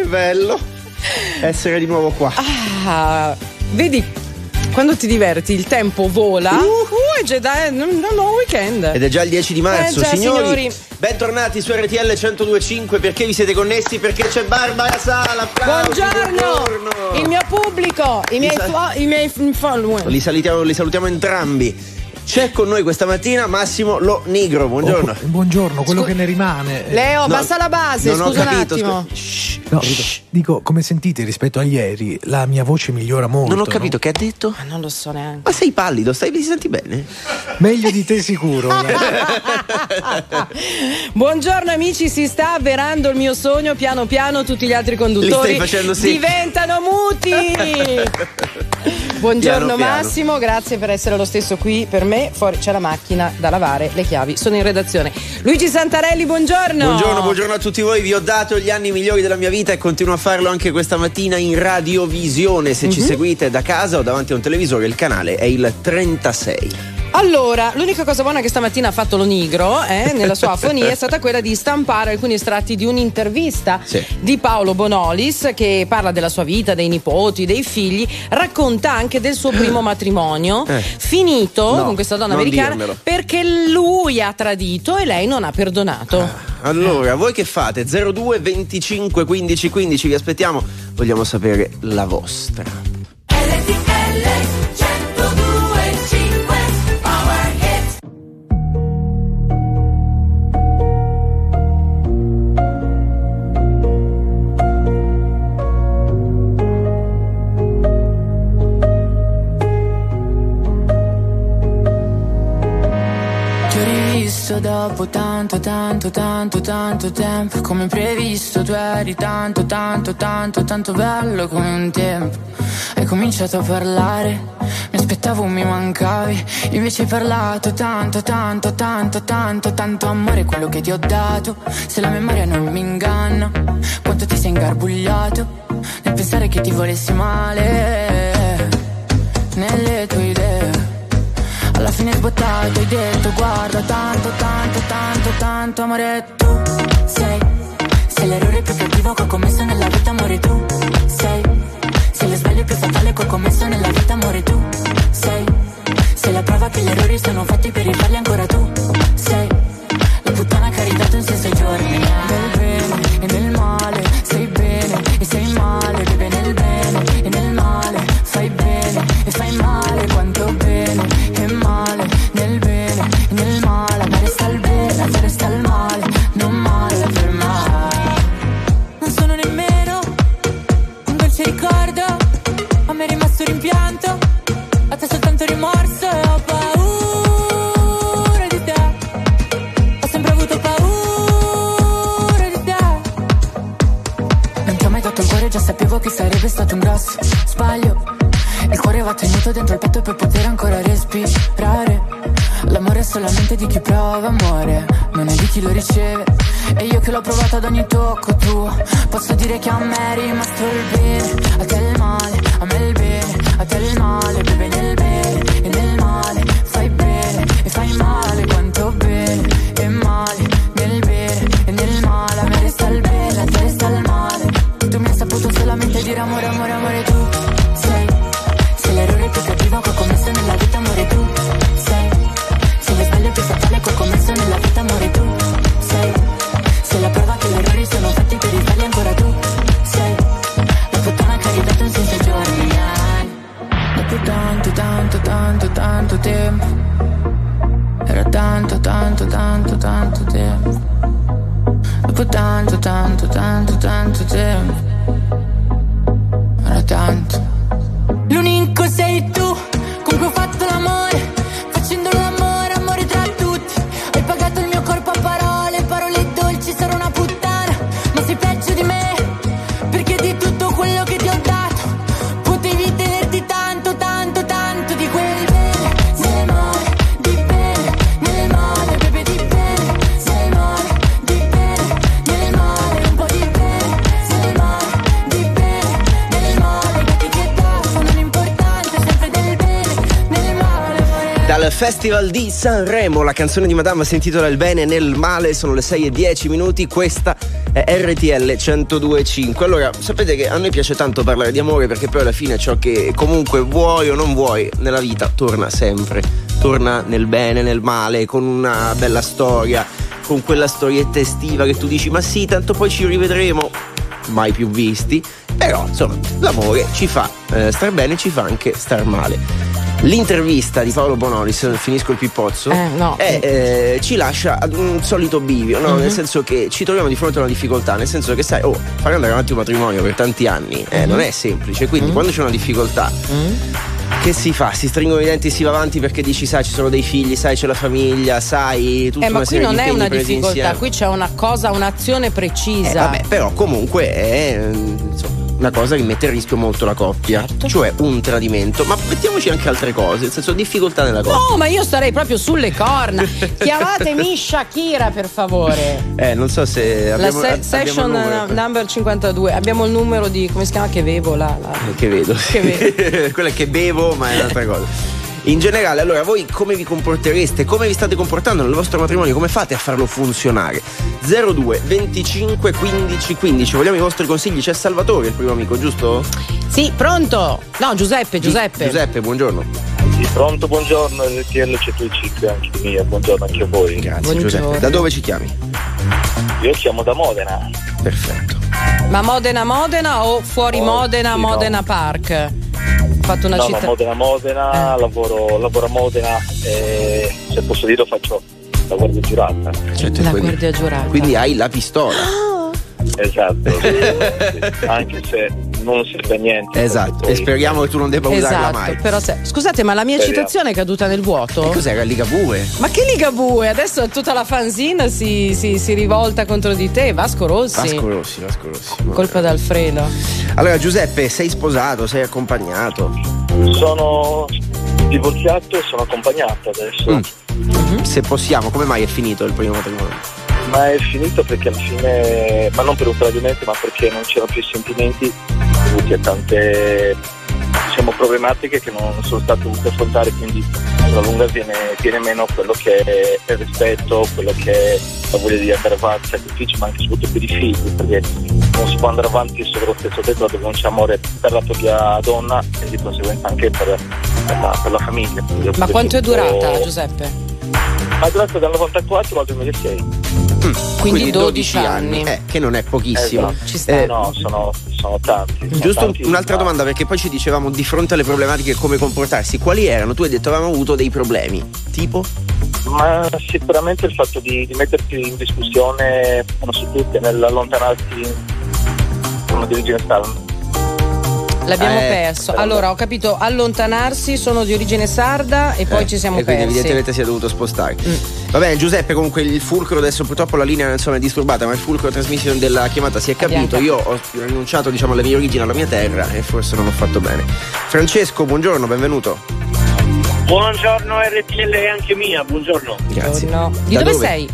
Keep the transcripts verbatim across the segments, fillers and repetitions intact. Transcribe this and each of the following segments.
bello essere di nuovo qua. Ah, vedi, quando ti diverti il tempo vola. Uh, uh è già da, non, non weekend. Ed è già il dieci di marzo, eh già, signori, signori. Bentornati su R T L centodue e cinque. Perché vi siete connessi? Perché c'è Barbara Sala. Applausi, buongiorno. buongiorno Il mio pubblico, i miei, sal- fo- i miei follower. Li salutiamo, li salutiamo entrambi. C'è con noi questa mattina Massimo Lo Nigro. Buongiorno. Oh, buongiorno, quello Scu- che ne rimane. Leo, no, basta la base, non scusa ho capito, un attimo. Scu- Shh, no, shh. Dico, come sentite rispetto a ieri, la mia voce migliora molto. Non ho capito, no? che ha detto? Ma non lo so neanche. Ma sei pallido, stai, ti senti bene? Meglio di te sicuro. Buongiorno amici, si sta avverando il mio sogno, piano piano tutti gli altri conduttori Li stai facendo sì. diventano muti. Buongiorno Piano, piano. Massimo, grazie per essere lo stesso qui per me. Fuori c'è la macchina da lavare, le chiavi sono in redazione. Luigi Santarelli, buongiorno. Buongiorno, buongiorno a tutti voi. Vi ho dato gli anni migliori della mia vita e continuo a farlo anche questa mattina in radiovisione. Se mm-hmm. ci seguite da casa o davanti a un televisore, il canale è il trentasei. Allora, l'unica cosa buona che stamattina ha fatto lo Nigro eh, nella sua afonia è stata quella di stampare alcuni estratti di un'intervista sì. di Paolo Bonolis, che parla della sua vita, dei nipoti, dei figli, racconta anche del suo primo matrimonio eh. finito no, con questa donna non americana dirmelo. perché lui ha tradito e lei non ha perdonato. Ah, allora, voi che fate? zero due venticinque quindici quindici, vi aspettiamo, vogliamo sapere la vostra. Dopo tanto, tanto, tanto, tanto tempo, come previsto tu eri tanto, tanto, tanto, tanto bello come un tempo. Hai cominciato a parlare, mi aspettavo mi mancavi, invece hai parlato tanto, tanto, tanto, tanto, tanto amore quello che ti ho dato. Se la memoria non mi inganna, quanto ti sei ingarbugliato nel pensare che ti volessi male nelle tue idee. Alla fine sbottato hai detto guarda tanto, tanto, tanto, tanto amore tu sei. Sei l'errore più cattivo che ho commesso nella vita amore tu sei. Sei lo sbaglio più fatale che ho commesso nella vita amore tu sei. Sei la prova che gli errori sono fatti per rifarli ancora tu sei. La puttana che ha ridato un senso ai giorni. Nel bene e nel male sei bene e sei male. Bebe nel bene e nel male fai bene e fai male. Quanto bene e male, nel bene e nel male. A me resta il bene, a te resta il male. Non male per mai. Non sono nemmeno un dolce ricordo, a me è rimasto rimpianto, a te soltanto rimorso. E ho paura di te, ho sempre avuto paura di te. Non ti ho mai dato il cuore, già sapevo che sarebbe stato un grosso sbaglio. Il cuore va tenuto dentro il petto per poter ancora respirare. L'amore è solamente di chi prova amore, non è di chi lo riceve. E io che l'ho provato ad ogni tocco tuo, posso dire che a me è rimasto il bene, a te il male, a me il bene, a te il male. Bebe nel bene e nel male, fai bene e fai male. Quanto bene e male, nel bene e nel male. A me resta il bene, a te resta il male. Tu mi hai saputo solamente dire amore, amore, amore tu sei. Sei l'errore più cattivo che ho commesso nella vita amore tu sei. Sei lo sbaglio più fatale che ho commesso nella vita amore tu sei. Sei la prova che gli errori sono fatti per rifarli ancora tu sei. La puttana che ha ridato un senso ai giorni. Dopo tanto, tanto, tanto, tanto tempo, era tanto, tanto, tanto, tanto tempo. Dopo tanto, tanto, tanto, tanto tempo, era tanto. L'unico sei tu con cui ho fatto l'amore, facendo l'amore, amore tra tutti. Hai pagato il mio corpo a parole, parole dolci, sarò una puttana, ma sei peggio di me, perché di tutto quello che ti ho dato potevi tenerti tanto, tanto, tanto di quel bene, nel male, di bene, nel male. Bebe di bene, nel male, di bene, nel male. Un po' di bene, nel male, di bene, nel male. Gatti che danno, non importante, sempre del bene, nel male. Dal Festival di Sanremo, la canzone di Madame si intitola Il bene nel male. Sono le sei e dieci minuti. Questa è R T L centodue e cinque. Allora, sapete che a noi piace tanto parlare di amore, perché poi alla fine ciò che comunque vuoi o non vuoi nella vita torna sempre, torna nel bene, nel male, con una bella storia, con quella storietta estiva che tu dici ma sì, tanto poi ci rivedremo, mai più visti. Però insomma l'amore ci fa eh, star bene, ci fa anche star male. L'intervista di Paolo Bonolis, finisco il pippozzo, eh, no. è, eh, ci lascia ad un solito bivio, no? Mm-hmm. Nel senso che ci troviamo di fronte a una difficoltà, nel senso che sai, oh, fare andare avanti un matrimonio per tanti anni eh, mm-hmm. non è semplice, quindi mm-hmm. quando c'è una difficoltà mm-hmm. che si fa? Si stringono i denti e si va avanti perché dici sai ci sono dei figli, sai c'è la famiglia, sai tutta eh, una serie di impegni. Ma qui non è una difficoltà, insieme. Qui c'è una cosa, un'azione precisa. Eh, vabbè, però comunque è insomma una cosa che mette a rischio molto la coppia, certo. Cioè un tradimento, ma mettiamoci anche altre cose, nel senso difficoltà nella coppia. No, ma io starei proprio sulle corna. Chiamatemi Shakira per favore. Eh, non so se abbiamo la se- session abbiamo number cinquantadue. Abbiamo il numero di come si chiama che bevo là, là. Che vedo. Che vedo. Quella che bevo, ma è un'altra cosa. In generale, allora voi come vi comportereste? Come vi state comportando nel vostro matrimonio? Come fate a farlo funzionare? zero due venticinque quindici quindici. Vogliamo i vostri consigli? C'è Salvatore, il primo amico, giusto? Sì, pronto? No, Giuseppe, Giuseppe. Gi- Giuseppe, buongiorno. Sì, pronto, buongiorno, R T L centodue e cinque anche mia, buongiorno anche a voi. Grazie, buongiorno. Giuseppe. Da dove ci chiami? Io chiamo da Modena. Perfetto. Ma Modena Modena o fuori oh, Modena sì, Modena no. Park? Fatto una no, città. No, Modena Modena, eh. lavoro, lavoro a Modena e se posso dire faccio la guardia giurata. Certo, la quindi, guardia giurata. Quindi hai la pistola. Esatto, sì, sì. Anche se non serve niente. Esatto, poi... e speriamo che tu non debba esatto, usarla mai. Però se... Scusate, ma la mia speriamo. Citazione è caduta nel vuoto? Che cos'era? Ligabue? Ma che Ligabue? Adesso tutta la fanzina si, si, si rivolta contro di te. Vasco Rossi. Vasco Rossi, Vasco Rossi. Colpa d'Alfredo. Allora Giuseppe, sei sposato, sei accompagnato? Sono divorziato e sono accompagnato adesso. Mm. Mm-hmm. Se possiamo, come mai è finito il primo matrimonio? Ma è finito perché alla fine, ma non per un tradimento, ma perché non c'erano più sentimenti dovuti a tante, diciamo, problematiche che non sono state dovute affrontare, quindi alla lunga viene, viene meno quello che è il rispetto, quello che è la voglia di andare avanti, sacrifici, ma anche soprattutto per i figli, perché non si può andare avanti sopra lo stesso tetto dove non c'è amore per la propria donna e di conseguenza anche per, per, la, per la famiglia. Ma quanto è durata, Giuseppe? Ha durato dal novantaquattro al duemilasei. Mm, quindi, quindi dodici anni, eh, che non è pochissimo. Esatto. Ci sta. Eh, no, sono, sono tanti. Sono Giusto tanti, un'altra ma... domanda, perché poi ci dicevamo di fronte alle problematiche come comportarsi. Quali erano? Tu hai detto avevamo avuto dei problemi. Tipo? Ma sicuramente il fatto di, di mettersi in discussione uno su tutti nell'allontanarsi con una dirigine stalla. L'abbiamo eh, perso. Allora, ho capito, allontanarsi, sono di origine sarda e poi eh, ci siamo e quindi persi. evidentemente si è dovuto spostare. Mm. Va bene, Giuseppe, comunque il fulcro adesso purtroppo la linea insomma è disturbata, ma il fulcro trasmissione della chiamata si è capito. Io ho rinunciato diciamo alle mie origini, alla mia terra e forse non ho fatto bene. Francesco, buongiorno, benvenuto. Buongiorno R T L e anche mia, buongiorno. Grazie. No. Di Da dove, dove sei?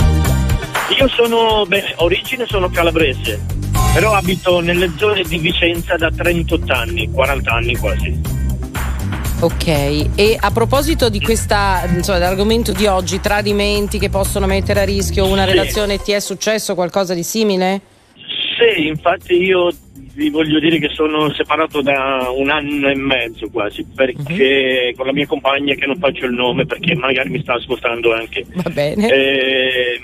Io sono, beh, origine sono calabrese, però abito nelle zone di Vicenza da trentotto anni, quaranta anni quasi. Ok, e a proposito di questa, insomma, dell'argomento di oggi, tradimenti che possono mettere a rischio una sì. relazione, ti è successo qualcosa di simile? Sì, infatti io vi voglio dire che sono separato da un anno e mezzo quasi, perché uh-huh. con la mia compagna, che non faccio il nome perché magari mi sta ascoltando anche. Va bene. Eh,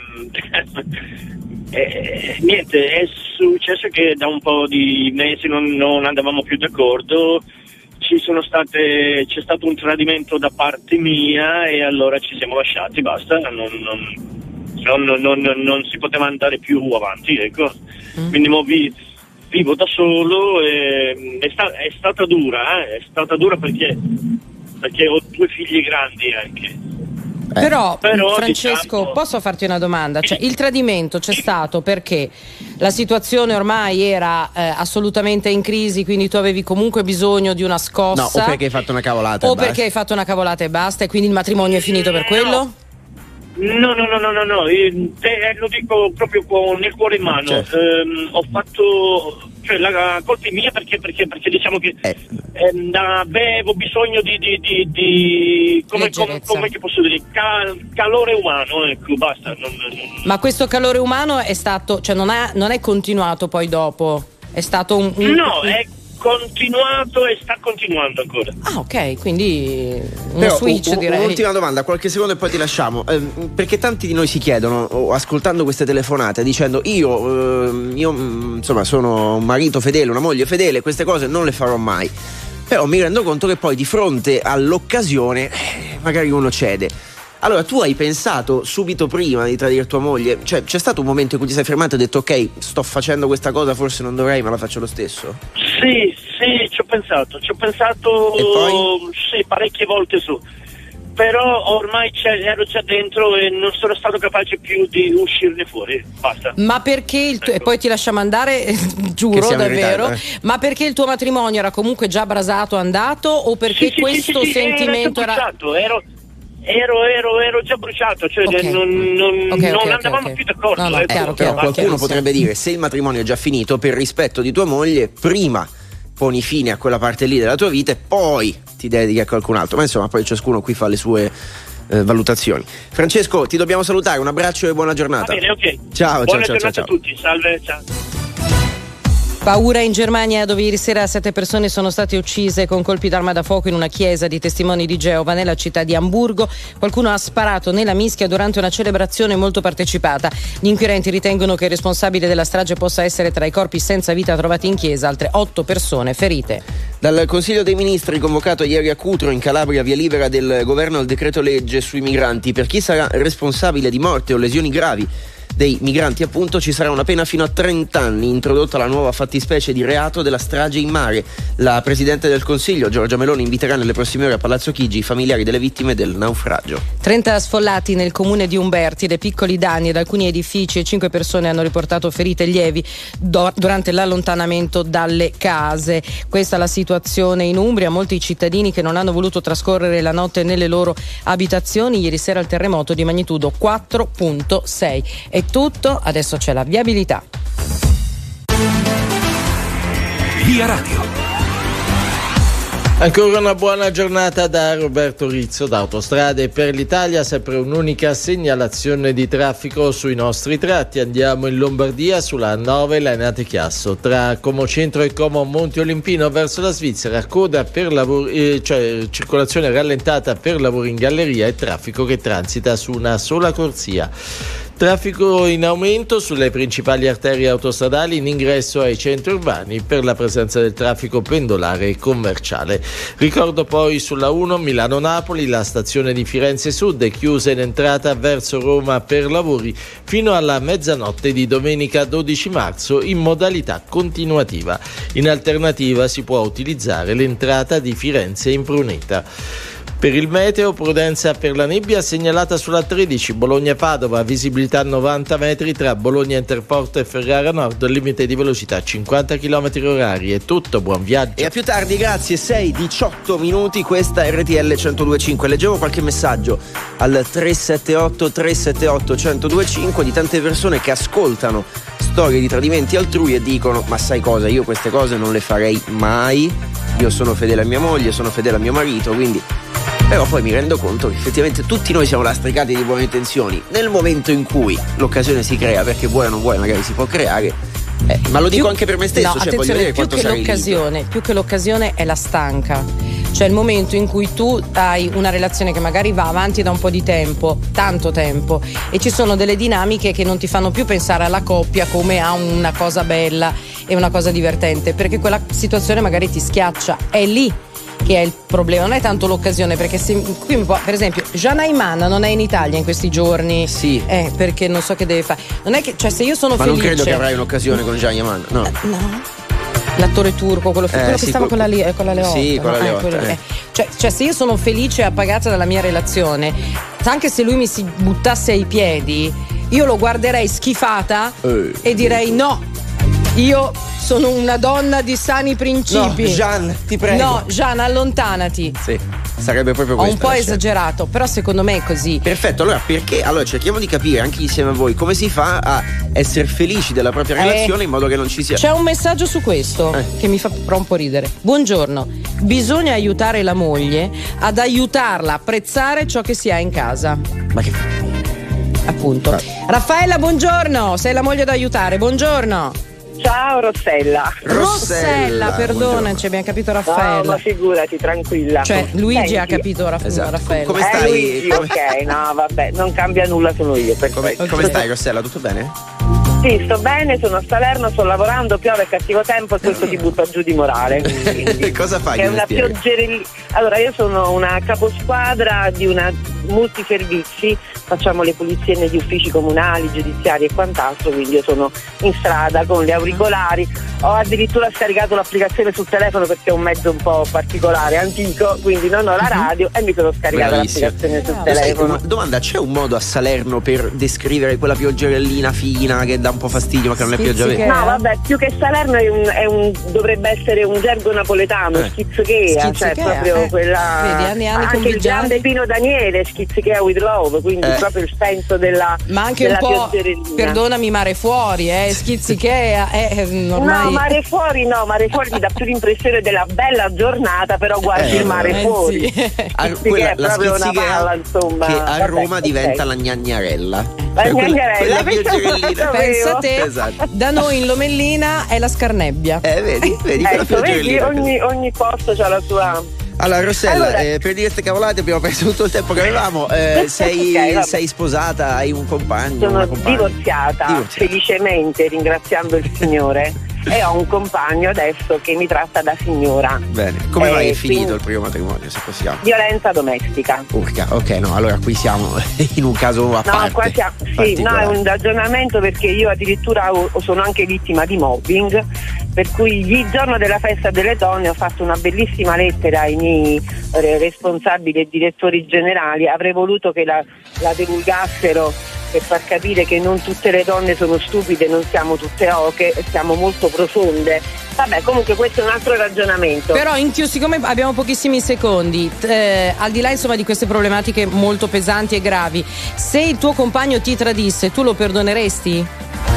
eh, niente, è successo che da un po' di mesi non, non andavamo più d'accordo. Ci sono state, c'è stato un tradimento da parte mia e allora ci siamo lasciati, basta, non, non, non, non, non si poteva andare più avanti, ecco. Mm. Quindi mo vi, vivo da solo e è, sta, è stata dura, eh? è stata dura perché, perché ho due figli grandi anche. Eh. Però, Però Francesco, diciamo... posso farti una domanda? Cioè, il tradimento c'è stato perché la situazione ormai era eh, assolutamente in crisi, quindi tu avevi comunque bisogno di una scossa. No, o perché hai fatto una cavolata. O e basta. perché hai fatto una cavolata e basta, e quindi il matrimonio è finito per quello? No, no, no, no, no, no. Io, te, lo dico proprio con il cuore in mano. Certo. Ehm, ho fatto cioè la colpa è mia perché perché, perché diciamo che eh. ehm, avevo bisogno di, di, di, di come, come, come che posso dire cal, calore umano, ecco, basta. Non, non... Ma questo calore umano è stato, cioè non, è, non è continuato poi dopo, è stato un, un no un... è continuato e sta continuando ancora. Ah, ok, quindi uno Però, switch un, direi. Un'ultima domanda, qualche secondo e poi ti lasciamo, eh, perché tanti di noi si chiedono, oh, ascoltando queste telefonate, dicendo io, eh, io insomma sono un marito fedele, una moglie fedele, queste cose non le farò mai. Però mi rendo conto che poi di fronte all'occasione eh, magari uno cede. Allora, tu hai pensato subito prima di tradire tua moglie? Cioè, c'è stato un momento in cui ti sei fermato e hai detto ok, sto facendo questa cosa, forse non dovrei, ma la faccio lo stesso? Sì, sì, ci ho pensato, ci ho pensato sì, parecchie volte su. Però ormai ero già dentro e non sono stato capace più di uscirne fuori, basta. Ma perché il tuo, ecco. E poi ti lasciamo andare, giuro davvero, ritardo, eh. Ma perché il tuo matrimonio era comunque già brasato, andato, o perché sì, questo sì, sì, sentimento era... era... Ero... Ero, ero, ero già bruciato, cioè okay. non, non, okay, non okay, andavamo okay. più d'accordo. No, no, ecco. chiaro, Però chiaro, qualcuno chiaro, potrebbe sì. dire, se il matrimonio è già finito, per rispetto di tua moglie, prima poni fine a quella parte lì della tua vita e poi ti dedichi a qualcun altro. Ma insomma, poi ciascuno qui fa le sue eh, valutazioni. Francesco, ti dobbiamo salutare, un abbraccio e buona giornata. Va bene, ok. Ciao, buona ciao, giornata ciao, ciao. a tutti, salve, ciao. Paura in Germania, dove ieri sera sette persone sono state uccise con colpi d'arma da fuoco in una chiesa di testimoni di Geova nella città di Amburgo. Qualcuno ha sparato nella mischia durante una celebrazione molto partecipata. Gli inquirenti ritengono che il responsabile della strage possa essere tra i corpi senza vita trovati in chiesa, altre otto persone ferite. Dal Consiglio dei Ministri convocato ieri a Cutro in Calabria, via libera del governo al decreto legge sui migranti. Per chi sarà responsabile di morte o lesioni gravi dei migranti, appunto, ci sarà una pena fino a trenta anni, introdotta la nuova fattispecie di reato della strage in mare. La Presidente del Consiglio, Giorgia Meloni, inviterà nelle prossime ore a Palazzo Chigi i familiari delle vittime del naufragio. trenta sfollati nel comune di Umberti, dei piccoli danni ad alcuni edifici e cinque persone hanno riportato ferite lievi do- durante l'allontanamento dalle case. Questa è la situazione in Umbria, molti cittadini che non hanno voluto trascorrere la notte nelle loro abitazioni. Ieri sera il terremoto di magnitudo quattro virgola sei. È tutto, adesso c'è la viabilità. Via Radio. Ancora una buona giornata da Roberto Rizzo da Autostrade per l'Italia, sempre un'unica segnalazione di traffico sui nostri tratti. Andiamo in Lombardia sulla A nove Lainate Chiasso, tra Como Centro e Como Monte Olimpino verso la Svizzera, coda per lavori, eh, cioè circolazione rallentata per lavori in galleria e traffico che transita su una sola corsia. Traffico in aumento sulle principali arterie autostradali in ingresso ai centri urbani per la presenza del traffico pendolare e commerciale. Ricordo poi sulla uno Milano-Napoli la stazione di Firenze Sud è chiusa in entrata verso Roma per lavori fino alla mezzanotte di domenica dodici marzo in modalità continuativa. In alternativa si può utilizzare l'entrata di Firenze in Pruneta. Per il meteo, prudenza per la nebbia segnalata sulla tredici Bologna-Padova, visibilità novanta metri tra Bologna Interporto e Ferrara Nord, limite di velocità cinquanta chilometri orari. È tutto, buon viaggio. E a più tardi, grazie, sei diciotto minuti, questa è R T L centodue e cinque. Leggevo qualche messaggio al tre sette otto tre sette otto centodue e cinque di tante persone che ascoltano storie di tradimenti altrui e dicono: ma sai cosa, io queste cose non le farei mai, io sono fedele a mia moglie, sono fedele a mio marito, quindi... Però poi mi rendo conto che effettivamente tutti noi siamo lastricati di buone intenzioni. Nel momento in cui l'occasione si crea, perché vuoi o non vuoi magari si può creare, eh, ma lo dico più, anche per me stesso, no, cioè attenzione, voglio vedere più quanto che sarei l'occasione, libero. più che l'occasione è la stanca. Cioè il momento in cui tu hai una relazione che magari va avanti da un po' di tempo, tanto tempo, e ci sono delle dinamiche che non ti fanno più pensare alla coppia come a una cosa bella e una cosa divertente, perché quella situazione magari ti schiaccia. È lì che è il problema, non è tanto l'occasione, perché se, qui mi può, per esempio Jana Iman non è in Italia in questi giorni, sì, eh, perché non so che deve fare, non è che, cioè se io sono ma felice, non credo che avrai un'occasione con Jana Iman, no, no, l'attore turco, quello, eh, quello sì, che stava quel... con la, con la Leotta, sì, con no? la Leotta, eh, quello, eh. eh. Cioè, cioè se io sono felice e appagata dalla mia relazione, anche se lui mi si buttasse ai piedi, io lo guarderei schifata eh. e direi no. Io sono una donna di sani principi. No, Jean, ti prego. No, Jean, allontanati. Sì, sarebbe proprio Ho questo. un po' esagerato, però secondo me è così. Perfetto, allora perché? Allora cerchiamo di capire anche insieme a voi come si fa a essere felici della propria Eh, relazione in modo che non ci sia. C'è un messaggio su questo Eh. che mi fa però un po' ridere. Buongiorno, bisogna aiutare la moglie ad aiutarla a apprezzare ciò che si ha in casa. Ma che Appunto. Ah. Raffaella, buongiorno, sei la moglie da aiutare, buongiorno. Ciao Rossella. Rossella, perdonaci, abbiamo capito Raffaella. No, ma figurati, tranquilla. Cioè, Luigi Senti. ha capito Raff- Esatto. Raffaella. Come Eh, stai? Luigi, Come- ok, no, vabbè, non cambia nulla, sono io. Come, Perfetto. come stai Rossella? Tutto bene? Sì, sto bene, sono a Salerno, sto lavorando, piove, è cattivo tempo e questo ti butta giù di morale. Quindi, Cosa fai è di una mestiere? pioggerellina. Allora, io sono una caposquadra di una multiservizi, facciamo le pulizie negli uffici comunali, giudiziari e quant'altro, quindi io sono in strada con gli auricolari. Ho addirittura scaricato l'applicazione sul telefono perché è un mezzo un po' particolare, antico, quindi non ho la radio e mi sono scaricata Bravissimo. l'applicazione sul Lo sai, telefono. doma- domanda, c'è un modo a Salerno per descrivere quella pioggerellina fina che dà un po' fastidio ma che non è pioggia vera? No, vabbè, più che Salerno è un, è un- dovrebbe essere un gergo napoletano, Eh. schizzichea, cioè Schizzichea, proprio eh. quella. Vedi, anni e anni anche il convigiati. grande Pino Daniele, schizzichea with love, quindi Eh. proprio il senso della. Ma anche della un po', pioggerellina. perdonami, mare fuori, eh, schizzichea, eh, ormai. No, mare fuori no, mare fuori ti dà più l'impressione della bella giornata, però guardi Eh, il mare eh, fuori. sì. Ah, Schizzichea quella- è la proprio una schizzichea palla, insomma. che a Vabbè, Roma ok. diventa la gnagnarella. La Cioè, quella- gnagnarella, quella pensa- pioggerellina. Pensa te, Esatto. da noi in Lomellina è la scarnebbia. Eh, vedi, vedi quella Ecco, vedi, pioggerellina. ogni, ogni posto ha la sua. Allora Rossella, Allora- eh, per dire queste cavolate abbiamo perso tutto il tempo che avevamo. Eh, sei, Ok, vabbè. sei sposata, hai un compagno? Sono una compagna? divorziata, Divorziata. felicemente, ringraziando il Signore, e ho un compagno adesso che mi tratta da signora. Bene, come Eh, mai è finito quindi- il primo matrimonio, se possiamo? Violenza domestica. Urca, ok, no, allora qui siamo in un caso a No, parte. qua siamo, sì, no, è particolare. un ragionamento perché io addirittura ho- sono anche vittima di mobbing, per cui il giorno della festa delle donne ho fatto una bellissima lettera ai miei eh, responsabili e direttori generali, avrei voluto che la, la divulgassero per far capire che non tutte le donne sono stupide, non siamo tutte oche, siamo molto profonde. Vabbè, comunque questo è un altro ragionamento. Però in chiusura, siccome abbiamo pochissimi secondi, t- eh, al di là insomma di queste problematiche molto pesanti e gravi, se il tuo compagno ti tradisse, tu lo perdoneresti?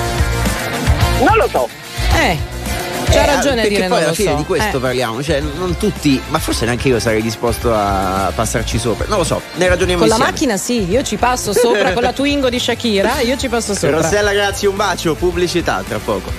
Non lo so. Eh, c'ha Eh, ragione a perché dire poi non alla lo fine so. di questo Eh. parliamo, cioè non tutti, ma forse neanche io sarei disposto a passarci sopra. Non lo so, ne ragioniamo Con la insieme. macchina sì, io ci passo sopra con la Twingo di Shakira, io ci passo sopra. Rossella, grazie, un bacio, pubblicità tra poco.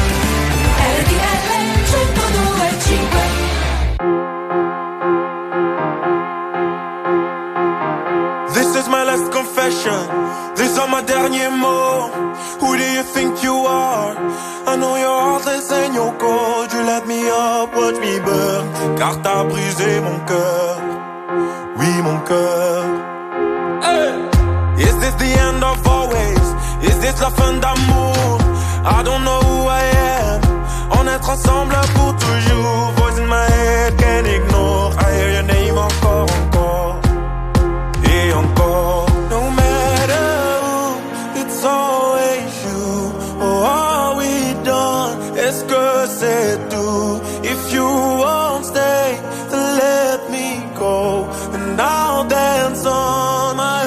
This is my last confession. These are my derniers mots. Who do you think you are? I know you're heartless and you're cold. You let me up, watch me burn. Car t'as brisé mon cœur. Oui, mon cœur. Hey! Is this the end of always? Is this la fin d'amour? I don't know who I am. On est ensemble pour toujours. Voice in my head, can't ignore. I hear your name encore, encore. Et encore. No matter who, it's always you. Oh, are we done? Est-ce que c'est tout? If you won't stay, then let me go. And I'll dance on my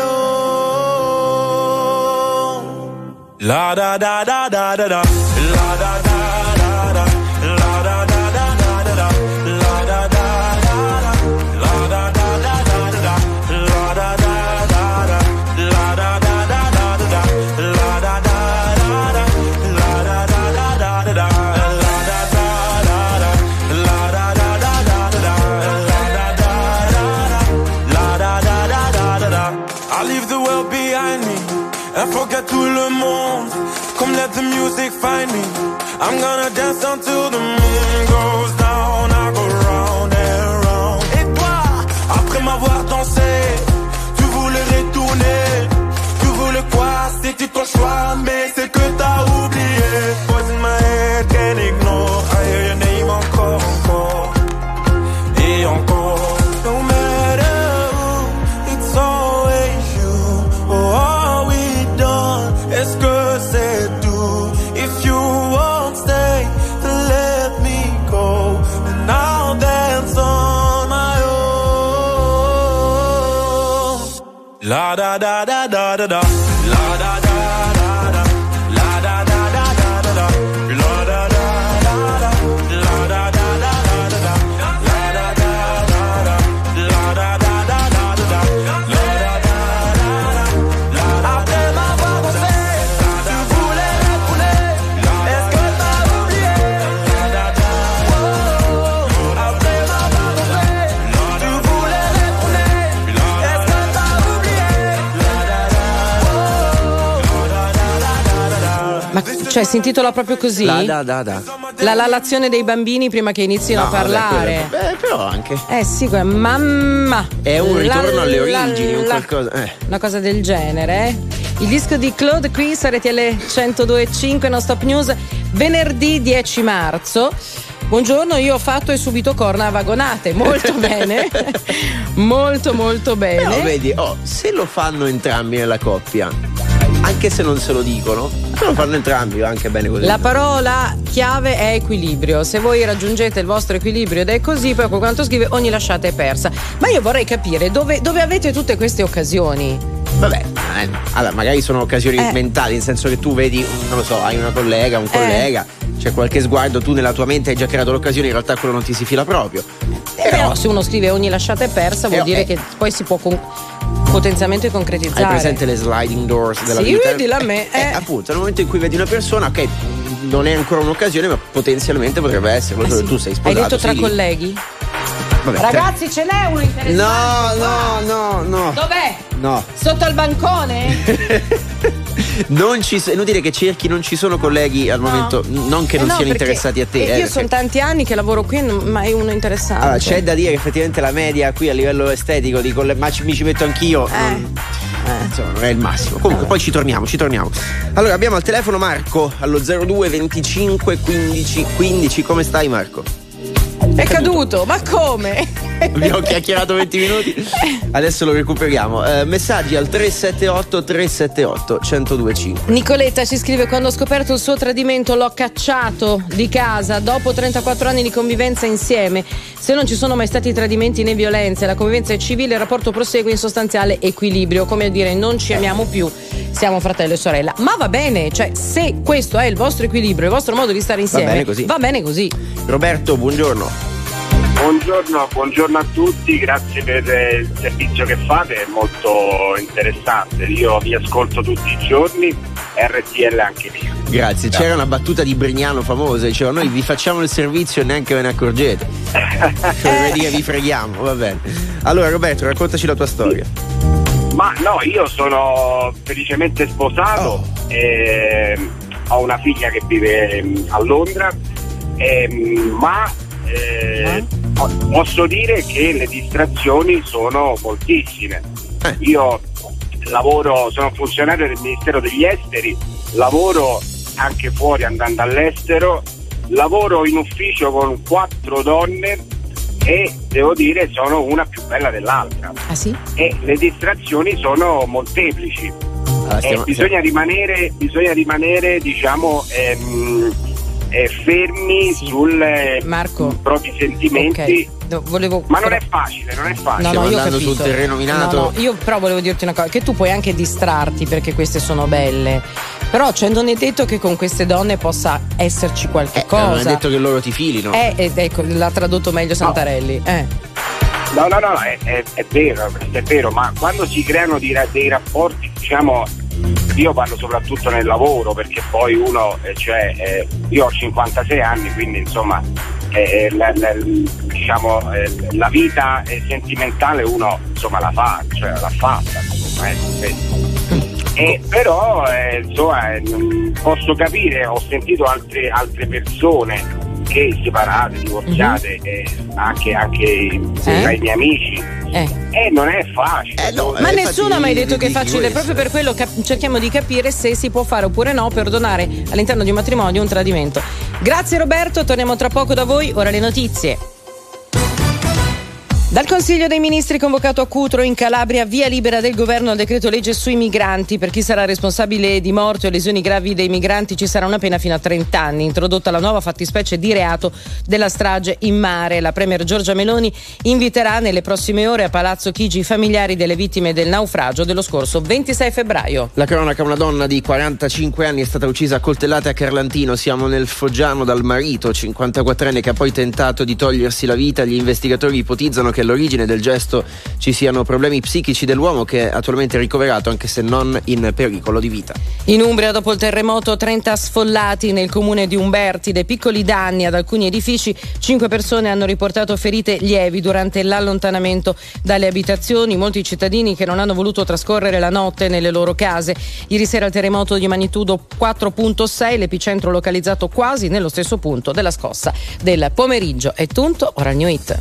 own. La da da da da da da. La da da da da. La da da da da da da. La da da da da. La da da da da da. La da da da da. La da da da da da. La da da da da. La da da da da da. La da da da da. La da da da da da. La da da da da. La da da da da da. I leave the world behind me and forget tout le monde. Come let the music find me. I'm gonna dance until the moon goes down. I go round and round. Et toi, après m'avoir dansé, tu voulais retourner. Tu voulais quoi? C'était ton choix, mais c'est que t'as oublié. Voice in my head, can't ignore. I hear your name encore, encore. Et encore. No matter who, it's always you. Oh, are we done? Est-ce que c'est tout? If you won't stay, La da da da da da da. La da da da da. La da da da da da da. La da da da da. La da da da da da da. La da da da da. La da da da da da da. La da da da da. Après m'avoir fait, tu voulais refouler. Est-ce que t'as oublié? La da da. Après m'avoir fait, tu voulais refouler. Est-ce que t'as oublié? Ma cioè si intitola proprio così? La da da da. La lalazione dei bambini prima che inizino No, a parlare. vabbè, beh, però anche. Eh sì, que- mamma. È un ritorno La- alle la- origini, un la- qualcosa. Eh. Una cosa del genere. eh. Il disco di Claude qui su R T L centodue e cinque Non Stop News, venerdì dieci marzo. Buongiorno, io ho fatto e subito corna a vagonate. Molto bene. Molto molto bene. Però vedi, oh, se lo fanno entrambi nella coppia, anche se non se lo dicono, se lo fanno entrambi va anche bene così. La parola chiave è equilibrio. Se voi raggiungete il vostro equilibrio ed è così, poi quanto scrive ogni lasciata è persa. Ma io vorrei capire dove, dove avete tutte queste occasioni. Vabbè, eh, allora magari sono occasioni Eh. mentali, nel senso che tu vedi, non lo so, hai una collega, un collega, c'è qualche sguardo, tu nella tua mente hai già creato l'occasione, in realtà quello non ti si fila proprio. Eh, Però se uno scrive ogni lasciata è persa vuol Eh, dire eh. che poi si può con- potenzialmente concretizzare. Hai presente le sliding doors della Sì, vita? vedi, la me- Eh, eh. appunto, nel momento in cui vedi una persona, ok, non è ancora un'occasione, ma potenzialmente potrebbe esserlo, Eh solo sì. che tu sei Hai sposato. detto tra sei lì. colleghi? Vabbè, Ragazzi, ce n'è uno interessante. No, no, no, no. Dov'è? No. Sotto al bancone? Non ci, è inutile che cerchi, non ci sono colleghi al momento, non che Eh non no, siano perché interessati a te. Io eh, perché- sono tanti anni che lavoro qui, non- mai uno interessante. Allora, c'è da dire che effettivamente la media qui a livello estetico di colle- ma ci, mi ci metto anch'io. non- Insomma, non è il massimo. Comunque, poi ci torniamo, ci torniamo. Allora, abbiamo al telefono Marco allo zero due venticinque quindici quindici. Come stai, Marco? È caduto, ma come? Abbiamo chiacchierato venti minuti. Adesso lo recuperiamo. Eh, messaggi al tre sette otto tre sette otto uno zero due cinque. Nicoletta ci scrive: quando ho scoperto il suo tradimento l'ho cacciato di casa dopo trentaquattro anni di convivenza insieme. Se non ci sono mai stati tradimenti né violenze, la convivenza è civile, il rapporto prosegue in sostanziale equilibrio, come a dire non ci amiamo più, siamo fratello e sorella. Ma va bene, cioè se questo è il vostro equilibrio, il vostro modo di stare insieme, bene così. va bene così. Roberto, buongiorno. Buongiorno, buongiorno a tutti, grazie per eh, il servizio che fate, è molto interessante. Io vi ascolto tutti i giorni, R T L anche mio. Grazie, c'era una battuta di Brignano famosa, diceva noi vi facciamo il servizio e neanche ve ne accorgete. Cioè vuol dire vi freghiamo, va bene. Allora Roberto, raccontaci la tua storia. Ma no, io sono felicemente sposato, Oh. e ho una figlia che vive mm, a Londra, e, mm, ma eh, po- posso dire che le distrazioni sono moltissime. Eh. Io lavoro, sono funzionario del Ministero degli Esteri, lavoro anche fuori andando all'estero, lavoro in ufficio con quattro donne e devo dire sono una più bella dell'altra. Ah sì? E le distrazioni sono molteplici. Allora, Eh, stiamo- bisogna rimanere, bisogna rimanere diciamo ehm, eh, fermi Sì. sul eh, Marco. propri sentimenti. Ok, do- volevo Ma non però- è facile, non è facile. No, Stiamo no, io ho andando capito. sul terreno minato. No, no, io però volevo dirti una cosa, che tu puoi anche distrarti perché queste sono belle. Però cioè, non è detto che con queste donne possa esserci qualche Eh, cosa. non è detto che loro ti filino. Eh, eh, ecco, l'ha tradotto meglio Santarelli. Eh. No, no, no, è, è- è vero, è vero, ma quando si creano dei, ra- dei rapporti, diciamo, io parlo soprattutto nel lavoro, perché poi uno, eh, cioè, eh, io ho cinquantasei anni, quindi insomma, eh, la, la- diciamo, eh, la vita eh, sentimentale uno, insomma, la fa, cioè l'ha fatta, insomma, eh, questo. E però, eh, insomma, eh, non posso capire, ho sentito altre, altre persone che separate, divorziate, eh, anche, anche tra i miei amici, Eh. e non è facile. Eh, no, Ma eh, nessuno ha mai infatti, detto che è dici facile, questo. proprio per quello cap- cerchiamo di capire se si può fare oppure no perdonare all'interno di un matrimonio un tradimento. Grazie Roberto, torniamo tra poco da voi, ora le notizie. Dal Consiglio dei Ministri convocato a Cutro in Calabria, via libera del governo al decreto legge sui migranti. Per chi sarà responsabile di morte o lesioni gravi dei migranti ci sarà una pena fino a trenta anni. Introdotta la nuova fattispecie di reato della strage in mare. La premier Giorgia Meloni inviterà nelle prossime ore a Palazzo Chigi i familiari delle vittime del naufragio dello scorso ventisei febbraio. La cronaca: una donna di quarantacinque anni è stata uccisa a coltellate a Carlantino. Siamo nel Foggiano dal marito, cinquantaquattrenne, che ha poi tentato di togliersi la vita. Gli investigatori ipotizzano che all'origine del gesto ci siano problemi psichici dell'uomo, che è attualmente ricoverato anche se non in pericolo di vita. In Umbria, dopo il terremoto, trenta sfollati nel comune di Umbertide, piccoli danni ad alcuni edifici, cinque persone hanno riportato ferite lievi durante l'allontanamento dalle abitazioni, molti cittadini che non hanno voluto trascorrere la notte nelle loro case. Ieri sera il terremoto di magnitudo quattro virgola sei, l'epicentro localizzato quasi nello stesso punto della scossa del pomeriggio. È tutto, ora il New Hit.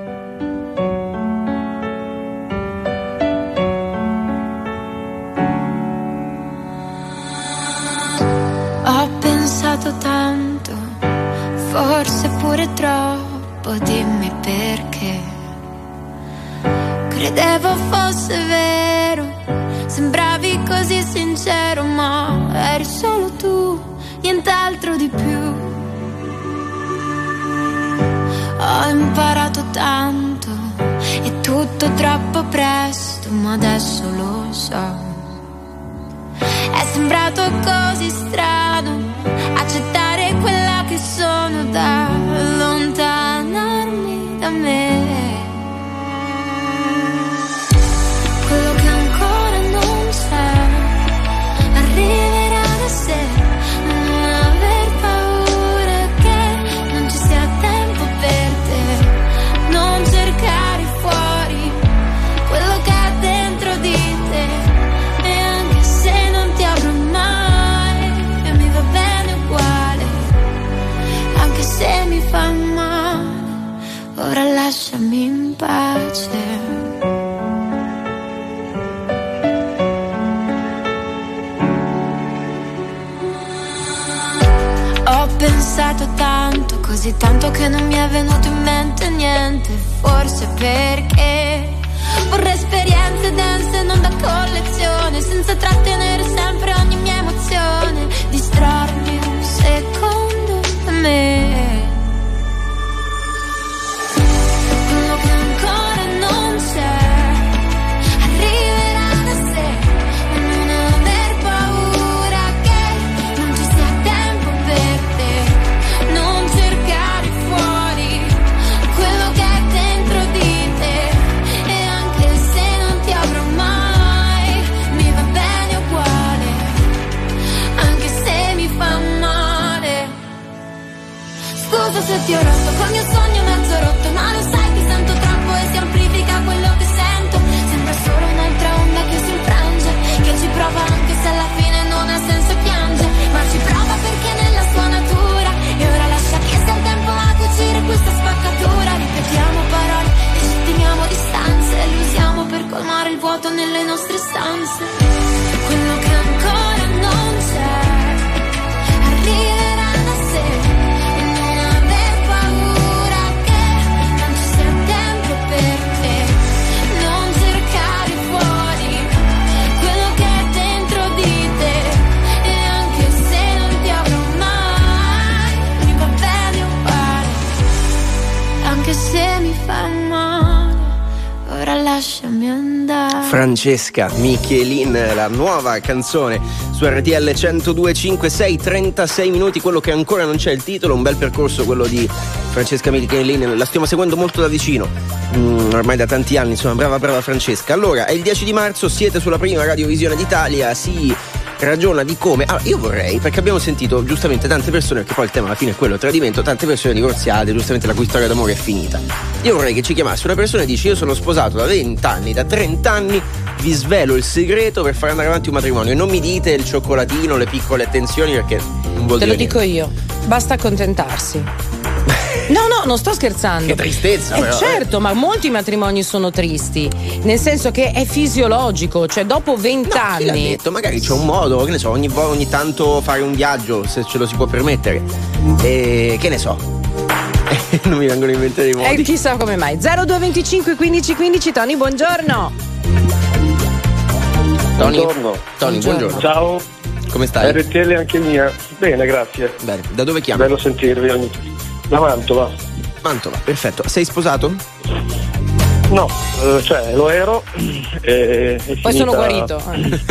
Ho pensato tanto, forse pure troppo, dimmi perché. Credevo fosse vero, sembravi così sincero, ma eri solo tu, nient'altro di più. Ho imparato tanto, è tutto troppo presto, ma adesso lo so. È sembrato così strano accettare quella che sono, da allontanarmi da me. Quello che ancora non c'è arriverà da sé. Non aver paura che non ci sia tempo per te. Non cercare fuori quello che è dentro di te. Se mi fa male, ora lasciami in pace. Ho pensato tanto, così tanto che non mi è venuto in mente niente. Forse perché vorrei esperienze dense, non da collezione, senza trattenere sempre ogni mia emozione. Distrarmi un secondo da me. Quello che ancora non c'è arriverà da sé. Non aver paura che non ci sia tempo per te. Non cercare fuori quello che è dentro di te. E anche se non ti avrò mai, mi va bene uguale, anche se mi fa male. Scusa se ti ho rotto col mio sogno mezzo rotto, ma lo sai che sento troppo e si amplifica quello che sento. Sembra solo un'altra onda che si infrange, che ci prova anche se alla fine non ha senso piange, ma ci prova perché nella sua natura. E ora lascia che sia il tempo a cucire questa spaccatura. Ripetiamo parole, legittimiamo distanze, le usiamo per colmare il vuoto nelle nostre stanze. Quello che ancora non c'è arriverà da sé. Se mi fa male, ora lasciami andare. Francesca Michelin, la nuova canzone su R T L centodue e cinque, sei trentasei minuti. Quello che ancora non c'è il titolo, un bel percorso quello di Francesca Michelin, la stiamo seguendo molto da vicino, mm, ormai da tanti anni, insomma, brava brava Francesca. Allora, è il dieci di marzo, siete sulla prima radiovisione d'Italia, si ragiona di come. Allora, io vorrei, perché abbiamo sentito giustamente tante persone, perché poi il tema alla fine è quello, tradimento, tante persone divorziate, giustamente la cui storia d'amore è finita. Io vorrei che ci chiamasse una persona e dice: io sono sposato da venti anni, da trenta anni, vi svelo il segreto per fare andare avanti un matrimonio, e non mi dite il cioccolatino, le piccole attenzioni, perché non vuol Te dire lo dico niente. io, basta accontentarsi. No, no, non sto scherzando. Che tristezza, eh, però. certo, eh. ma molti matrimoni sono tristi, nel senso che è fisiologico, cioè dopo venti No, anni. chi l'ha detto? Magari c'è un modo, che ne so, ogni, ogni tanto fare un viaggio, se ce lo si può permettere. E che ne so. non mi vengono in mente dei modi. E chissà come mai. zero due venticinque quindici quindici. Tony, buongiorno. Tony, Buongiorno. Tony, buongiorno. Ciao. Come stai? R T L anche mia. Bene, grazie. Bene. Da dove chiami? Bello sentirvi ogni da Mantova. Mantova, perfetto. Sei sposato? No, eh, cioè lo ero. E, e Poi finita... sono guarito.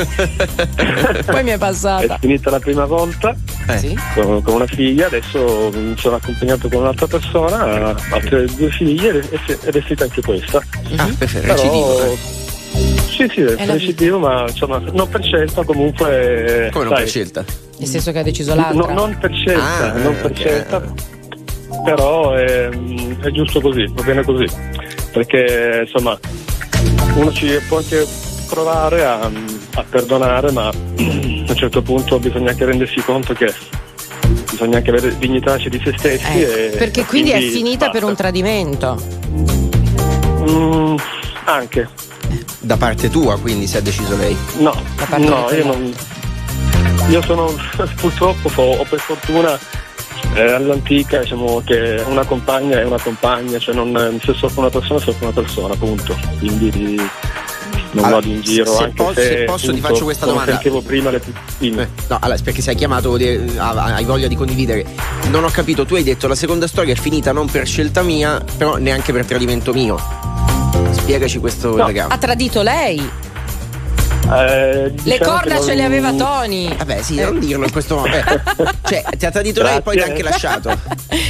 Poi mi è passata. È finita la prima volta Eh. Sì? con, con una figlia, adesso mi sono accompagnato con un'altra persona, ha altre due figlie ed è, ed è finita anche questa. Ah, perfetto. Però- Recidivo. eh. Sì, sì, è la recidivo, ma insomma, non per scelta comunque. Come non sai, per scelta? Nel senso che ha deciso l'altra. No, non per scelta, Ah, non per ok. scelta, però è, è giusto così, va bene così, perché insomma uno ci può anche provare a, a perdonare, ma a un certo punto bisogna anche rendersi conto che bisogna anche avere dignità di se stessi. Eh, e, perché e quindi è finita basta. per un tradimento. Mm, anche Da parte tua, quindi, se ha deciso lei. no, Da parte no, di io te. non. Io sono purtroppo o o per fortuna eh, all'antica, diciamo che una compagna è una compagna, cioè non, se soffro una persona soffro una persona, punto. Quindi non Allora, vado in giro, se anche po- se, se posso, ti appunto, faccio questa come domanda. sentivo prima le dimmi. Eh, no, allora, perché sei chiamato, vuol dire, ah, hai voglia di condividere. Non ho capito, tu hai detto la seconda storia è finita non per scelta mia, però neanche per tradimento mio. Spiegaci questo No. legame. Ha tradito lei. Eh, Le diciamo corna che ce non- le aveva Tony. Vabbè, sì, Eh. non dirlo in questo modo. Eh, cioè, ti ha tradito lei e poi ti ha anche Grazie. lasciato.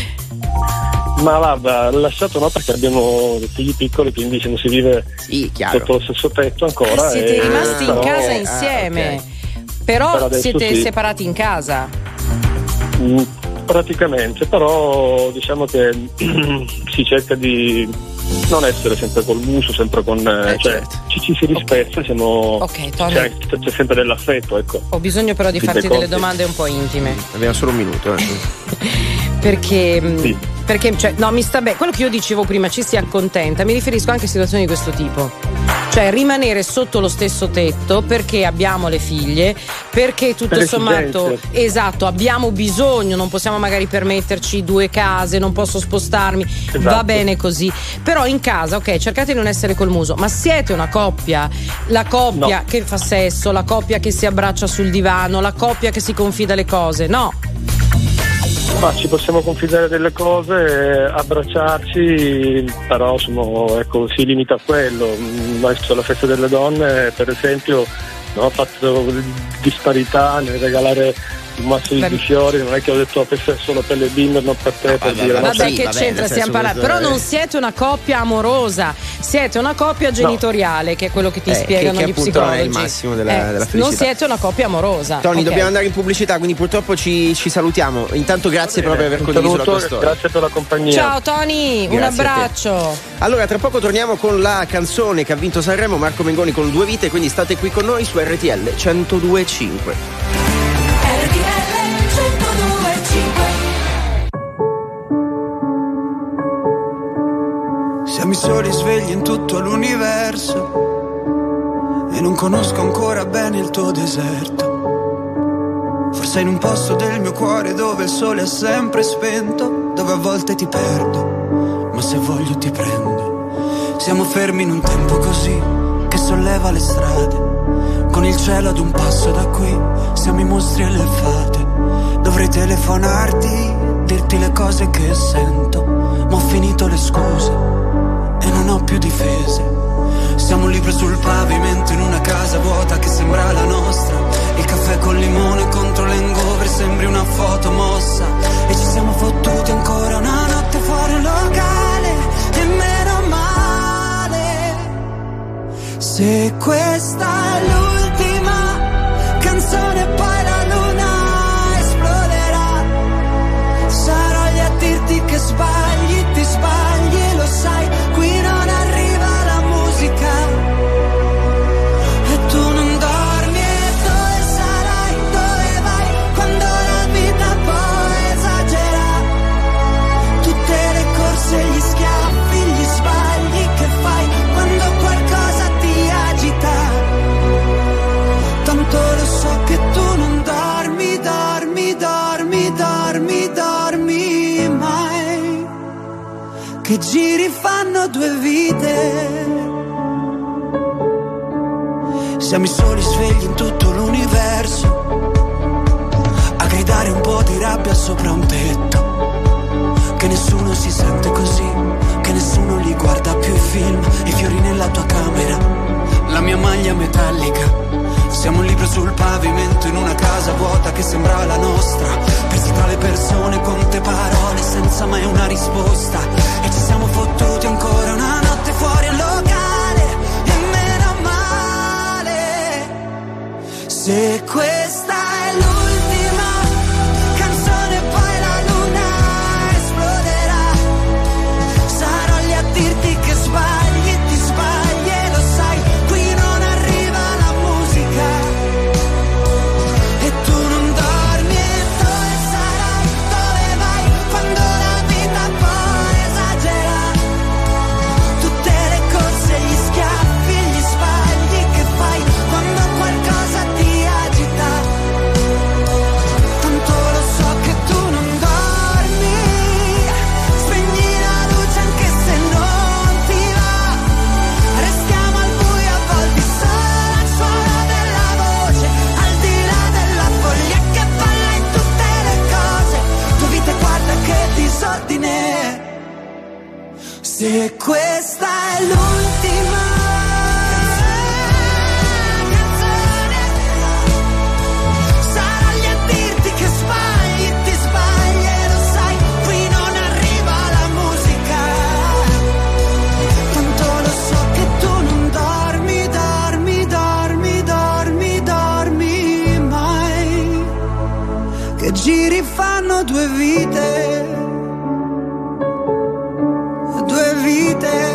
Ma guarda, lasciato no, perché abbiamo dei figli piccoli, quindi se non si vive Sì, chiaro. sotto lo stesso tetto ancora. Siete e- rimasti in però- casa ah, insieme. ok. Però Per adesso siete sì. separati in casa. Mm, praticamente, però diciamo che si cerca di non essere sempre col muso, sempre con eh, Eh, cioè certo. ci, ci si rispetta, siamo Ok, Tony. c'è, c'è sempre dell'affetto, ecco. Ho bisogno però di Ti farti deconti. delle domande un po' intime. Abbiamo solo un minuto. Eh. Perché, mh, Sì. perché cioè, no, mi sta bene. Quello che io dicevo prima, ci si accontenta. Mi riferisco anche a situazioni di questo tipo. Cioè, rimanere sotto lo stesso tetto perché abbiamo le figlie, perché tutto Per sommato, esigenze. esatto, abbiamo bisogno, non possiamo magari permetterci due case, non posso spostarmi, Esatto. va bene così. Però in casa, ok, cercate di non essere col muso, ma siete una coppia, la coppia No. che fa sesso, la coppia che si abbraccia sul divano, la coppia che si confida le cose, no. Ma ci possiamo confidare delle cose, abbracciarci, però insomma, ecco, si limita a quello. Mm, Adesso la festa delle donne, per esempio, no, ho fatto disparità nel regalare un mazzo di Per- fiori, non è che ho detto questa è solo per le bimbe, non per te, per vabbè, dire. vabbè, no, Vabbè, sì, che vabbè, c'entra, nel stiamo senso parlando. questo Però è- non siete una coppia amorosa, siete una coppia genitoriale, che è quello che ti Eh, spiegano che- che gli appunto non è psicologi. il massimo della- Eh, della non felicità. siete una coppia amorosa. Tony, ok. dobbiamo andare in pubblicità, quindi purtroppo ci, ci salutiamo. Intanto grazie proprio per aver Un condiviso la tua saluto, storia. grazie per la compagnia. Ciao Tony, un Grazie a te. abbraccio. Allora, tra poco torniamo con la canzone che ha vinto Sanremo, Marco Mengoni con Due Vite, quindi state qui con noi su R T L centodue e cinque. R T L centodue e cinque. Siamo i soli svegli in tutto l'universo e non conosco ancora bene il tuo deserto. Forse in un posto del mio cuore dove il sole è sempre spento, dove a volte ti perdo, ma se voglio ti prendo. Siamo fermi in un tempo così che solleva le strade, con il cielo ad un passo da qui, siamo i mostri e le fate. Dovrei telefonarti, dirti le cose che sento, ma ho finito le scuse e non ho più difese. Siamo un libro sul pavimento in una casa vuota che sembra la nostra. Il caffè col limone contro l'hangover sembri una foto mossa. E ci siamo fottuti ancora una notte fuori un locale, e meno male. Se questa è l'ultima canzone poi la luna esploderà, sarò lì a dirti che sbagli, ti sbagli, lo sai, qui non arriva la musica e tu non dormi. E dove sarai, dove vai, quando la vita poi esagera, tutte le corse, gli schiaffi, gli sbagli che fai quando qualcosa ti agita. che giri fanno due vite. Siamo i soli svegli in tutto l'universo, a gridare un po' di rabbia sopra un tetto. Che nessuno si sente così, che nessuno li guarda più i film, i fiori nella tua camera, la mia maglia metallica. Siamo un libro sul pavimento in una casa vuota che sembrava la nostra, persi tra le persone, conte parole senza mai una risposta. E ci siamo fottuti ancora una notte fuori al locale, e meno male. Se questa è l'ultima canzone poi la luna esploderà, sarò lì a dirti che sbagli, ti sbagli e lo sai, qui non arriva la musica e tu non dormi. E dove sarai, dove vai, quando la vita poi esagera, tutte le corse, gli schiaffi, gli sbagli che fai quando qualcosa ti agita. Tanto lo so che tu non dormi, spegni la luce anche se non ti va, restiamo al buio a volte solo al suono della voce, al di là della foglia che balla in tutte le cose. Tu vita guarda che disordine, se questa è l'ultima canzone, sarò lì a dirti che sbagli, ti sbagli e lo sai, qui non arriva la musica. Tanto lo so che tu non dormi, dormi, dormi, dormi, dormi mai, che giri fanno due vite, due vite.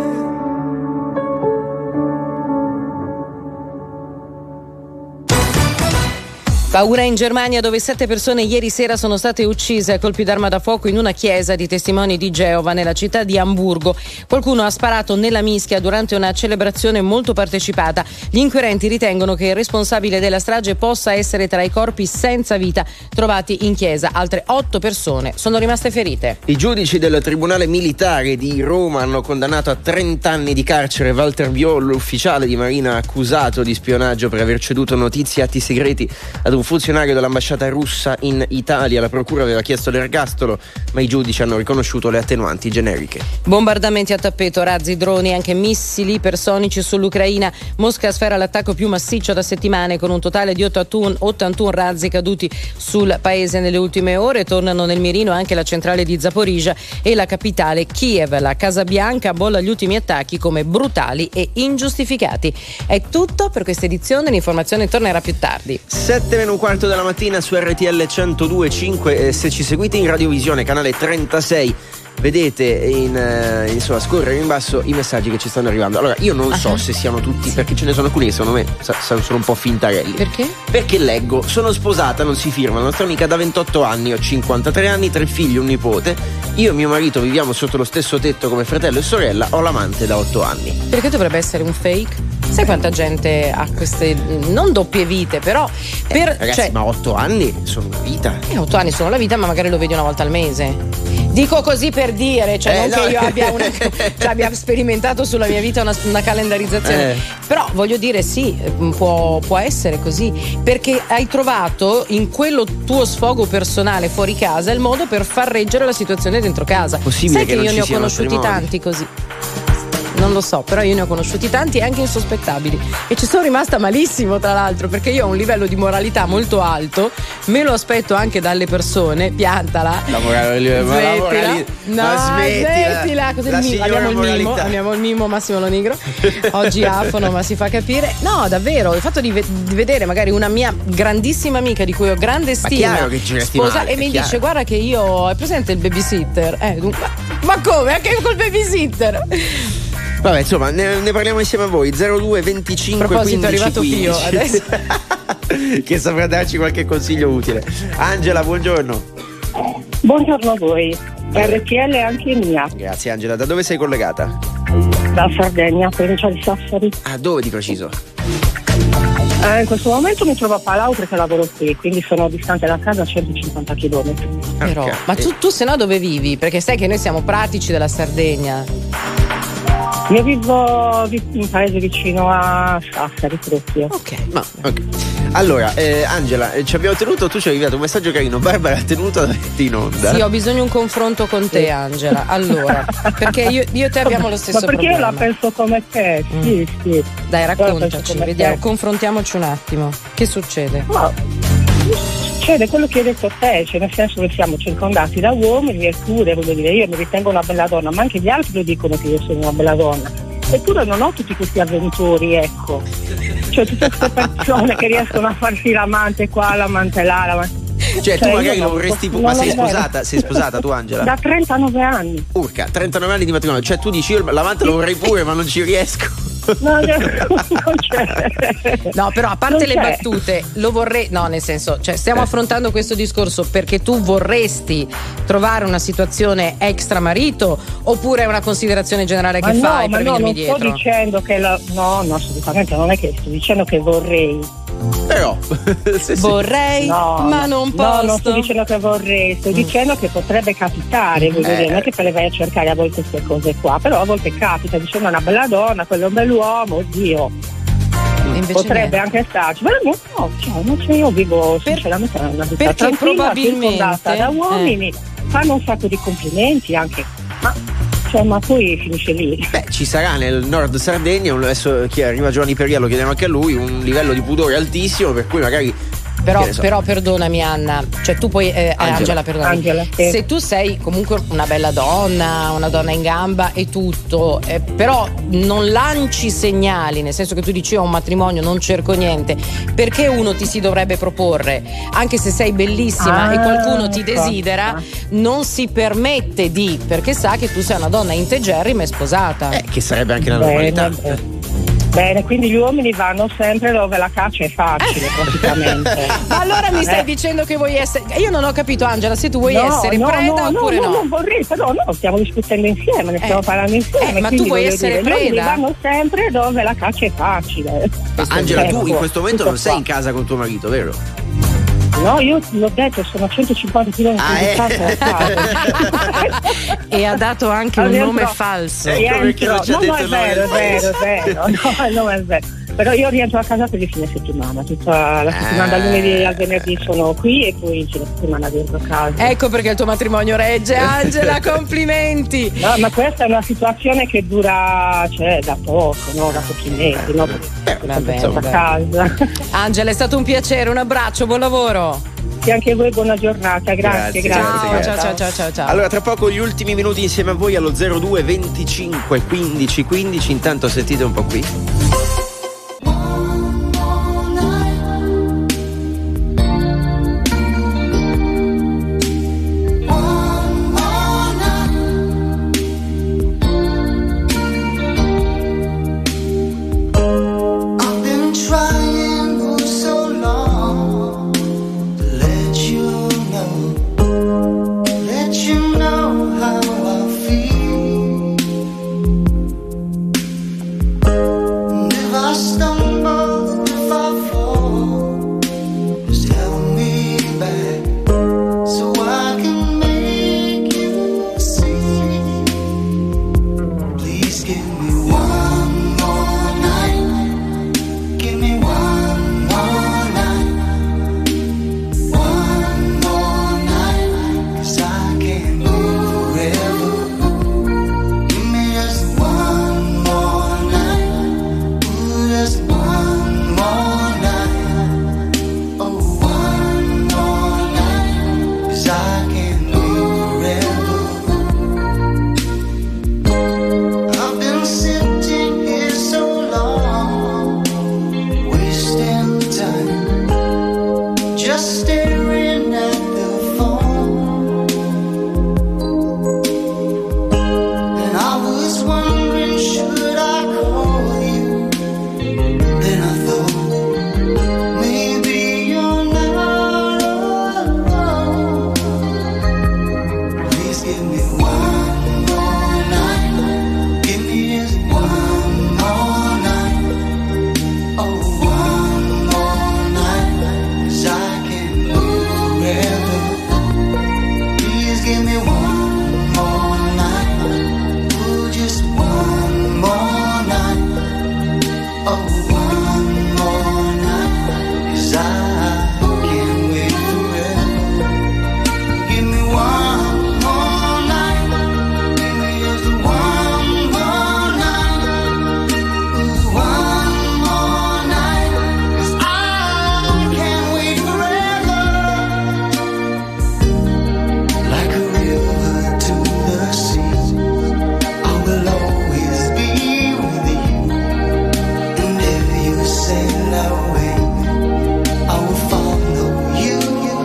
Paura in Germania, dove sette persone ieri sera sono state uccise a colpi d'arma da fuoco in una chiesa di testimoni di Geova nella città di Amburgo. Qualcuno ha sparato nella mischia durante una celebrazione molto partecipata. Gli inquirenti ritengono che il responsabile della strage possa essere tra i corpi senza vita trovati in chiesa. Altre otto persone sono rimaste ferite. I giudici del Tribunale Militare di Roma hanno condannato a trenta anni di carcere Walter Viol, l'ufficiale di marina accusato di spionaggio per aver ceduto notizie e atti segreti ad un funzionario dell'ambasciata russa in Italia. La procura aveva chiesto l'ergastolo, ma i giudici hanno riconosciuto le attenuanti generiche. Bombardamenti a tappeto, razzi, droni e anche missili ipersonici sull'Ucraina. Mosca sfera l'attacco più massiccio da settimane, con un totale di ottantuno razzi caduti sul paese nelle ultime ore. Tornano nel mirino anche la centrale di Zaporizhia e la capitale Kiev. La Casa Bianca bolla gli ultimi attacchi come brutali e ingiustificati. È tutto per questa edizione, l'informazione tornerà più tardi. sette meno un quarto della mattina su R T L centodue e cinque. Eh, se ci seguite in radiovisione canale trentasei vedete in, eh, insomma, scorrere in basso i messaggi che ci stanno arrivando. Allora io non so uh-huh. se siano tutti, perché ce ne sono alcuni che secondo me sa, sono un po' fintarelli. Perché? Perché leggo: sono sposata, non si firma, la nostra amica da ventotto anni, ho cinquantatré anni, tre figli, un nipote, io e mio marito viviamo sotto lo stesso tetto come fratello e sorella, ho l'amante da otto anni. Perché dovrebbe essere un fake? Sai quanta gente ha queste non doppie vite, però per, eh, ragazzi, cioè, ma otto anni sono una vita. Eh, otto anni sono la vita, ma magari lo vedi una volta al mese. Dico così per dire, cioè eh, non no. che io abbia, una, cioè abbia sperimentato sulla mia vita una, una calendarizzazione, eh. però voglio dire sì, può, può essere così, perché hai trovato in quello tuo sfogo personale fuori casa il modo per far reggere la situazione dentro casa. Possibile Sai che, che non io ci ne ho siano conosciuti matrimoni? tanti così. Non lo so, però io ne ho conosciuti tanti e anche insospettabili e ci sono rimasta malissimo, tra l'altro, perché io ho un livello di moralità molto alto, me lo aspetto anche dalle persone. Piantala, la moralità, smettila, la morali- no, ma smettila, smettila. Così la il mimo, abbiamo il mimo, moralità. abbiamo il mimo Massimo Lonigro oggi afono, ma si fa capire. No, davvero, il fatto di, ve- di vedere magari una mia grandissima amica di cui ho grande Ma stima chiaro che giresti sposa, male, e mi è chiaro. dice: guarda che io, è presente il babysitter? Eh, dunque, ma come? Anche col babysitter? Vabbè, insomma, ne, ne parliamo insieme a voi. zero due venticinque A proposito, quindici è arrivato Pio quindici adesso. che saprà darci qualche consiglio utile. Angela, buongiorno. Buongiorno a voi. R T L è anche mia. Grazie Angela, da dove sei collegata? Da Sardegna, provincia di Sassari. Ah, dove di preciso? Eh, in questo momento mi trovo a Palau perché lavoro qui, quindi sono distante da casa centocinquanta chilometri. Però, ma tu, tu se no dove vivi? Perché sai che noi siamo pratici della Sardegna. Io vivo in un paese vicino a Sassari, proprio. Ok. Ma, ok. Allora, eh, Angela, eh, ci abbiamo tenuto, tu ci hai inviato un messaggio carino, Barbara ha tenuto ad averti in onda. Sì, ho bisogno di un confronto con te, Angela. Allora, perché io, io e te abbiamo lo stesso Ma perché problema. io la penso come te? Mm. Sì, sì. Dai, raccontaci, come vediamo, te. confrontiamoci un attimo. Che succede? Ma succede quello che hai detto te, cioè nel senso che siamo circondati da uomini, eppure voglio dire, io mi ritengo una bella donna, ma anche gli altri lo dicono che io sono una bella donna. Eppure non ho tutti questi avventori, ecco. Cioè tutte queste persone che riescono a farsi l'amante qua, l'amante là, l'amante. Cioè, tu Cioè, magari io lo non- vorresti pu- non ma lo sei vedo. sposata? Sei sposata tu, Angela? Da trentanove anni. Urca, trentanove anni di matrimonio, cioè tu dici io l'amante lo vorrei pure ma non ci riesco. No, non c'è. No, però a parte Non le c'è. battute, lo vorrei. No, nel senso, cioè, stiamo Eh. affrontando questo discorso perché tu vorresti trovare una situazione extra marito oppure è una considerazione generale Ma che no, fai ma per no, venirmi non dietro? sto dicendo che la. No, no, assolutamente non è che sto dicendo che vorrei. Però se- se- Vorrei, No, ma no, non No, posso. non sto dicendo che vorrei, sto dicendo che potrebbe capitare, voglio Eh. dire, non è che te le vai a cercare a volte queste cose qua, però a volte capita, dicendo una bella donna, quello è un bell'uomo, oddio. Invece Potrebbe niente. anche starci, ma no, no, cioè, non c'è, io vivo sinceramente una vita perché tranquilla, probabilmente- circondata da uomini, fanno un sacco di complimenti anche, ma, cioè, ma poi finisce lì. Beh, ci sarà nel nord Sardegna, un- adesso chi arriva Giovanni Peria lo chiediamo anche a lui, un livello di pudore altissimo per cui magari. Però, che ne so. però perdonami Anna, cioè tu puoi, eh, Angela. Angela, perdonami. Angela, sì. Se tu sei comunque una bella donna, una donna in gamba e tutto, eh, però non lanci segnali, nel senso che tu dici io ho un matrimonio, non cerco niente, perché uno ti si dovrebbe proporre? Anche se sei bellissima Ah, e qualcuno ti ecco. desidera, non si permette di, perché sa che tu sei una donna integerrima e sposata. Eh, che sarebbe anche la Bene, normalità. bene. Bene, quindi gli uomini vanno sempre dove la caccia è facile, praticamente. Ma allora mi stai Eh. dicendo che vuoi essere. Io non ho capito, Angela, se tu vuoi No, essere no, preda no, oppure no, no. no, non vorrei, però no, stiamo discutendo insieme, ne stiamo Eh. parlando insieme. Eh, ma tu quindi vuoi voglio essere dire, gli uomini preda? vanno sempre dove la caccia è facile. Ma Angela, tu in questo momento Tutto non sei qua. in casa con tuo marito, vero? No, io l'ho detto, sono a centocinquanta chilometri Ah, di eh. casa da casa. E ha dato anche un Rientro- nome falso. Ecco perché non ci ha no, no, detto è il nome vero, del è vero, è paese. vero, no, no, è vero. Però io rientro a casa per il fine settimana, tutta la settimana, dal lunedì al venerdì sono qui e poi c'è la settimana dentro casa. Ecco perché il tuo matrimonio regge, Angela, complimenti. No, ma questa è una situazione che dura, cioè, da poco, no? Da pochi mesi, no? Perché vabbè, sono a vabbè. casa. Angela, è stato un piacere, un abbraccio, buon lavoro. E anche voi buona giornata, grazie, Grazie, grazie. Ciao, grazie. ciao, ciao, ciao, ciao, ciao. Allora, tra poco gli ultimi minuti insieme a voi allo zero due venticinque quindici quindici. Intanto sentite un po' qui. I've been trying for so long to let you know, let you know how I feel. Oh, one more night, 'cause I can't wait forever. Give me one more night, give me just one more night. Ooh, one more night, 'cause I can't wait forever. Like a river to the sea, I will always be with you. And if you sail away, I will follow you.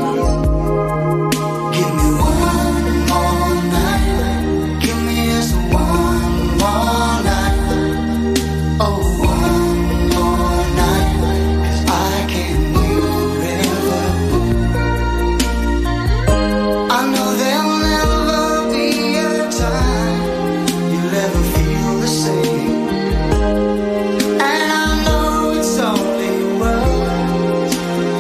Give me one more night, give me just one more night. Oh, one more night, 'cause I can't wait forever. I know there'll never be a time you'll ever feel the same. And I know it's only words,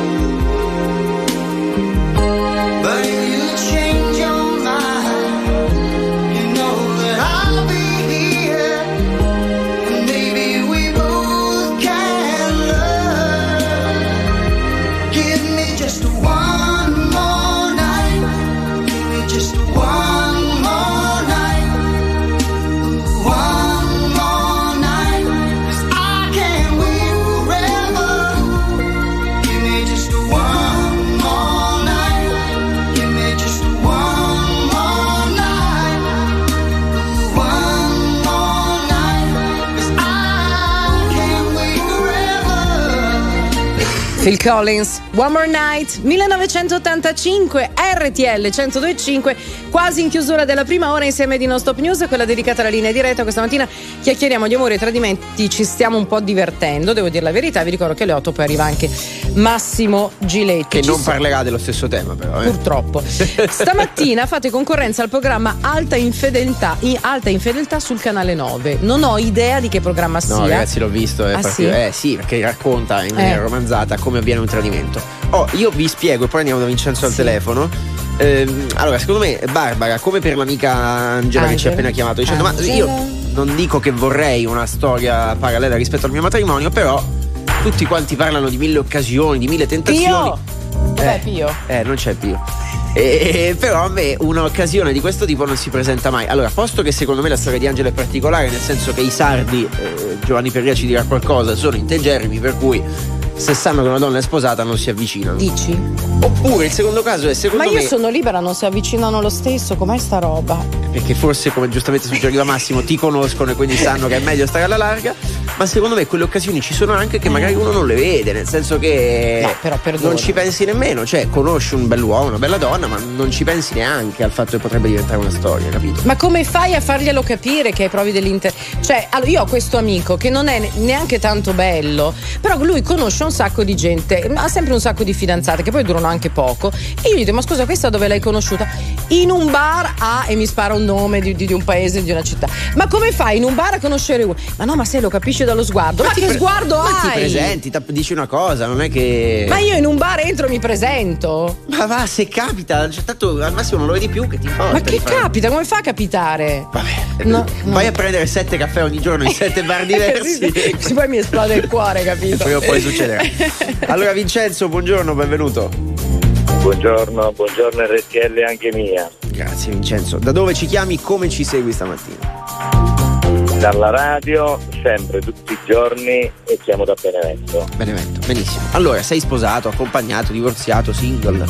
but if you change your mind, you know that I'll be here, and maybe we both can learn. Give me just one more night, give me just one more night. Ooh, one more night, 'cause I can't wait forever. Give me just one more night, give me just one more night. Ooh, one more night, 'cause I can't wait forever. Phil Collins, One More Night, millenovecentottantacinque, R T L centodue e cinque, quasi in chiusura della prima ora insieme di Non Stop News, quella dedicata alla linea diretta. Questa mattina chiacchieriamo di amore e tradimenti, ci stiamo un po' divertendo, devo dire la verità. Vi ricordo che alle otto poi arriva anche Massimo Giletti. Che non parlerà dello stesso tema, però. Eh. Purtroppo. Stamattina fate concorrenza al programma Alta Infedeltà, in Alta Infedeltà sul canale nove. Non ho idea di che programma sia. No, ragazzi, l'ho visto. È Ah, proprio- sì? Eh sì, perché racconta in maniera Eh. romanzata come avviene un tradimento. Oh, io vi spiego e poi andiamo da Vincenzo al telefono. Ehm, allora, secondo me, Barbara, come per l'amica Angela che ci ha Angela. appena chiamato, dicendo: Ma Angela. io non dico che vorrei una storia parallela rispetto al mio matrimonio, però tutti quanti parlano di mille occasioni, di mille tentazioni. Pio! Dov'è Pio? Eh, non c'è Pio. E, però a me un'occasione di questo tipo non si presenta mai. Allora, posto che secondo me la storia di Angela è particolare, nel senso che i sardi, eh, Giovanni Perria ci dirà qualcosa, sono integerrimi, per cui se sanno che una donna è sposata non si avvicinano. Dici? Oppure il secondo caso è, secondo Ma io me, sono libera, non si avvicinano lo stesso, com'è sta roba? perché forse, come giustamente suggeriva Massimo, ti conoscono e quindi sanno che è meglio stare alla larga. Ma secondo me quelle occasioni ci sono anche che magari uno non le vede, nel senso che No, però perdona. non ci pensi nemmeno. Cioè, conosci un bell'uomo, una bella donna, ma non ci pensi neanche al fatto che potrebbe diventare una storia, capito? Ma come fai a farglielo capire che hai provi dell'inter... Cioè, allora, io ho questo amico che non è ne- neanche tanto bello, però lui conosce un sacco di gente, ha sempre un sacco di fidanzate che poi durano anche poco, e io gli dico: ma scusa, questa dove l'hai conosciuta? In un bar a... e mi spara un nome di, di- di un paese, di una città. Ma come fai in un bar a conoscere uno? Ma no, ma se lo capisci dallo sguardo. Ma, ti che pre- sguardo ma ti hai? presenti, ti dici una cosa, non è che. Ma io in un bar entro e mi presento. Ma va, se capita, cioè, tanto al massimo non lo vedi più, che ti importa? Ma che di fare- capita? Come fa a capitare? Vabbè, No, vai a prendere sette caffè ogni giorno in sette bar diversi. Sì, sì, sì, poi mi esplode il cuore, capito? Prima o poi succederà. Allora, Vincenzo, buongiorno, benvenuto. Buongiorno, buongiorno R T L anche mia. Grazie Vincenzo. Da dove ci chiami? Come ci segui stamattina? Dalla radio, sempre, tutti i giorni, e chiamo da Benevento. Benevento, benissimo. Allora, sei sposato, accompagnato, divorziato, single?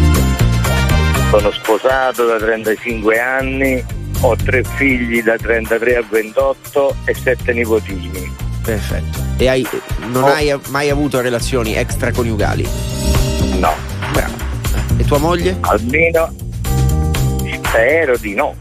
Sono sposato da trentacinque anni, ho tre figli da trentatré a ventotto e sette nipotini. Perfetto. E hai, non Oh. hai mai avuto relazioni extraconiugali? No. Bravo. E tua moglie? Almeno spero di no.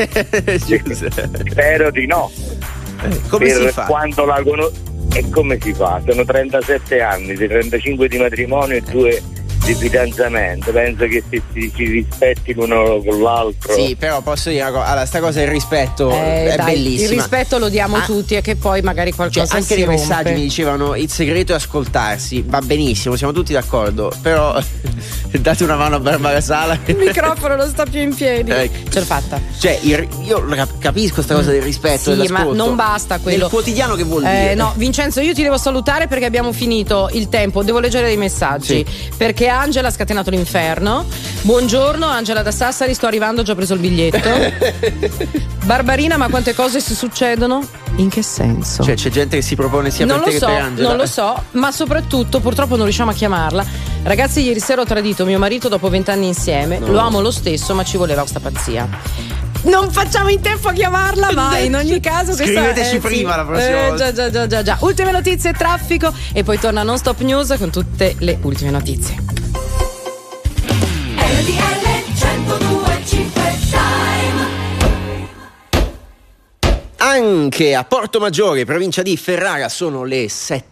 Spero di no. Eh, come per si fa? Quanto la conosco. E come si fa? Sono trentasette anni, di trentacinque di matrimonio e due di fidanzamento, penso che si, si, si rispetti l'uno con l'altro. Sì, però posso dire una cosa, allora sta cosa del rispetto Eh, è dai, bellissima. il rispetto lo diamo Ah, tutti, e che poi magari qualcosa cioè, anche si nei rompe. messaggi mi dicevano il segreto è ascoltarsi, va benissimo, siamo tutti d'accordo, però date una mano a Barbara Sala. Il microfono non sta più in piedi. Ecco. Ce l'ho fatta. Cioè, il- io cap- capisco questa cosa del rispetto Sì, dell'ascolto. ma non basta quello. Nel quotidiano che vuol Eh, dire? no, Vincenzo, io ti devo salutare perché abbiamo finito il tempo. Devo leggere dei messaggi. Perché Angela ha scatenato l'inferno. Buongiorno, Angela da Sassari, sto arrivando, ho già preso il biglietto. Barbarina, ma quante cose si succedono? In che senso? Cioè, c'è gente che si propone sia non per lo te so, che per Angela. non lo so, ma soprattutto purtroppo non riusciamo a chiamarla. Ragazzi, ieri sera ho tradito mio marito dopo vent'anni insieme. No. Lo amo lo stesso, ma ci voleva questa pazzia. Non facciamo in tempo a chiamarla, ma in ogni caso questa Scriveteci eh, prima sì. la prossima eh, volta. già, già, già, già, già. Ultime notizie, traffico e poi torna Non Stop News con tutte le ultime notizie. R T L centodue e cinque Time. Anche a Porto Maggiore, provincia di Ferrara, sono le sette.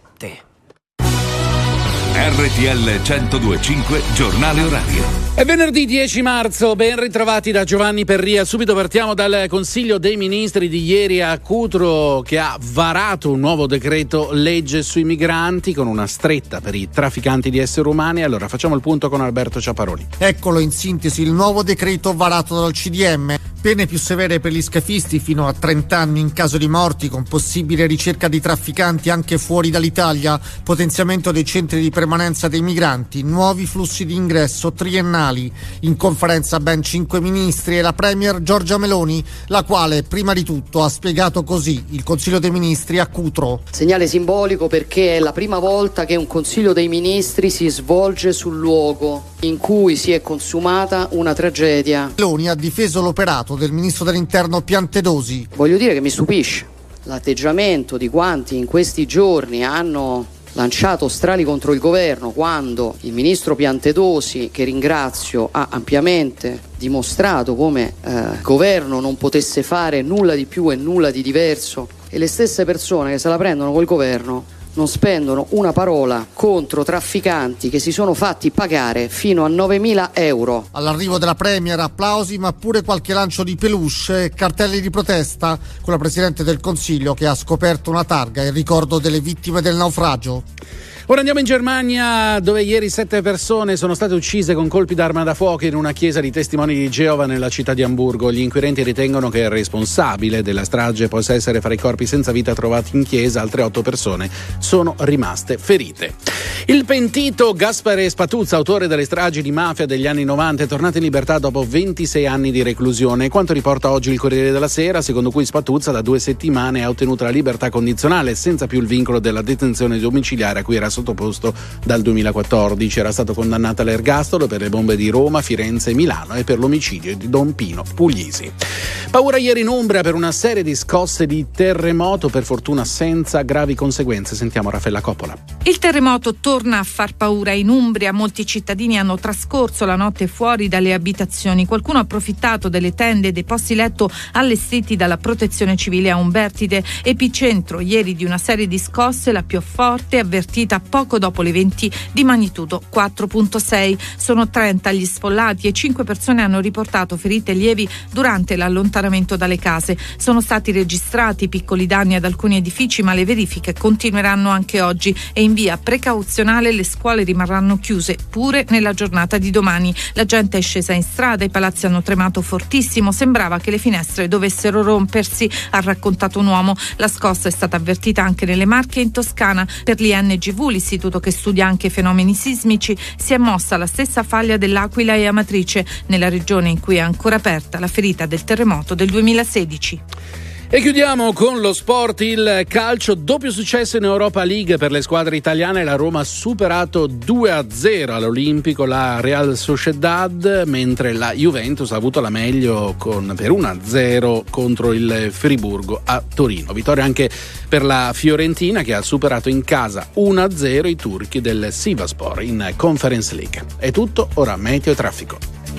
R T L centodue e cinque, giornale orario. È venerdì dieci marzo, ben ritrovati da Giovanni Perria. Subito partiamo dal Consiglio dei Ministri di ieri a Cutro, che ha varato un nuovo decreto legge sui migranti con una stretta per i trafficanti di esseri umani. Allora facciamo il punto con Alberto Ciaparoni. Eccolo in sintesi il nuovo decreto varato dal C D M. Pene più severe per gli scafisti fino a trenta anni in caso di morti, con possibile ricerca di trafficanti anche fuori dall'Italia, potenziamento dei centri di permanenza dei migranti, nuovi flussi di ingresso triennali. In conferenza ben cinque ministri e la premier Giorgia Meloni, la quale prima di tutto ha spiegato così il Consiglio dei Ministri a Cutro. Segnale simbolico perché è la prima volta che un Consiglio dei Ministri si svolge sul luogo in cui si è consumata una tragedia. Meloni ha difeso l'operato del ministro dell'Interno Piantedosi. Voglio dire che mi stupisce l'atteggiamento di quanti in questi giorni hanno lanciato strali contro il governo, quando il ministro Piantedosi, che ringrazio, ha ampiamente dimostrato come eh, il governo non potesse fare nulla di più e nulla di diverso, e le stesse persone che se la prendono col governo non spendono una parola contro trafficanti che si sono fatti pagare fino a novemila euro. All'arrivo della premier applausi, ma pure qualche lancio di peluche e cartelli di protesta con la Presidente del Consiglio che ha scoperto una targa in ricordo delle vittime del naufragio. Ora andiamo in Germania, dove ieri sette persone sono state uccise con colpi d'arma da fuoco in una chiesa di testimoni di Geova nella città di Amburgo. Gli inquirenti ritengono che il responsabile della strage possa essere fra i corpi senza vita trovati in chiesa. Altre otto persone sono rimaste ferite. Il pentito Gaspare Spatuzza, autore delle stragi di mafia degli anni novanta, è tornato in libertà dopo ventisei anni di reclusione. Quanto riporta oggi il Corriere della Sera, secondo cui Spatuzza da due settimane ha ottenuto la libertà condizionale senza più il vincolo della detenzione domiciliare a cui era sottoposto dal duemilaquattordici. Era stato condannato all'ergastolo per le bombe di Roma, Firenze e Milano e per l'omicidio di Don Pino Puglisi. Paura ieri in Umbria per una serie di scosse di terremoto, per fortuna senza gravi conseguenze. Sentiamo Raffaella Coppola. Il terremoto torna a far paura in Umbria. Molti cittadini hanno trascorso la notte fuori dalle abitazioni. Qualcuno ha approfittato delle tende e dei posti letto allestiti dalla Protezione Civile a Umbertide, epicentro ieri di una serie di scosse, la più forte avvertita poco dopo le venti di magnitudo quattro virgola sei. Sono trenta gli sfollati e cinque persone hanno riportato ferite lievi durante l'allontanamento dalle case. Sono stati registrati piccoli danni ad alcuni edifici, ma le verifiche continueranno anche oggi e in via precauzionale le scuole rimarranno chiuse pure nella giornata di domani. La gente è scesa in strada, i palazzi hanno tremato fortissimo, sembrava che le finestre dovessero rompersi, ha raccontato un uomo. La scossa è stata avvertita anche nelle Marche e in Toscana. Per l'I N G V, l'istituto che studia anche fenomeni sismici, si è mossa la stessa faglia dell'Aquila e Amatrice, nella regione in cui è ancora aperta la ferita del terremoto del duemilasedici. E chiudiamo con lo sport, il calcio, doppio successo in Europa League per le squadre italiane. La Roma ha superato due a zero all'Olimpico la Real Sociedad, mentre la Juventus ha avuto la meglio con, per uno a zero contro il Friburgo a Torino. Vittoria anche per la Fiorentina, che ha superato in casa uno a zero i turchi del Sivasspor in Conference League. È tutto, ora meteo e traffico.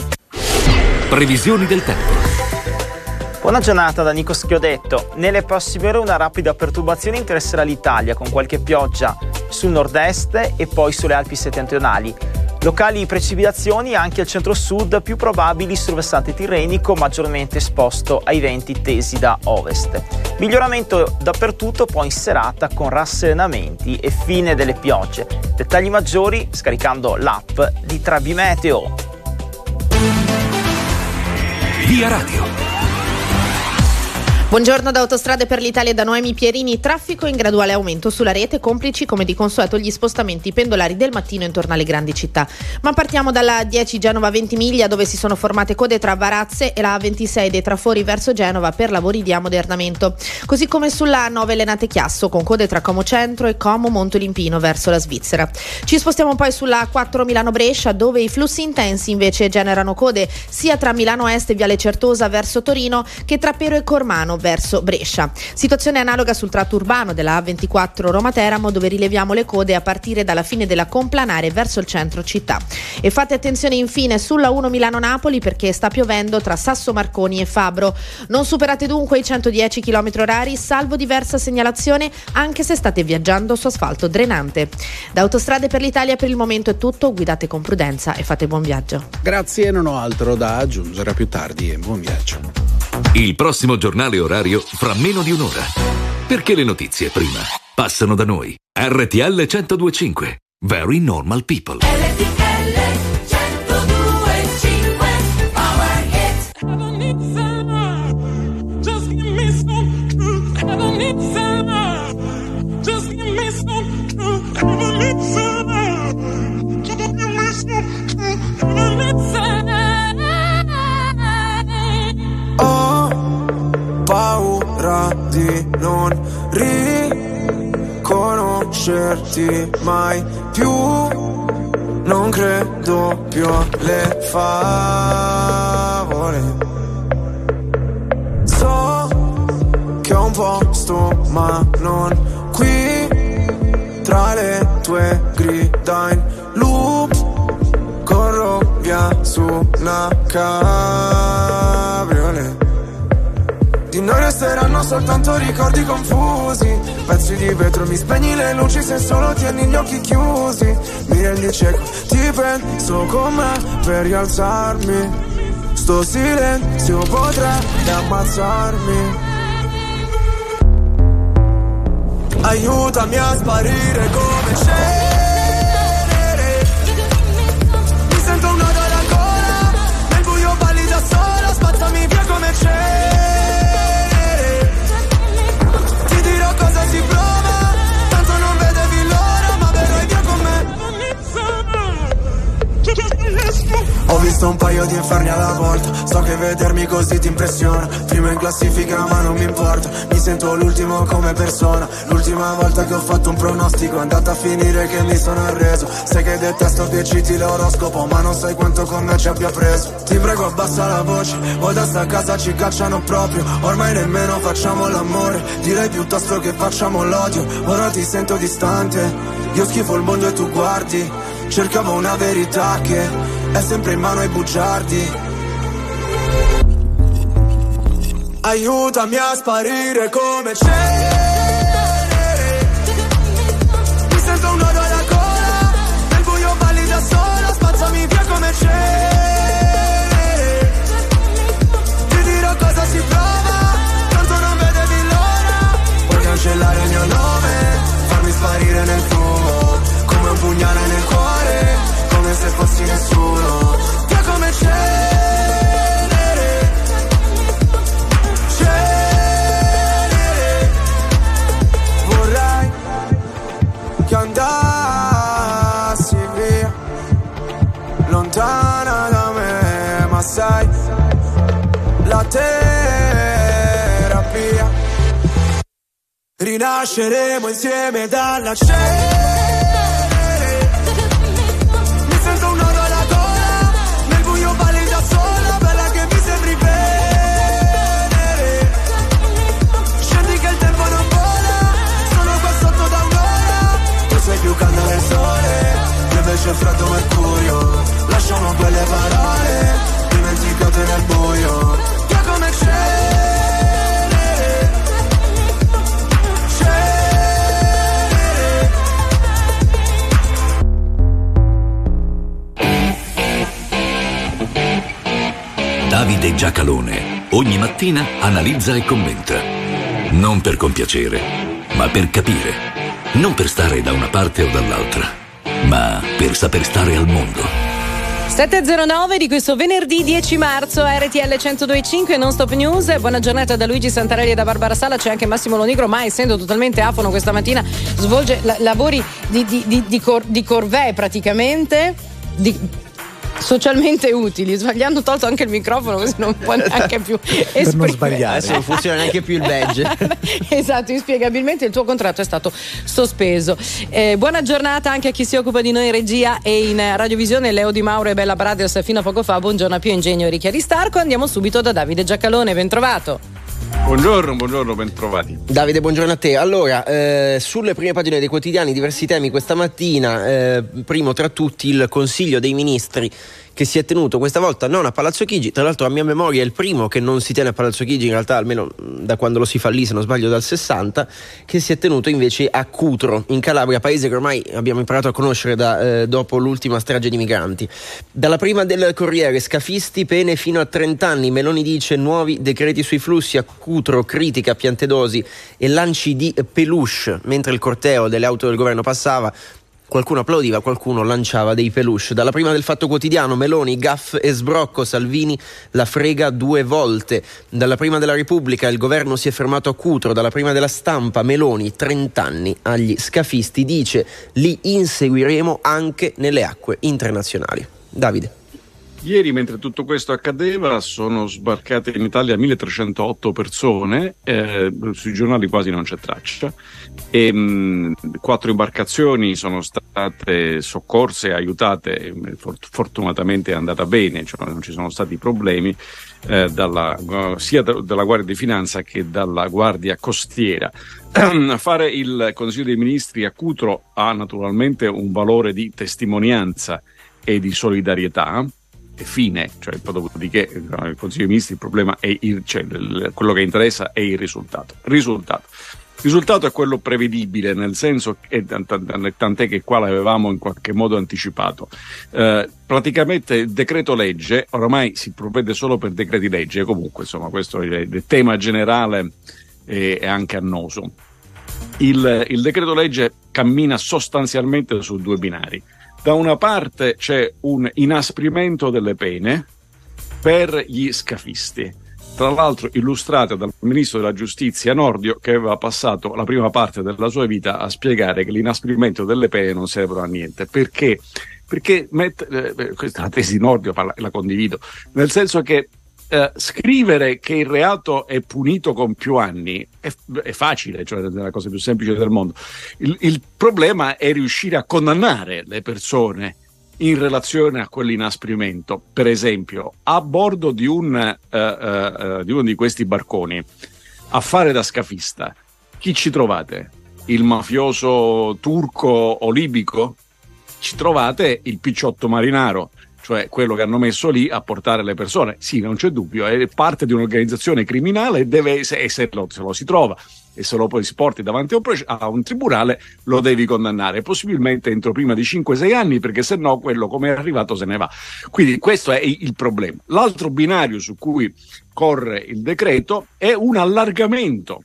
Previsioni del tempo. Buona giornata da Nico Schiodetto. Nelle prossime ore una rapida perturbazione interesserà l'Italia, con qualche pioggia sul nord-est e poi sulle Alpi settentrionali. Locali precipitazioni anche al centro-sud, più probabili sul versante tirrenico, maggiormente esposto ai venti tesi da ovest. Miglioramento dappertutto poi in serata con rasserenamenti e fine delle piogge. Dettagli maggiori scaricando l'app di Trebi Meteo. Via Radio. Buongiorno da Autostrade per l'Italia, da Noemi Pierini. Traffico in graduale aumento sulla rete, complici come di consueto gli spostamenti pendolari del mattino intorno alle grandi città. Ma partiamo dalla dieci Genova Ventimiglia, dove si sono formate code tra Varazze e la A ventisei dei trafori verso Genova per lavori di ammodernamento. Così come sulla A nove Lenate Chiasso, con code tra Como Centro e Como Montolimpino verso la Svizzera. Ci spostiamo poi sulla A quattro Milano Brescia, dove i flussi intensi invece generano code sia tra Milano Est e Viale Certosa verso Torino che tra Pero e Cormano verso Brescia. Situazione analoga sul tratto urbano della A ventiquattro Roma Teramo, dove rileviamo le code a partire dalla fine della Complanare verso il centro città. E fate attenzione infine sulla uno Milano Napoli, perché sta piovendo tra Sasso Marconi e Fabro. Non superate dunque i centodieci chilometri orari, salvo diversa segnalazione anche se state viaggiando su asfalto drenante. Da Autostrade per l'Italia per il momento è tutto, guidate con prudenza e fate buon viaggio. Grazie, non ho altro da aggiungere, a più tardi e buon viaggio. Il prossimo giornale orario fra meno di un'ora. Perché le notizie prima passano da noi. R T L centodue e cinque. Very Normal People. R T L centodue e cinque. Power Hit. I don't need some love. Just give me some truth. I don't need some love. Just give me some truth. I don't need some love. Just give me some truth. I don't need some love. Ho paura di non riconoscerti mai più. Non credo più alle favole. So che ho un posto ma non qui. Tra le tue grida in loop corro via su una cabriolet. Di noi resteranno soltanto ricordi confusi, pezzi di vetro, mi spegni le luci se solo tieni gli occhi chiusi. Mi rendi cieco, ti penso con me per rialzarmi. Sto silenzio potrebbe ammazzarmi. Aiutami a sparire come cenere. Mi sento un nodo alla gola, nel buio balli da sola, spazzami via come cenere. Ti dirò cosa si prova, tanto non vedevi l'ora, ma verrai via con me. Ho visto un paio di inferni alla volta, so che vedermi così ti impressiona. Primo in classifica ma non mi importa, mi sento l'ultimo come persona. L'ultima volta che ho fatto un pronostico è andata a finire che mi sono arreso. Sai che detesto che citi l'oroscopo, ma non sai quanto con me ci abbia preso. Ti prego abbassa la voce, o da sta casa ci cacciano proprio. Ormai nemmeno facciamo l'amore, direi piuttosto che facciamo l'odio. Ora ti sento distante, io schifo il mondo e tu guardi. Cercavo una verità che è sempre in mano ai bugiardi. Aiutami a sparire come cenere. Mi sento un nodo alla gola, nel buio balli da sola, spazzami via come cenere. Ti dirò cosa si prova, tanto non vedevi l'ora. Puoi cancellare il mio nome, farmi sparire nel fumo, come un pugnale nel cuore, come se fossi nessuno. Via come cenere. Che andassi via, lontana da me, ma sai, la terapia. Rinasceremo insieme dalla cenere. Mi sento un nodo alla gola, nel buio balli da sola, bella che mi sembri venere. Scendi che il tempo non vola, sono qua sotto da un'ora. Sei più calda del sole, io invece freddo mercurio. Lasciamo quelle parole dimenticate nel buio. Via come cenere, cenere. Davide Giacalone ogni mattina analizza e commenta. Non per compiacere, ma per capire. Non per stare da una parte o dall'altra, ma per saper stare al mondo. sette e zero nove di questo venerdì dieci marzo, R T L centodue e cinque Non Stop News. Buona giornata da Luigi Santarelli e da Barbara Sala. C'è anche Massimo Lonigro, ma essendo totalmente afono questa mattina svolge la- lavori di, di, di, di, cor- di corvée praticamente, di socialmente utili, sbagliando tolto anche il microfono così non può neanche più esprimere. non sbagliare. Adesso non funziona neanche più il badge. Esatto, inspiegabilmente il tuo contratto è stato sospeso. Eh, buona giornata anche a chi si occupa di noi in regia e in radiovisione, Leo Di Mauro e Bella Bradios fino a poco fa. Buongiorno a Pio Ingegno e Ricchiari Starco. Andiamo subito da Davide Giacalone, ben trovato. Buongiorno, buongiorno, ben trovati. Davide, buongiorno a te. Allora, eh, sulle prime pagine dei quotidiani diversi temi questa mattina, eh, primo tra tutti il Consiglio dei Ministri che si è tenuto questa volta non a Palazzo Chigi, tra l'altro a mia memoria è il primo che non si tiene a Palazzo Chigi, in realtà almeno da quando lo si fa lì, se non sbaglio dal sessanta, che si è tenuto invece a Cutro in Calabria, paese che ormai abbiamo imparato a conoscere da, eh, dopo l'ultima strage di migranti. Dalla prima del Corriere, scafisti, pene fino a trenta anni, Meloni dice nuovi decreti sui flussi, a Cutro critica Piantedosi e lanci di peluche, mentre il corteo delle auto del governo passava. Qualcuno applaudiva, qualcuno lanciava dei peluche. Dalla prima del Fatto Quotidiano, Meloni, gaff e sbrocco, Salvini la frega due volte. Dalla prima della Repubblica, il governo si è fermato a Cutro. Dalla prima della Stampa, Meloni, trenta anni agli scafisti, dice li inseguiremo anche nelle acque internazionali. Davide. Ieri, mentre tutto questo accadeva, sono sbarcate in Italia milletrecentotto persone, eh, sui giornali quasi non c'è traccia, e mh, quattro imbarcazioni sono state soccorse, aiutate, fort- fortunatamente è andata bene, cioè non ci sono stati problemi, eh, dalla, sia da, dalla Guardia di Finanza che dalla Guardia Costiera. Fare il Consiglio dei Ministri a Cutro ha naturalmente un valore di testimonianza e di solidarietà, e fine, cioè dopodiché il Consiglio dei Ministri il problema è il, cioè, il, quello che interessa è il risultato. Risultato. Il risultato è quello prevedibile, nel senso che tant'è che qua l'avevamo in qualche modo anticipato. Eh, praticamente il decreto legge, oramai si provvede solo per decreti legge, comunque insomma questo è il tema generale e è anche annoso. Il, il decreto legge cammina sostanzialmente su due binari. Da una parte c'è un inasprimento delle pene per gli scafisti, tra l'altro illustrato dal ministro della giustizia Nordio, che aveva passato la prima parte della sua vita a spiegare che l'inasprimento delle pene non servono a niente. Perché? Perché mette, eh, questa è la tesi di Nordio, la, la condivido, nel senso che Uh, scrivere che il reato è punito con più anni è, è facile, cioè è la cosa più semplice del mondo. Il, il problema è riuscire a condannare le persone in relazione a quell'inasprimento. Per esempio, a bordo di, un, uh, uh, uh, di uno di questi barconi, a fare da scafista, chi ci trovate? Il mafioso turco o libico? Ci trovate il picciotto marinaro, cioè quello che hanno messo lì a portare le persone. Sì, non c'è dubbio, è parte di un'organizzazione criminale e deve, se, se, lo, se lo si trova e se lo poi si porti davanti a un, a un tribunale, lo devi condannare, possibilmente entro prima di cinque sei anni, perché se no quello come è arrivato se ne va. Quindi questo è il problema. L'altro binario su cui corre il decreto è un allargamento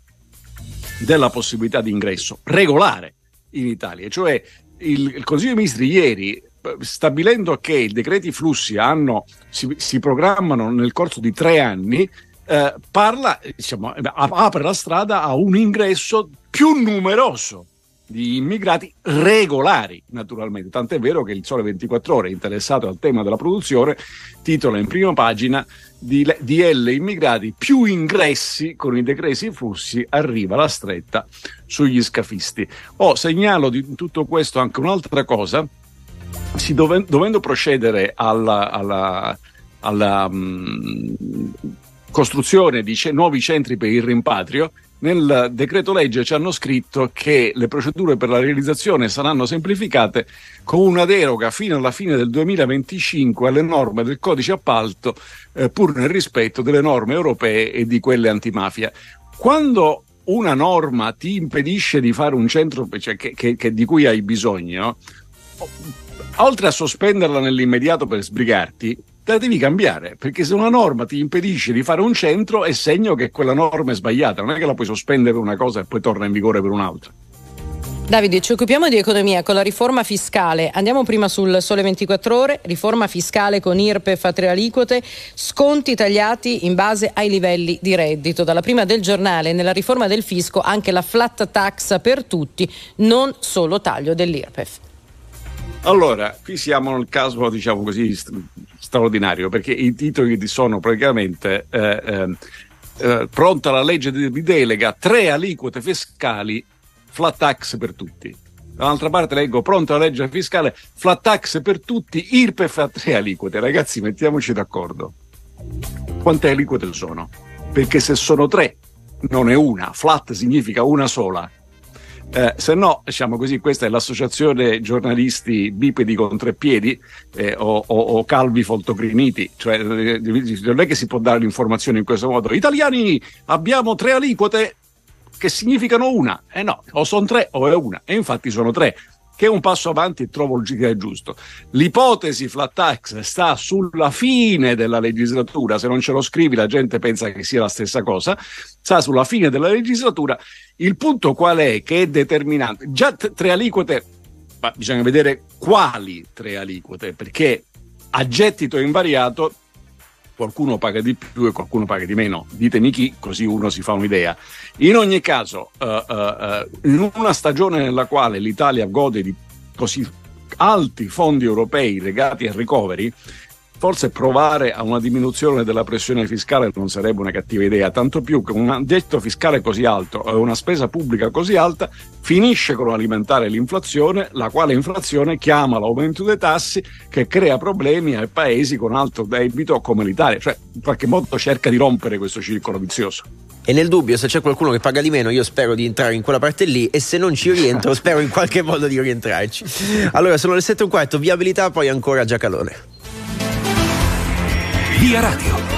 della possibilità di ingresso regolare in Italia, cioè il, il Consiglio dei Ministri ieri, stabilendo che i decreti flussi hanno, si, si programmano nel corso di tre anni, eh, parla, diciamo, apre la strada a un ingresso più numeroso di immigrati regolari, naturalmente. Tant'è vero che il Sole ventiquattro Ore, interessato al tema della produzione, titola in prima pagina di D L immigrati, più ingressi con i decreti flussi, arriva la stretta sugli scafisti. Oh, segnalo di tutto questo anche un'altra cosa. Si dove, dovendo procedere alla, alla, alla mh, costruzione di ce, nuovi centri per il rimpatrio, nel decreto legge ci hanno scritto che le procedure per la realizzazione saranno semplificate con una deroga fino alla fine del duemilaventicinque alle norme del codice appalto, eh, pur nel rispetto delle norme europee e di quelle antimafia. Quando una norma ti impedisce di fare un centro, cioè, che, che, che di cui hai bisogno, oltre a sospenderla nell'immediato per sbrigarti, la devi cambiare, perché se una norma ti impedisce di fare un centro è segno che quella norma è sbagliata, non è che la puoi sospendere per una cosa e poi torna in vigore per un'altra. Davide, ci occupiamo di economia con la riforma fiscale. Andiamo prima sul Sole ventiquattro Ore, riforma fiscale con I R P E F a tre aliquote, sconti tagliati in base ai livelli di reddito. Dalla prima del giornale, nella riforma del fisco anche la flat tax per tutti, non solo taglio dell'I R P E F. Allora, qui siamo nel caso, diciamo così, st- straordinario, perché i titoli sono praticamente eh, eh, eh, pronta la legge di, di delega, tre aliquote fiscali, flat tax per tutti. Dall'altra parte leggo pronta la legge fiscale, flat tax per tutti, I R P E F a tre aliquote. Ragazzi, mettiamoci d'accordo. Quante aliquote sono? Perché se sono tre, non è una. Flat significa una sola. Eh, se no, diciamo così, questa è l'associazione giornalisti bipedi con tre piedi eh, o, o, o calvi foltocriniti, cioè eh, non è che si può dare l'informazione in questo modo. Italiani, abbiamo tre aliquote che significano una, eh no, o sono tre o è una, e infatti sono tre, che è un passo avanti e trovo il che è giusto. L'ipotesi flat tax sta sulla fine della legislatura, se non ce lo scrivi la gente pensa che sia la stessa cosa, sta sulla fine della legislatura. Il punto qual è? Che è determinante. Già t- tre aliquote, ma bisogna vedere quali tre aliquote, perché a gettito invariato qualcuno paga di più e qualcuno paga di meno. Ditemi chi, così uno si fa un'idea. In ogni caso, uh, uh, uh, in una stagione nella quale l'Italia gode di così alti fondi europei legati al recovery, forse provare a una diminuzione della pressione fiscale non sarebbe una cattiva idea, tanto più che un gettito fiscale così alto e una spesa pubblica così alta finisce con alimentare l'inflazione, la quale inflazione chiama l'aumento dei tassi, che crea problemi ai paesi con alto debito come l'Italia, cioè in qualche modo cerca di rompere questo circolo vizioso. E nel dubbio, se c'è qualcuno che paga di meno, io spero di entrare in quella parte lì, e se non ci rientro spero in qualche modo di rientrarci. Allora, sono le sette e un quarto, viabilità, poi ancora Giacalone. Via Radio.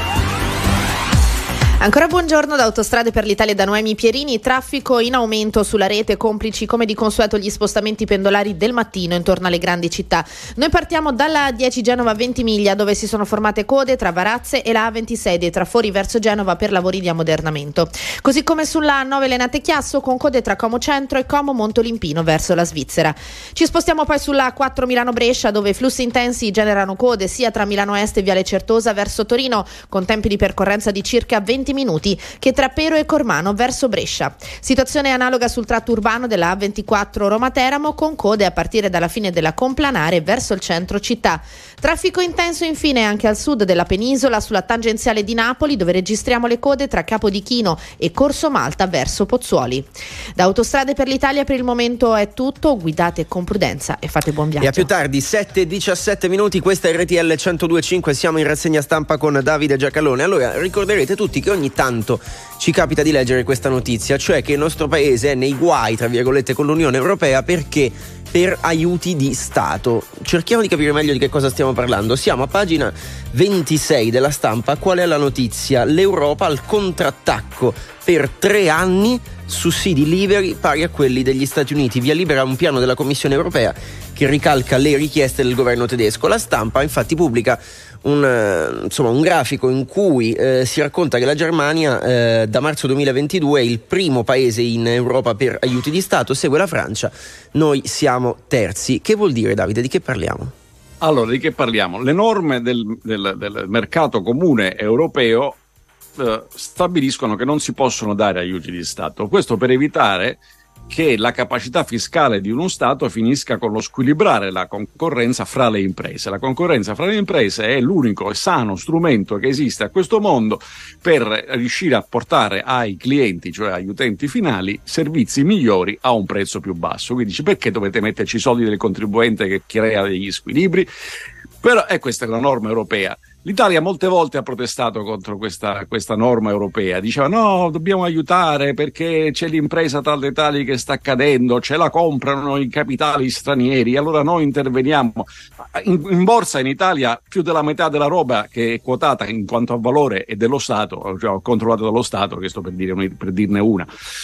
Ancora buongiorno da Autostrade per l'Italia da Noemi Pierini, traffico in aumento sulla rete, complici come di consueto gli spostamenti pendolari del mattino intorno alle grandi città. Noi partiamo dalla A dieci Genova Ventimiglia, dove si sono formate code tra Varazze e la A ventisei dei trafori verso Genova per lavori di ammodernamento. Così come sulla A nove Lenate Chiasso, con code tra Como Centro e Como Montolimpino verso la Svizzera. Ci spostiamo poi sulla A quattro Milano Brescia, dove flussi intensi generano code sia tra Milano Est e Viale Certosa verso Torino, con tempi di percorrenza di circa venti minuti, che tra Pero e Cormano verso Brescia. Situazione analoga sul tratto urbano della A ventiquattro Roma Teramo, con code a partire dalla fine della Complanare verso il centro città. Traffico intenso infine anche al sud della penisola sulla tangenziale di Napoli, dove registriamo le code tra Capodichino e Corso Malta verso Pozzuoli. Da Autostrade per l'Italia per il momento è tutto, guidate con prudenza e fate buon viaggio. E a più tardi, sette e diciassette minuti, questa è R T L centodue e cinque, siamo in rassegna stampa con Davide Giacalone. Allora, ricorderete tutti che ogni tanto ci capita di leggere questa notizia, cioè che il nostro paese è nei guai, tra virgolette, con l'Unione Europea perché per aiuti di Stato. Cerchiamo di capire meglio di che cosa stiamo parlando. Siamo a pagina ventisei della Stampa. Qual è la notizia? L'Europa al contrattacco per tre anni, sussidi liberi pari a quelli degli Stati Uniti. Via libera un piano della Commissione Europea che ricalca le richieste del governo tedesco. La Stampa infatti pubblica un, eh, insomma, un grafico in cui eh, si racconta che la Germania eh, da marzo duemilaventidue è il primo paese in Europa per aiuti di Stato, segue la Francia, noi siamo terzi. Che vuol dire, Davide? Di che parliamo? Allora, di che parliamo? Le norme del, del, del mercato comune europeo eh, stabiliscono che non si possono dare aiuti di Stato, questo per evitare che la capacità fiscale di uno Stato finisca con lo squilibrare la concorrenza fra le imprese. La concorrenza fra le imprese è l'unico e sano strumento che esiste a questo mondo per riuscire a portare ai clienti, cioè agli utenti finali, servizi migliori a un prezzo più basso. Quindi dici, perché dovete metterci i soldi del contribuente che crea degli squilibri? Però è questa è la norma europea. L'Italia molte volte ha protestato contro questa, questa norma europea, diceva no, dobbiamo aiutare perché c'è l'impresa tal dei tali che sta cadendo, ce la comprano i capitali stranieri, allora noi interveniamo. In, in borsa in Italia più della metà della roba che è quotata in quanto a valore è dello Stato, cioè controllata dallo Stato, che sto per, dire, per dirne una.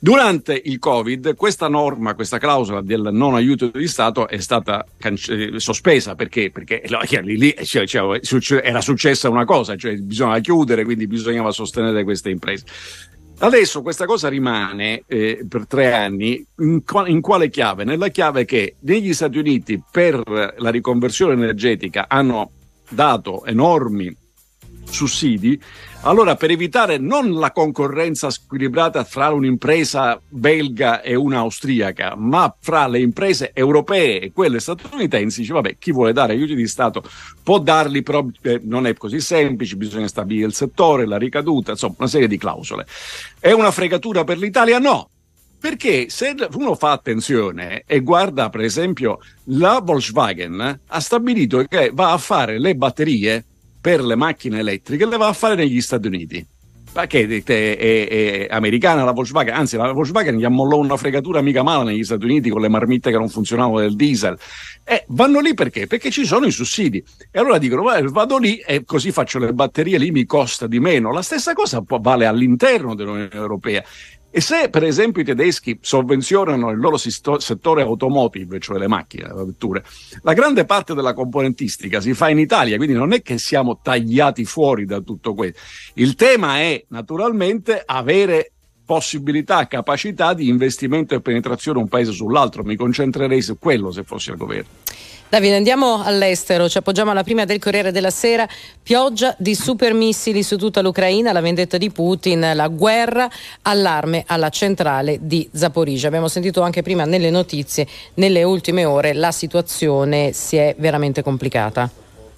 Durante il Covid questa norma, questa clausola del non aiuto di Stato è stata cance- sospesa perché, perché lì, lì cioè, cioè, era successa una cosa, cioè bisognava chiudere, quindi bisognava sostenere queste imprese. Adesso questa cosa rimane eh, per tre anni, in, qua- in quale chiave? Nella chiave che negli Stati Uniti per la riconversione energetica hanno dato enormi sussidi. Allora, per evitare non la concorrenza squilibrata fra un'impresa belga e una austriaca, ma fra le imprese europee e quelle statunitensi, dice vabbè, chi vuole dare aiuti di Stato può darli, però eh, non è così semplice, bisogna stabilire il settore, la ricaduta, insomma una serie di clausole. È una fregatura per l'Italia? No. Perché se uno fa attenzione e guarda, per esempio, la Volkswagen ha stabilito che va a fare le batterie per le macchine elettriche, le va a fare negli Stati Uniti. Ma che è, è, è americana la Volkswagen? Anzi, la Volkswagen gli ammollò una fregatura mica male negli Stati Uniti con le marmitte che non funzionavano del diesel. E vanno lì perché? Perché ci sono i sussidi. E allora dicono, vado lì e così faccio le batterie, lì mi costa di meno. La stessa cosa vale all'interno dell'Unione Europea. E se per esempio i tedeschi sovvenzionano il loro sisto- settore automotive, cioè le macchine, le vetture, la grande parte della componentistica si fa in Italia, quindi non è che siamo tagliati fuori da tutto questo. Il tema è naturalmente avere possibilità, capacità di investimento e penetrazione un paese sull'altro. Mi concentrerei su quello se fossi al governo. Davide, andiamo all'estero, ci appoggiamo alla prima del Corriere della Sera. Pioggia di supermissili su tutta l'Ucraina, la vendetta di Putin, la guerra, allarme alla centrale di Zaporizhzhia. Abbiamo sentito anche prima nelle notizie, nelle ultime ore la situazione si è veramente complicata.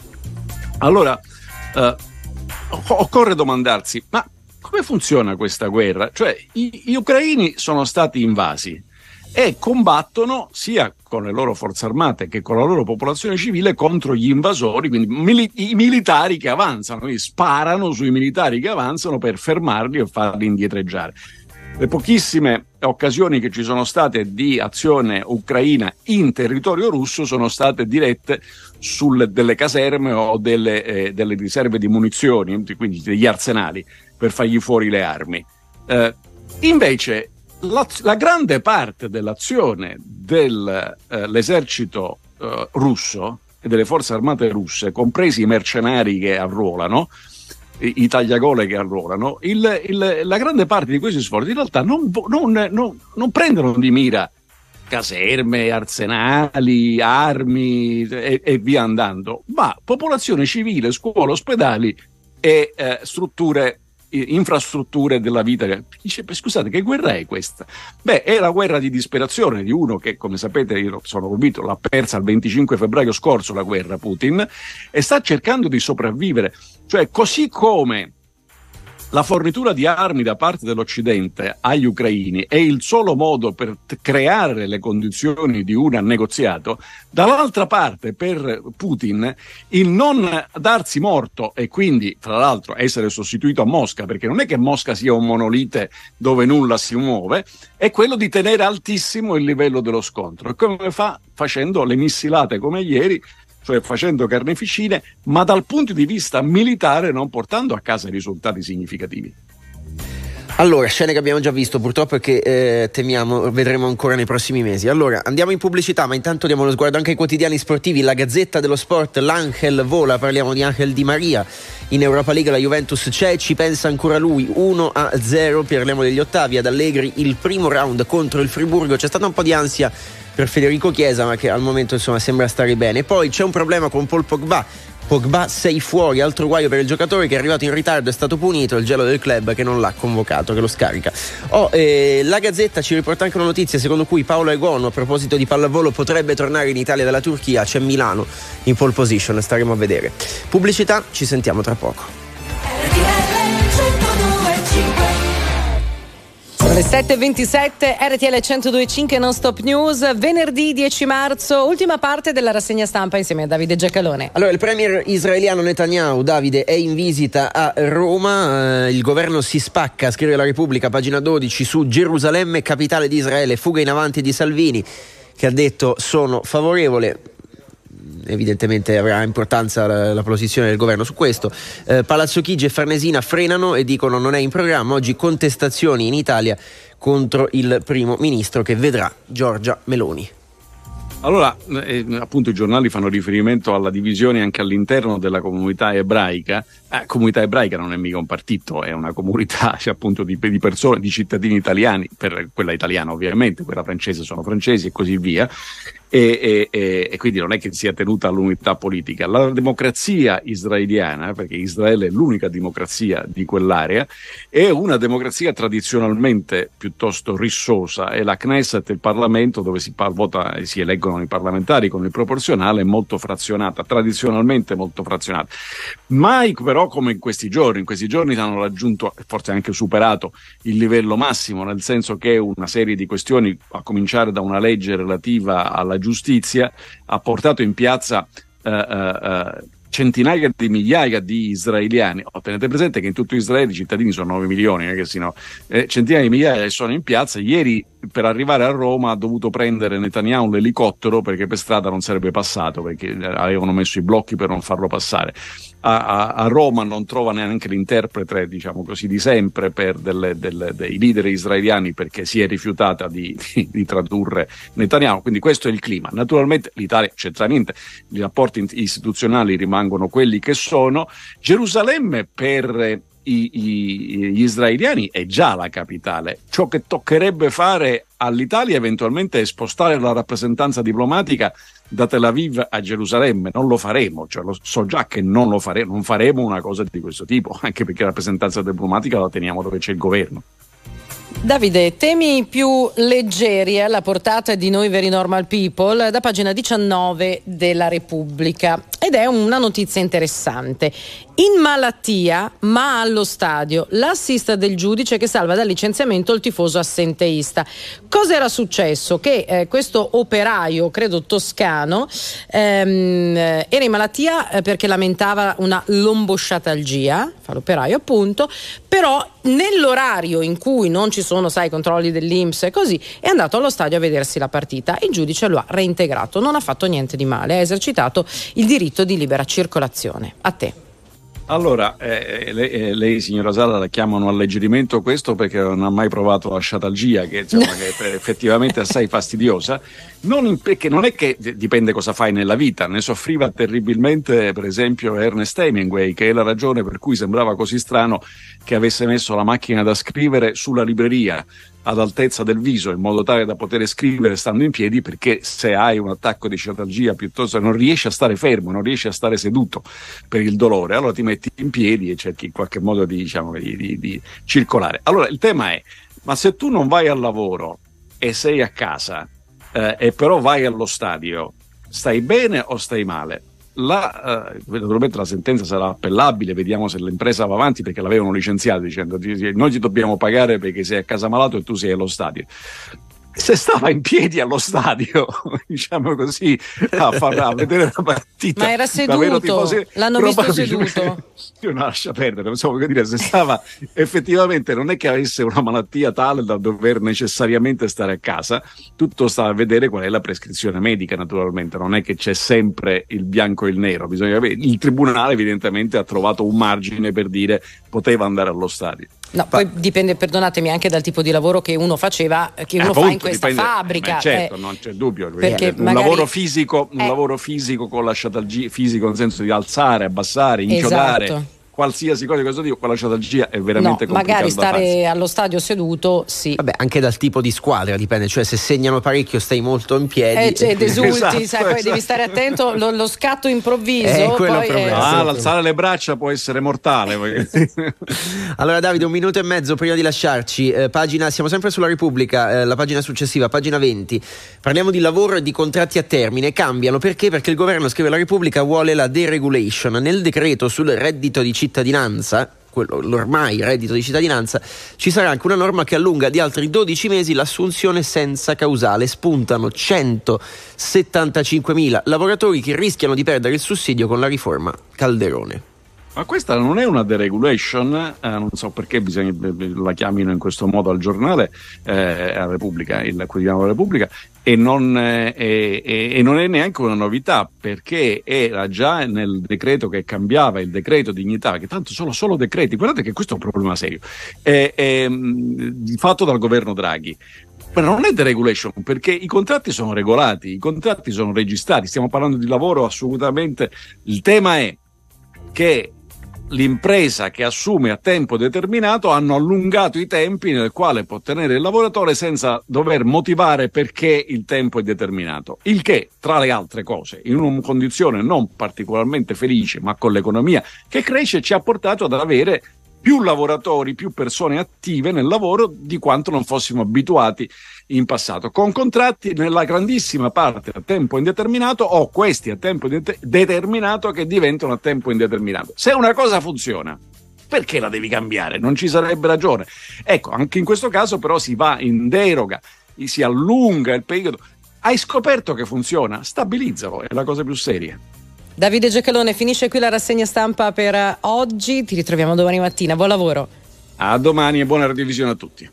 Allora, eh, occorre domandarsi, ma come funziona questa guerra? Cioè, i, gli ucraini sono stati invasi e combattono sia con le loro forze armate che con la loro popolazione civile contro gli invasori, quindi mili- i militari che avanzano, quindi sparano sui militari che avanzano per fermarli e farli indietreggiare. Le pochissime occasioni che ci sono state di azione ucraina in territorio russo sono state dirette sulle delle caserme o delle, eh, delle riserve di munizioni, quindi degli arsenali, per fargli fuori le armi. Eh, invece La, la grande parte dell'azione dell'esercito eh, eh, russo e delle forze armate russe, compresi i mercenari che arruolano, i, i tagliagole che arruolano, il, il, la grande parte di questi sforzi in realtà non, non, non, non prendono di mira caserme, arsenali, armi e, e via andando, ma popolazione civile, scuole, ospedali e eh, strutture infrastrutture della vita. Dice, scusate, che guerra è questa? Beh, è la guerra di disperazione di uno che, come sapete, io sono convinto, l'ha persa il venticinque febbraio scorso la guerra, Putin, e sta cercando di sopravvivere. Cioè, così come la fornitura di armi da parte dell'Occidente agli ucraini è il solo modo per t- creare le condizioni di un negoziato, dall'altra parte per Putin il non darsi morto e quindi tra l'altro essere sostituito a Mosca, perché non è che Mosca sia un monolite dove nulla si muove, è quello di tenere altissimo il livello dello scontro. E come fa? Facendo le missilate come ieri, cioè facendo carneficine, ma dal punto di vista militare non portando a casa risultati significativi. Allora, scene che abbiamo già visto purtroppo e che eh, temiamo vedremo ancora nei prossimi mesi. Allora, andiamo in pubblicità, ma intanto diamo lo sguardo anche ai quotidiani sportivi. La Gazzetta dello Sport, l'Angel vola, parliamo di Angel Di Maria. In Europa League la Juventus c'è, ci pensa ancora lui, uno a zero, parliamo degli ottavi, ad Allegri il primo round contro il Friburgo. C'è stata un po' di ansia per Federico Chiesa, ma che al momento insomma sembra stare bene. Poi c'è un problema con Paul Pogba. Pogba sei fuori, altro guaio per il giocatore che è arrivato in ritardo, è stato punito, il gelo del club che non l'ha convocato, che lo scarica. Oh, eh, la Gazzetta ci riporta anche una notizia secondo cui Paolo Egono, a proposito di pallavolo, potrebbe tornare in Italia dalla Turchia. C'è Milano in pole position, staremo a vedere. Pubblicità, ci sentiamo tra poco. Alle sette e ventisette, R T L centodue e cinque Non Stop News, venerdì dieci marzo, ultima parte della rassegna stampa insieme a Davide Giacalone. Allora, il premier israeliano Netanyahu, Davide, è in visita a Roma, eh, il governo si spacca, scrive la Repubblica, pagina dodici, su Gerusalemme, capitale di Israele, fuga in avanti di Salvini, che ha detto sono favorevole. evidentemente avrà importanza la, la posizione del governo su questo. Eh, Palazzo Chigi e Farnesina frenano e dicono non è in programma. Oggi contestazioni in Italia contro il primo ministro che vedrà Giorgia Meloni. Allora, eh, appunto i giornali fanno riferimento alla divisione anche all'interno della comunità ebraica. Eh, comunità ebraica non è mica un partito, è una comunità cioè, appunto di, di persone, di cittadini italiani, per quella italiana ovviamente, quella francese sono francesi e così via. E, e, e quindi non è che sia tenuta all'unità politica. La democrazia israeliana, perché Israele è l'unica democrazia di quell'area, è una democrazia tradizionalmente piuttosto rissosa, e la Knesset, il Parlamento dove si par- vota e si eleggono i parlamentari con il proporzionale, è molto frazionata, tradizionalmente molto frazionata. Mai però come in questi giorni, in questi giorni hanno raggiunto, forse anche superato il livello massimo, nel senso che una serie di questioni, a cominciare da una legge relativa alla giustizia, ha portato in piazza uh, uh, uh, centinaia di migliaia di israeliani. Oh, tenete presente che in tutto Israele i cittadini sono nove milioni, non è che sino, eh, centinaia di migliaia sono in piazza. Ieri per arrivare a Roma ha dovuto prendere Netanyahu l'elicottero perché per strada non sarebbe passato, perché avevano messo i blocchi per non farlo passare. A, a, a Roma non trova neanche l'interprete, diciamo così, di sempre per delle, delle, dei leader israeliani, perché si è rifiutata di, di, di tradurre Netanyahu. Quindi questo è il clima. Naturalmente l'Italia c'entra niente, i rapporti istituzionali rimangono quelli che sono. Gerusalemme per I, i, gli israeliani è già la capitale. Ciò che toccherebbe fare all'Italia eventualmente è spostare la rappresentanza diplomatica da Tel Aviv a Gerusalemme. Non lo faremo, cioè lo so già che non lo faremo, non faremo una cosa di questo tipo, anche perché la rappresentanza diplomatica la teniamo dove c'è il governo. Davide, temi più leggeri alla portata di Noi Very Normal People, da pagina diciannove della Repubblica, ed è una notizia interessante. In malattia ma allo stadio, l'assist del giudice che salva dal licenziamento il tifoso assenteista. Cosa era successo? Che eh, questo operaio, credo toscano, ehm, era in malattia eh, perché lamentava una lombosciatalgia, fa l'operaio appunto, però nell'orario in cui non ci sono, sai, controlli dell'I N P S e così, è andato allo stadio a vedersi la partita. Il giudice lo ha reintegrato, non ha fatto niente di male, ha esercitato il diritto di libera circolazione. A te. Allora, eh, lei, lei signora Sala, la chiamano alleggerimento questo perché non ha mai provato la sciatalgia, che, insomma, che è effettivamente assai fastidiosa. Non, perché non è che dipende cosa fai nella vita, ne soffriva terribilmente per esempio Ernest Hemingway, che è la ragione per cui sembrava così strano che avesse messo la macchina da scrivere sulla libreria ad altezza del viso, in modo tale da poter scrivere stando in piedi, perché se hai un attacco di sciatalgia piuttosto non riesci a stare fermo, non riesci a stare seduto per il dolore, allora ti metti in piedi e cerchi in qualche modo di, diciamo, di, di, di circolare. Allora il tema è, ma se tu non vai al lavoro e sei a casa eh, e però vai allo stadio, stai bene o stai male? La, eh, naturalmente la sentenza sarà appellabile, vediamo se l'impresa va avanti, perché l'avevano licenziato dicendo noi ti dobbiamo pagare perché sei a casa malato e tu sei allo stadio. Se stava in piedi allo stadio, diciamo così, a, far, a vedere la partita, ma era seduto, tifosi, l'hanno visto seduto. Io non lascia perdere, non so che dire, se stava effettivamente, non è che avesse una malattia tale da dover necessariamente stare a casa, tutto sta a vedere qual è la prescrizione medica, naturalmente, non è che c'è sempre il bianco e il nero, bisogna vedere. Il tribunale evidentemente ha trovato un margine per dire poteva andare allo stadio. No, poi dipende, perdonatemi, anche dal tipo di lavoro che uno faceva, che uno eh, fa in questa dipende, fabbrica. Eh, certo, eh, non c'è dubbio. Perché un magari, lavoro fisico, un eh, lavoro fisico con la sciatalgia, fisico nel senso di alzare, abbassare, inchiodare. Esatto. Qualsiasi cosa di questo tipo, con la sciatalgia è veramente no, complicato. Magari stare allo stadio seduto, sì. Vabbè, anche dal tipo di squadra dipende, cioè se segnano parecchio stai molto in piedi. Eh, cioè, esulti, esatto, sai, esatto. Poi devi stare attento, lo, lo scatto improvviso. Eh, poi, eh, ah, l'alzare le braccia può essere mortale. Allora Davide, un minuto e mezzo prima di lasciarci, eh, pagina, siamo sempre sulla Repubblica, eh, la pagina successiva, pagina venti. Parliamo di lavoro e di contratti a termine, cambiano perché? Perché il governo, scrive la Repubblica, vuole la deregulation. Nel decreto sul reddito di cittadinanza, quello, l'ormai reddito di cittadinanza, ci sarà anche una norma che allunga di altri dodici mesi l'assunzione senza causale. Spuntano centosettantacinquemila lavoratori che rischiano di perdere il sussidio con la riforma Calderone. Ma questa non è una deregulation, eh, non so perché bisogna, la chiamino in questo modo al giornale, eh, a Repubblica, il quotidiano della Repubblica, e non, eh, e, e non è neanche una novità, perché era già nel decreto che cambiava il decreto dignità, che tanto sono solo decreti, guardate che questo è un problema serio, è, è, fatto dal governo Draghi. Ma non è deregulation, perché i contratti sono regolati, i contratti sono registrati, stiamo parlando di lavoro assolutamente. Il tema è che l'impresa che assume a tempo determinato hanno allungato i tempi nel quale può tenere il lavoratore senza dover motivare perché il tempo è determinato, il che, tra le altre cose, in una condizione non particolarmente felice ma con l'economia che cresce, ci ha portato ad avere più lavoratori, più persone attive nel lavoro di quanto non fossimo abituati in passato, con contratti nella grandissima parte a tempo indeterminato o questi a tempo de- determinato che diventano a tempo indeterminato. Se una cosa funziona, perché la devi cambiare? Non ci sarebbe ragione. Ecco, anche in questo caso però si va in deroga, si allunga il periodo. Hai scoperto che funziona? Stabilizzalo, è la cosa più seria. Davide Giacalone, finisce qui la rassegna stampa per oggi, ti ritroviamo domani mattina, buon lavoro. A domani e buona radiovisione a tutti.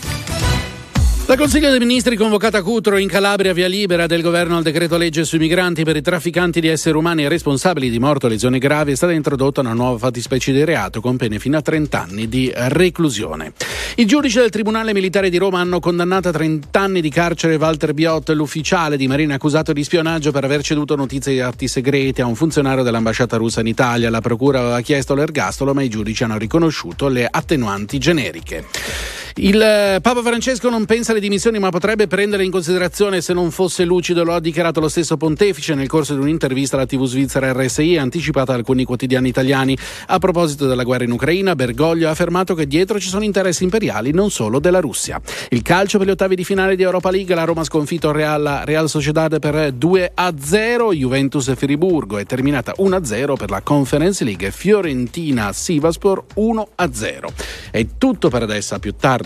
La Consiglio dei Ministri convocata a Cutro in Calabria, via libera del governo al decreto legge sui migranti per i trafficanti di esseri umani e responsabili di morte o lesioni gravi è stata introdotta una nuova fattispecie di reato con pene fino a trenta anni di reclusione. I giudici del Tribunale Militare di Roma hanno condannato a trenta anni di carcere Walter Biot, l'ufficiale di Marina accusato di spionaggio per aver ceduto notizie di atti segreti a un funzionario dell'ambasciata russa in Italia. La procura aveva chiesto l'ergastolo, ma i giudici hanno riconosciuto le attenuanti generiche. Il Papa Francesco non pensa alle dimissioni, ma potrebbe prendere in considerazione se non fosse lucido. Lo ha dichiarato lo stesso pontefice nel corso di un'intervista alla tivù svizzera R S I, anticipata da alcuni quotidiani italiani. A proposito della guerra in Ucraina, Bergoglio ha affermato che dietro ci sono interessi imperiali non solo della Russia. Il calcio per gli ottavi di finale di Europa League, la Roma ha sconfitto Real, Real Sociedad per due a zero, Juventus e Friburgo è terminata uno a zero per la Conference League, Fiorentina Sivasspor uno a zero. È tutto per adesso, a più tardi.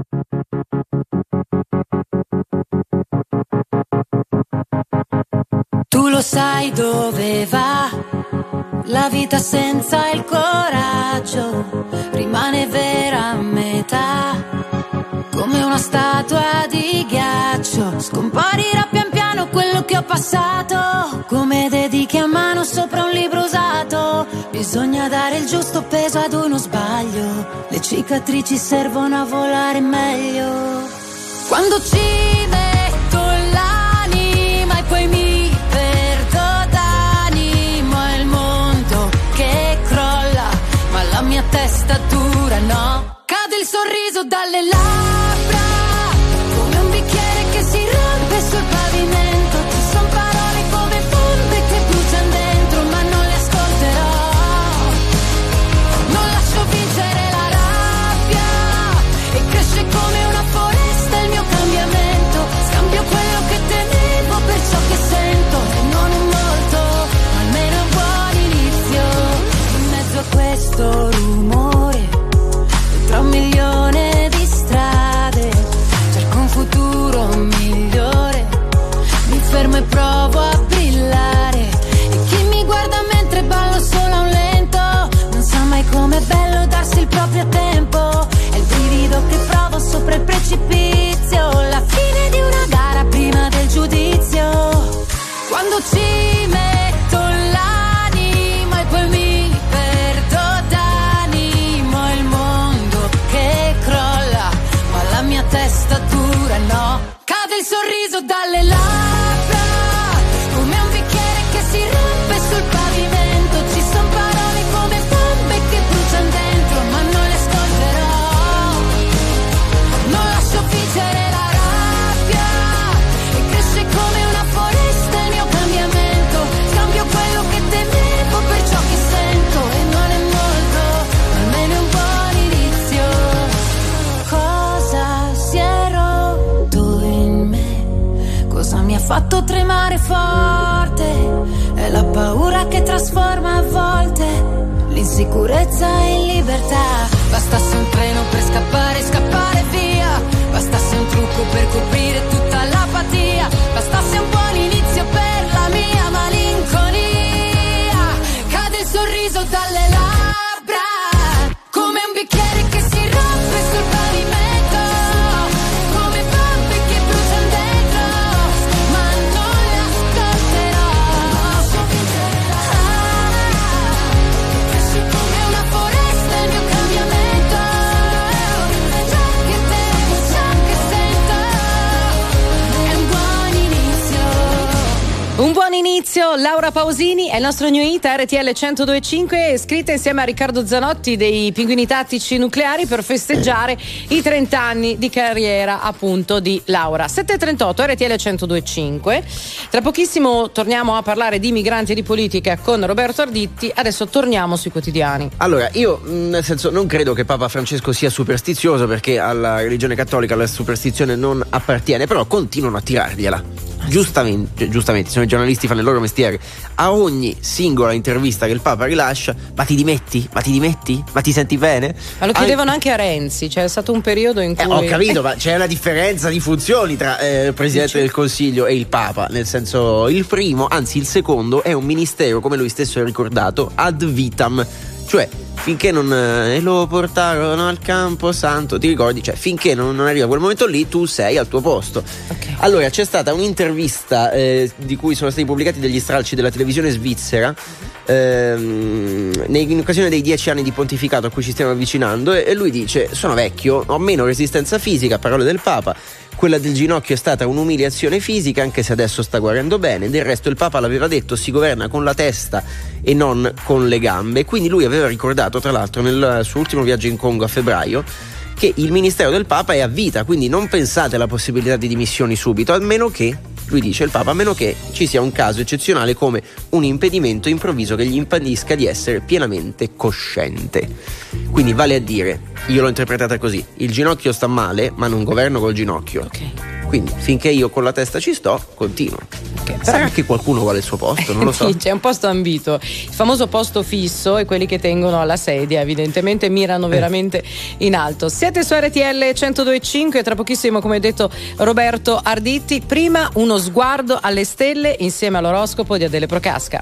Tu lo sai dove va la vita senza il coraggio, rimane vera a metà, come una statua di ghiaccio. Scomparirà pian piano quello che ho passato, come dedichi a mano sopra un libro usato. Bisogna dare il giusto peso ad uno sbaglio, le cicatrici servono a volare meglio. Quando ci metto l'anima e poi mi perdo d'animo, è il mondo che crolla, ma la mia testa dura no. Cade il sorriso dalle labbra, come un bicchiere che si rompe sul pavimento. Ci son parole come bombe che bruciano dentro, ma non le ascolterò. Non lascio vincere la rabbia, e cresce come una foresta il mio cambiamento. Scambio quello che temevo per ciò che sento, e non è molto, ma almeno è un buon inizio. In mezzo a questo rumore, tra un milione di strade, cerco un futuro migliore, mi fermo e provo a brillare. E chi mi guarda mentre ballo solo a un lento, non sa mai com'è bello darsi il proprio tempo. È il brivido che provo sopra il precipizio, la fine di una gara prima del giudizio. Quando ci metto l'anima e poi mi perdo d'animo, è il mondo che crolla, ma la mia testa dura no. Cade il sorriso dalle labbra, come un bicchiere che si rompe sul pavimento. Ci son parole come bombe che bruciano dentro, ma non le ascolterò. Non lascio vincere la rabbia, e cresce come una foresta il mio cambiamento. Scambio quello che temevo per ciò che sento, e non è molto, ma almeno è un buon inizio. Cosa si è rotto in me? Cosa mi ha fatto tremare forte? È la paura che trasforma a volte l'insicurezza in libertà. Bastasse un treno per scappare, scappare via. Bastasse un trucco per coprire tutta l'apatia. Bastasse un buon inizio per la mia malinconia. Cade il sorriso dalle labbra, inizio, Laura Pausini è il nostro new hit R T L centodue e cinque, scritta insieme a Riccardo Zanotti dei Pinguini Tattici Nucleari per festeggiare i trenta anni di carriera appunto di Laura. sette e trentotto R T L centodue e cinque. Tra pochissimo torniamo a parlare di migranti e di politica con Roberto Arditti. Adesso torniamo sui quotidiani. Allora, io nel senso non credo che Papa Francesco sia superstizioso, perché alla religione cattolica la superstizione non appartiene, però continuano a tirargliela. Giustamente, giustamente, sono i giornalisti, fanno il loro mestiere. A ogni singola intervista che il Papa rilascia, ma ti dimetti? Ma ti dimetti? Ma ti senti bene? Ma lo chiedevano anche a Renzi, cioè è stato un periodo in cui... Eh, ho capito, ma c'è una differenza di funzioni tra eh, il Presidente del Consiglio e il Papa, nel senso, il primo, anzi il secondo, è un ministero, come lui stesso ha ricordato, ad vitam, cioè finché non eh, lo portarono al campo santo, ti ricordi? Cioè finché non, non arriva quel momento lì tu sei al tuo posto. Okay. Allora c'è stata un'intervista eh, di cui sono stati pubblicati degli stralci della televisione svizzera ehm, in occasione dei dieci anni di pontificato a cui ci stiamo avvicinando, e, e lui dice: sono vecchio, ho meno resistenza fisica, parole del Papa. Quella del ginocchio è stata un'umiliazione fisica, anche se adesso sta guarendo bene. Del resto il Papa l'aveva detto, si governa con la testa e non con le gambe. Quindi lui aveva ricordato, tra l'altro, nel suo ultimo viaggio in Congo a febbraio, che il ministero del Papa è a vita, quindi non pensate alla possibilità di dimissioni subito, a meno che, lui dice il Papa, a meno che ci sia un caso eccezionale come un impedimento improvviso che gli impedisca di essere pienamente cosciente. Quindi vale a dire, io l'ho interpretata così: il ginocchio sta male, ma non governo col ginocchio. Okay. Quindi finché io con la testa ci sto, continuo. Okay, sarà però... che qualcuno vuole il suo posto, non lo so. C'è un posto ambito, il famoso posto fisso, e quelli che tengono alla sedia evidentemente mirano veramente in alto. Siete su R T L centodue e cinque, tra pochissimo, come detto, Roberto Arditti. Prima uno sguardo alle stelle insieme all'oroscopo di Adele Procasca.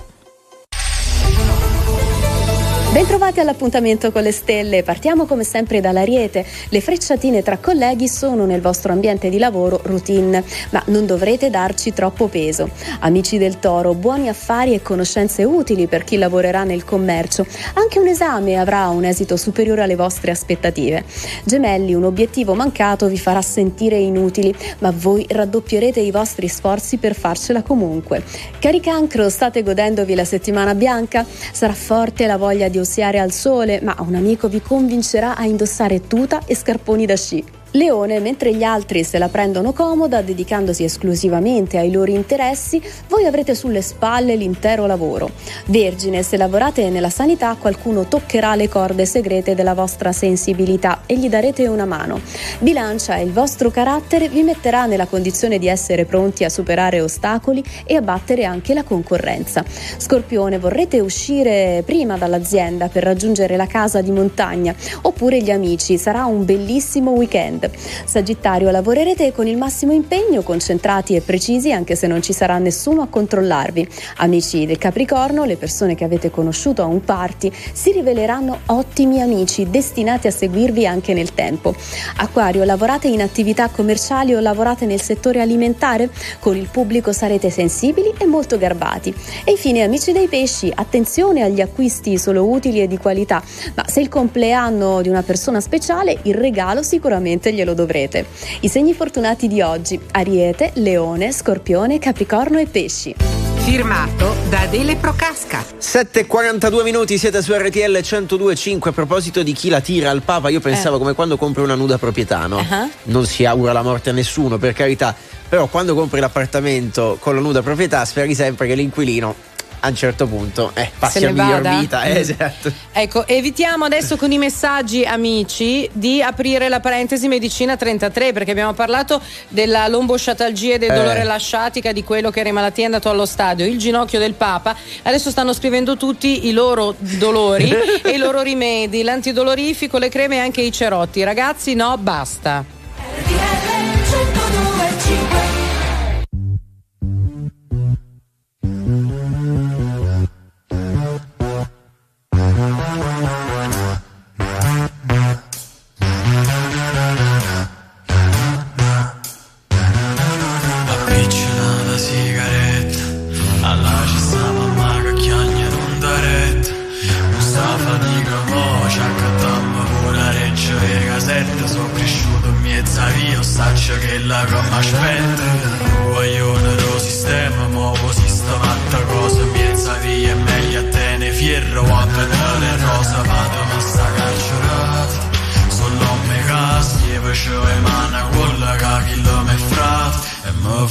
Bentrovati all'appuntamento con le stelle. Partiamo come sempre dall'Ariete. Le frecciatine tra colleghi sono nel vostro ambiente di lavoro routine, ma non dovrete darci troppo peso. Amici del Toro, buoni affari e conoscenze utili per chi lavorerà nel commercio. Anche un esame avrà un esito superiore alle vostre aspettative. Gemelli, un obiettivo mancato vi farà sentire inutili, ma voi raddoppierete i vostri sforzi per farcela comunque. Cari Cancro, state godendovi la settimana bianca? Sarà forte la voglia di ossiare al sole, ma un amico vi convincerà a indossare tuta e scarponi da sci. Leone, mentre gli altri se la prendono comoda dedicandosi esclusivamente ai loro interessi, voi avrete sulle spalle l'intero lavoro. Vergine, se lavorate nella sanità, qualcuno toccherà le corde segrete della vostra sensibilità e gli darete una mano. Bilancia, il vostro carattere vi metterà nella condizione di essere pronti a superare ostacoli e a battere anche la concorrenza. Scorpione, vorrete uscire prima dall'azienda per raggiungere la casa di montagna oppure gli amici, sarà un bellissimo weekend. Sagittario, lavorerete con il massimo impegno, concentrati e precisi anche se non ci sarà nessuno a controllarvi. Amici del Capricorno, le persone che avete conosciuto a un party si riveleranno ottimi amici, destinati a seguirvi anche nel tempo. Acquario, lavorate in attività commerciali o lavorate nel settore alimentare? Con il pubblico sarete sensibili e molto garbati. E infine amici dei Pesci, attenzione agli acquisti solo utili e di qualità, ma se il compleanno di una persona speciale, il regalo sicuramente glielo dovrete. I segni fortunati di oggi: Ariete, Leone, Scorpione, Capricorno e Pesci. Firmato da Adele Procasca. sette e quarantadue minuti, siete su R T L centodue e cinque. A proposito di chi la tira al Papa, io pensavo eh. come quando compri una nuda proprietà, no? Uh-huh. Non si augura la morte a nessuno, per carità, però quando compri l'appartamento con la nuda proprietà speri sempre che l'inquilino a un certo punto eh, passi a miglior vada. vita eh, esatto. Ecco, evitiamo adesso con i messaggi, amici, di aprire la parentesi medicina trentatré, perché abbiamo parlato della lombosciatalgia e del eh. dolore alla sciatica, di quello che era in malattia è andato allo stadio, il ginocchio del Papa. Adesso stanno scrivendo tutti i loro dolori e i loro rimedi, l'antidolorifico, le creme e anche i cerotti. Ragazzi, no, basta. Sono cresciuto in mezzo a via, saccio che la come aspetta. Guaglione do sistema, muovo sistemato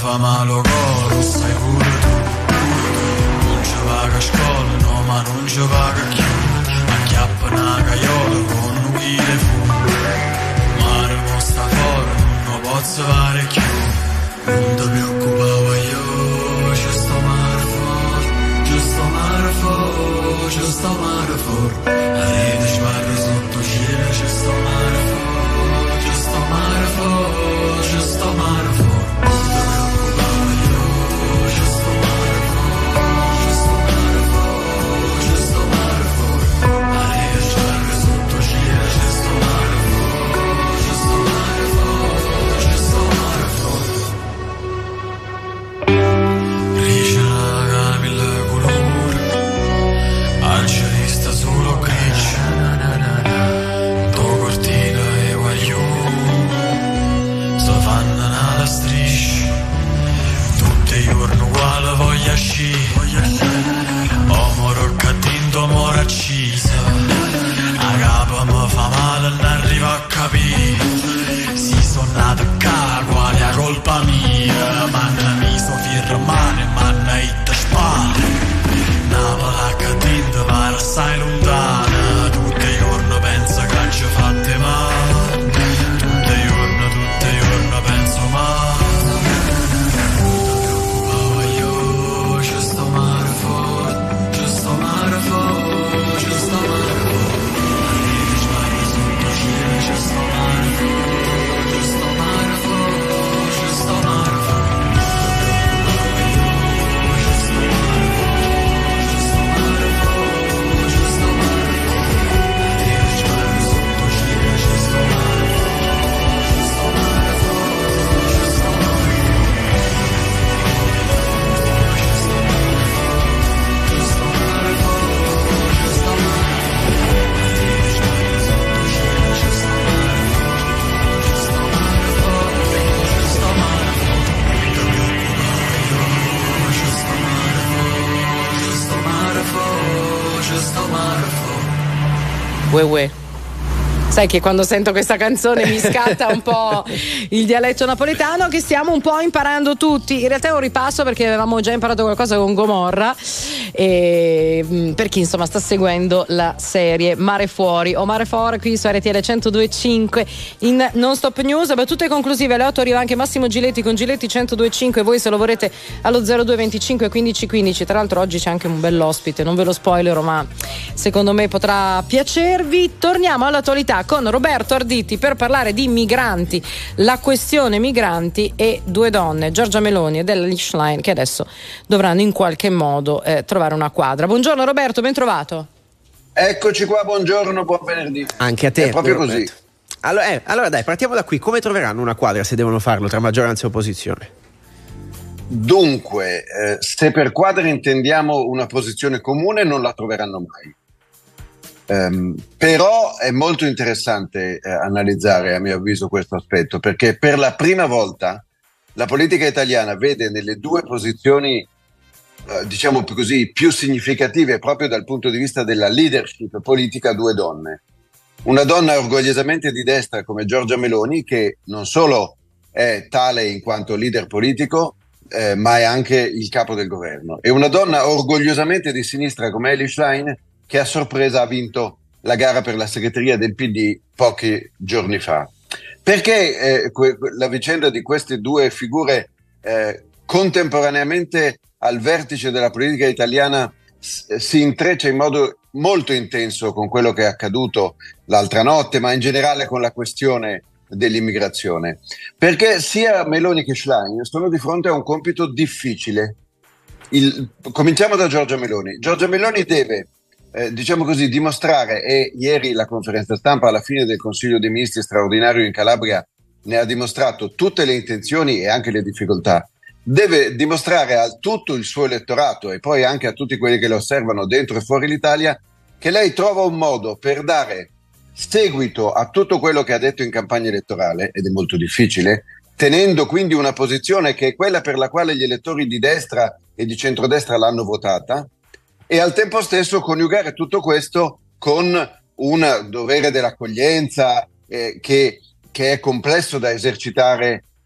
fa male coro, sai pure tu. Non ci vaga a scuola, no, ma non ci vaga più. Acchiappa una caiola con un chile fu. Mare mo sta fuori, non posso fare più. Non ti preoccupare io, ci sto mare fuori, ci sto mare fuori, ci sto mare fuori. La rete sbarra sotto cielo, ci sto mare fuori, ci sto mare fuori, ci sto mare fuori. Omo rocca tinto mora accisa. A capo mi fa male, non arrivo a capire. Si sono nato qua, quale è colpa mia. Manna mi so firmare, manna itta spalla. Napola che tinto pare assai lontana. Tutti i giorni penso che ci fatte male. Tutti i giorni, tutti i giorni penso male. Uè, uè. Sai che quando sento questa canzone mi scatta un po' il dialetto napoletano che stiamo un po' imparando tutti. In realtà è un ripasso perché avevamo già imparato qualcosa con Gomorra, e per chi insomma sta seguendo la serie Mare Fuori o Mare Fuori qui su R T L centodue e cinque in Non Stop News. Battute conclusive alle otto arriva anche Massimo Giletti con Giletti centodue e cinque. Voi se lo vorrete allo zero due venticinque quindici quindici. Tra l'altro oggi c'è anche un bell'ospite, non ve lo spoilerò, ma secondo me potrà piacervi. Torniamo all'attualità con Roberto Arditi per parlare di migranti, la questione migranti e due donne, Giorgia Meloni e Della Lichtenstein, che adesso dovranno in qualche modo eh, trovare una quadra. Buongiorno Roberto, ben trovato. Eccoci qua, buongiorno, buon venerdì. Anche a te. È proprio Roberto. così. Allora, eh, allora dai, partiamo da qui. Come troveranno una quadra se devono farlo tra maggioranza e opposizione? Dunque, eh, se per quadra intendiamo una posizione comune, non la troveranno mai. Um, però è molto interessante eh, analizzare, a mio avviso, questo aspetto, perché per la prima volta la politica italiana vede nelle due posizioni, eh, diciamo più così, più significative proprio dal punto di vista della leadership politica, due donne. Una donna orgogliosamente di destra come Giorgia Meloni, che non solo è tale in quanto leader politico, eh, ma è anche il capo del governo, e una donna orgogliosamente di sinistra come Elly Schlein, che a sorpresa ha vinto la gara per la segreteria del P D pochi giorni fa. Perché eh, que- la vicenda di queste due figure eh, contemporaneamente al vertice della politica italiana s- si intreccia in modo molto intenso con quello che è accaduto l'altra notte, ma in generale con la questione dell'immigrazione? Perché sia Meloni che Schlein sono di fronte a un compito difficile. Il, cominciamo da Giorgia Meloni. Giorgia Meloni deve Eh, diciamo così, dimostrare, e ieri la conferenza stampa alla fine del Consiglio dei Ministri straordinario in Calabria ne ha dimostrato tutte le intenzioni e anche le difficoltà. Deve dimostrare a tutto il suo elettorato e poi anche a tutti quelli che lo osservano dentro e fuori l'Italia che lei trova un modo per dare seguito a tutto quello che ha detto in campagna elettorale, ed è molto difficile, tenendo quindi una posizione che è quella per la quale gli elettori di destra e di centrodestra l'hanno votata, e al tempo stesso coniugare tutto questo con un dovere dell'accoglienza eh, che, che è complesso da esercitare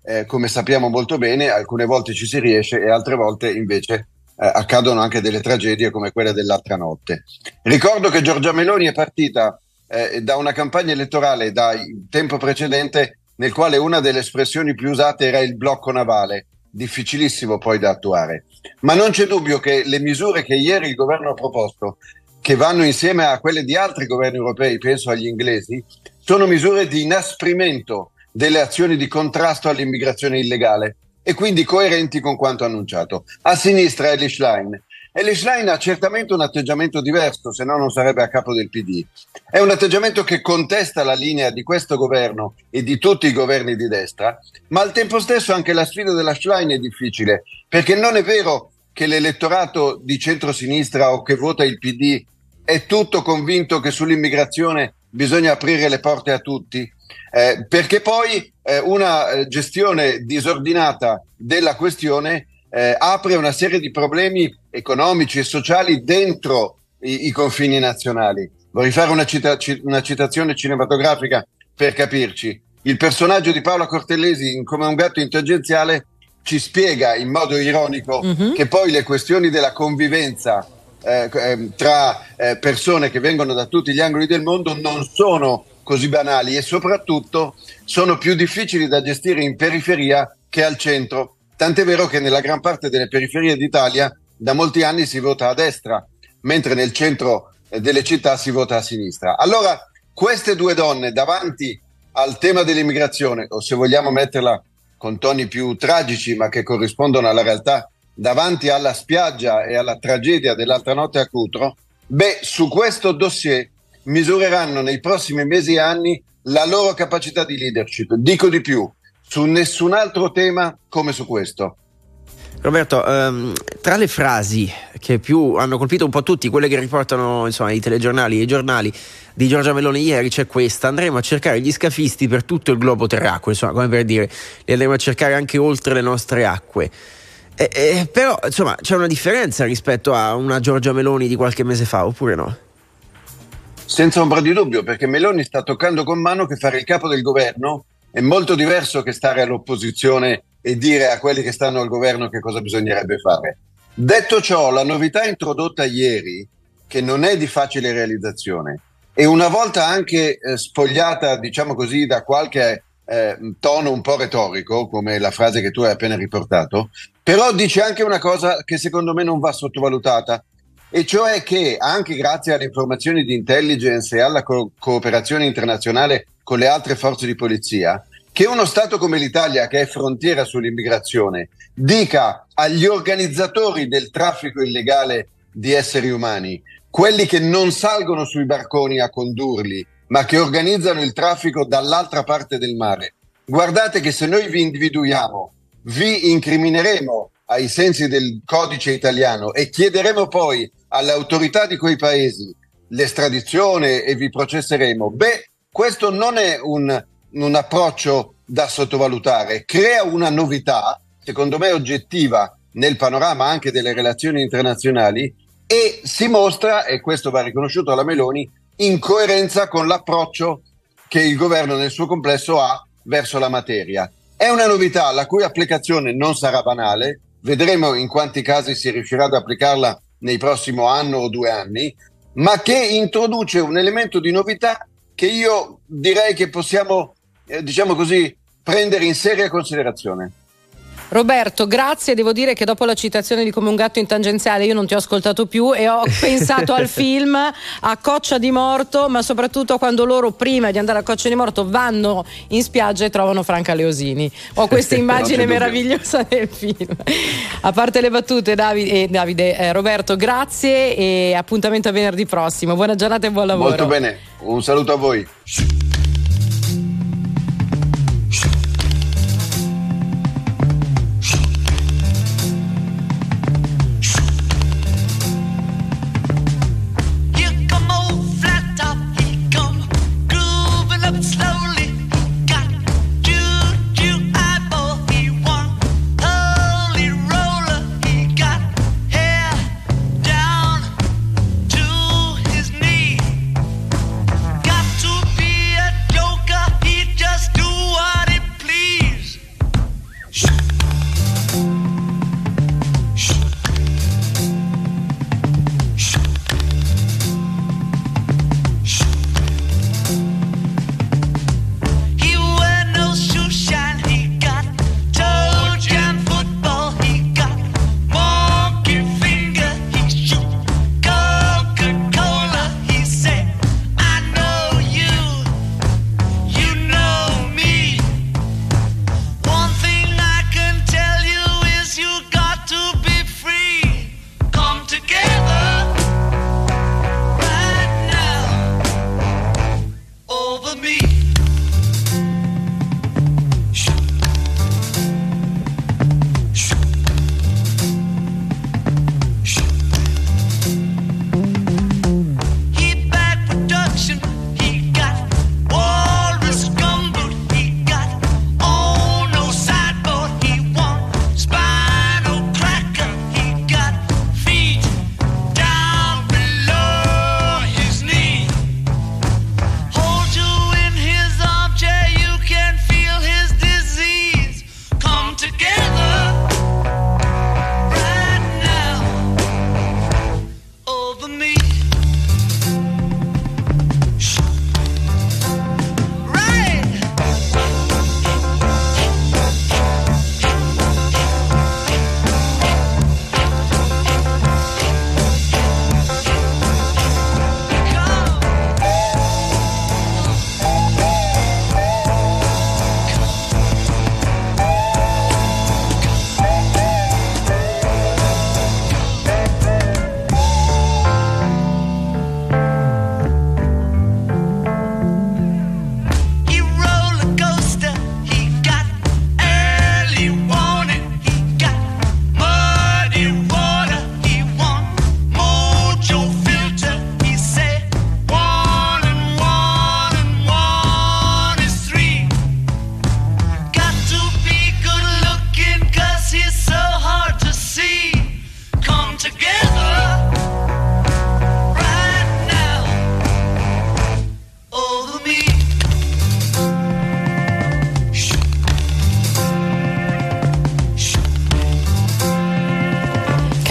eh, come sappiamo molto bene, alcune volte ci si riesce e altre volte invece eh, accadono anche delle tragedie come quella dell'altra notte. Ricordo che Giorgia Meloni è partita eh, da una campagna elettorale dal tempo precedente nel quale una delle espressioni più usate era il blocco navale, difficilissimo poi da attuare. Ma non c'è dubbio che le misure che ieri il governo ha proposto, che vanno insieme a quelle di altri governi europei, penso agli inglesi, sono misure di inasprimento delle azioni di contrasto all'immigrazione illegale e quindi coerenti con quanto annunciato. A sinistra Elly Schlein. Elly Schlein ha certamente un atteggiamento diverso, se no non sarebbe a capo del P D. È un atteggiamento che contesta la linea di questo governo e di tutti i governi di destra, ma al tempo stesso anche la sfida della Schlein è difficile, perché non è vero che l'elettorato di centrosinistra o che vota il P D è tutto convinto che sull'immigrazione bisogna aprire le porte a tutti, eh, perché poi eh, una gestione disordinata della questione eh, apre una serie di problemi economici e sociali dentro i, i confini nazionali. Vorrei fare una, cita- una citazione cinematografica per capirci. Il personaggio di Paola Cortellesi in Come un gatto in tangenziale ci spiega in modo ironico mm-hmm. che poi le questioni della convivenza eh, eh, tra eh, persone che vengono da tutti gli angoli del mondo non sono così banali e soprattutto sono più difficili da gestire in periferia che al centro. Tant'è vero che nella gran parte delle periferie d'Italia da molti anni si vota a destra, mentre nel centro delle città si vota a sinistra. Allora, queste due donne davanti al tema dell'immigrazione, o se vogliamo metterla con toni più tragici ma che corrispondono alla realtà, davanti alla spiaggia e alla tragedia dell'altra notte a Cutro, beh, su questo dossier misureranno nei prossimi mesi e anni la loro capacità di leadership. Dico di più, su nessun altro tema come su questo. Roberto, ehm, tra le frasi che più hanno colpito un po' tutti, quelle che riportano insomma i telegiornali e i giornali di Giorgia Meloni ieri, c'è questa: andremo a cercare gli scafisti per tutto il globo terracqueo, insomma, come per dire, li andremo a cercare anche oltre le nostre acque. E, e, però insomma c'è una differenza rispetto a una Giorgia Meloni di qualche mese fa, oppure no? Senza ombra di dubbio, perché Meloni sta toccando con mano che fare il capo del governo è molto diverso che stare all'opposizione e dire a quelli che stanno al governo che cosa bisognerebbe fare. Detto ciò, la novità introdotta ieri, che non è di facile realizzazione, e una volta anche eh, spogliata, diciamo così, da qualche eh, tono un po' retorico, come la frase che tu hai appena riportato, però dice anche una cosa che secondo me non va sottovalutata, e cioè che anche grazie alle informazioni di intelligence e alla co- cooperazione internazionale con le altre forze di polizia, che uno Stato come l'Italia, che è frontiera sull'immigrazione, dica agli organizzatori del traffico illegale di esseri umani, quelli che non salgono sui barconi a condurli, ma che organizzano il traffico dall'altra parte del mare: guardate che se noi vi individuiamo, vi incrimineremo ai sensi del codice italiano e chiederemo poi alle autorità di quei paesi l'estradizione e vi processeremo. Beh, questo non è un, un approccio da sottovalutare, crea una novità, secondo me oggettiva, nel panorama anche delle relazioni internazionali, e si mostra, e questo va riconosciuto alla Meloni, in coerenza con l'approccio che il governo nel suo complesso ha verso la materia. È una novità la cui applicazione non sarà banale, vedremo in quanti casi si riuscirà ad applicarla nei prossimi anno o due anni, ma che introduce un elemento di novità che io direi che possiamo, eh, diciamo così, prendere in seria considerazione. Roberto, grazie. Devo dire che dopo la citazione di Come un gatto in tangenziale io non ti ho ascoltato più e ho pensato al film, a Coccia di Morto, ma soprattutto quando loro prima di andare a Coccia di Morto vanno in spiaggia e trovano Franca Leosini. Ho questa immagine meravigliosa del film. A parte le battute, Davide, eh, Davide eh, Roberto, grazie e appuntamento a venerdì prossimo. Buona giornata e buon lavoro. Molto bene, un saluto a voi. Be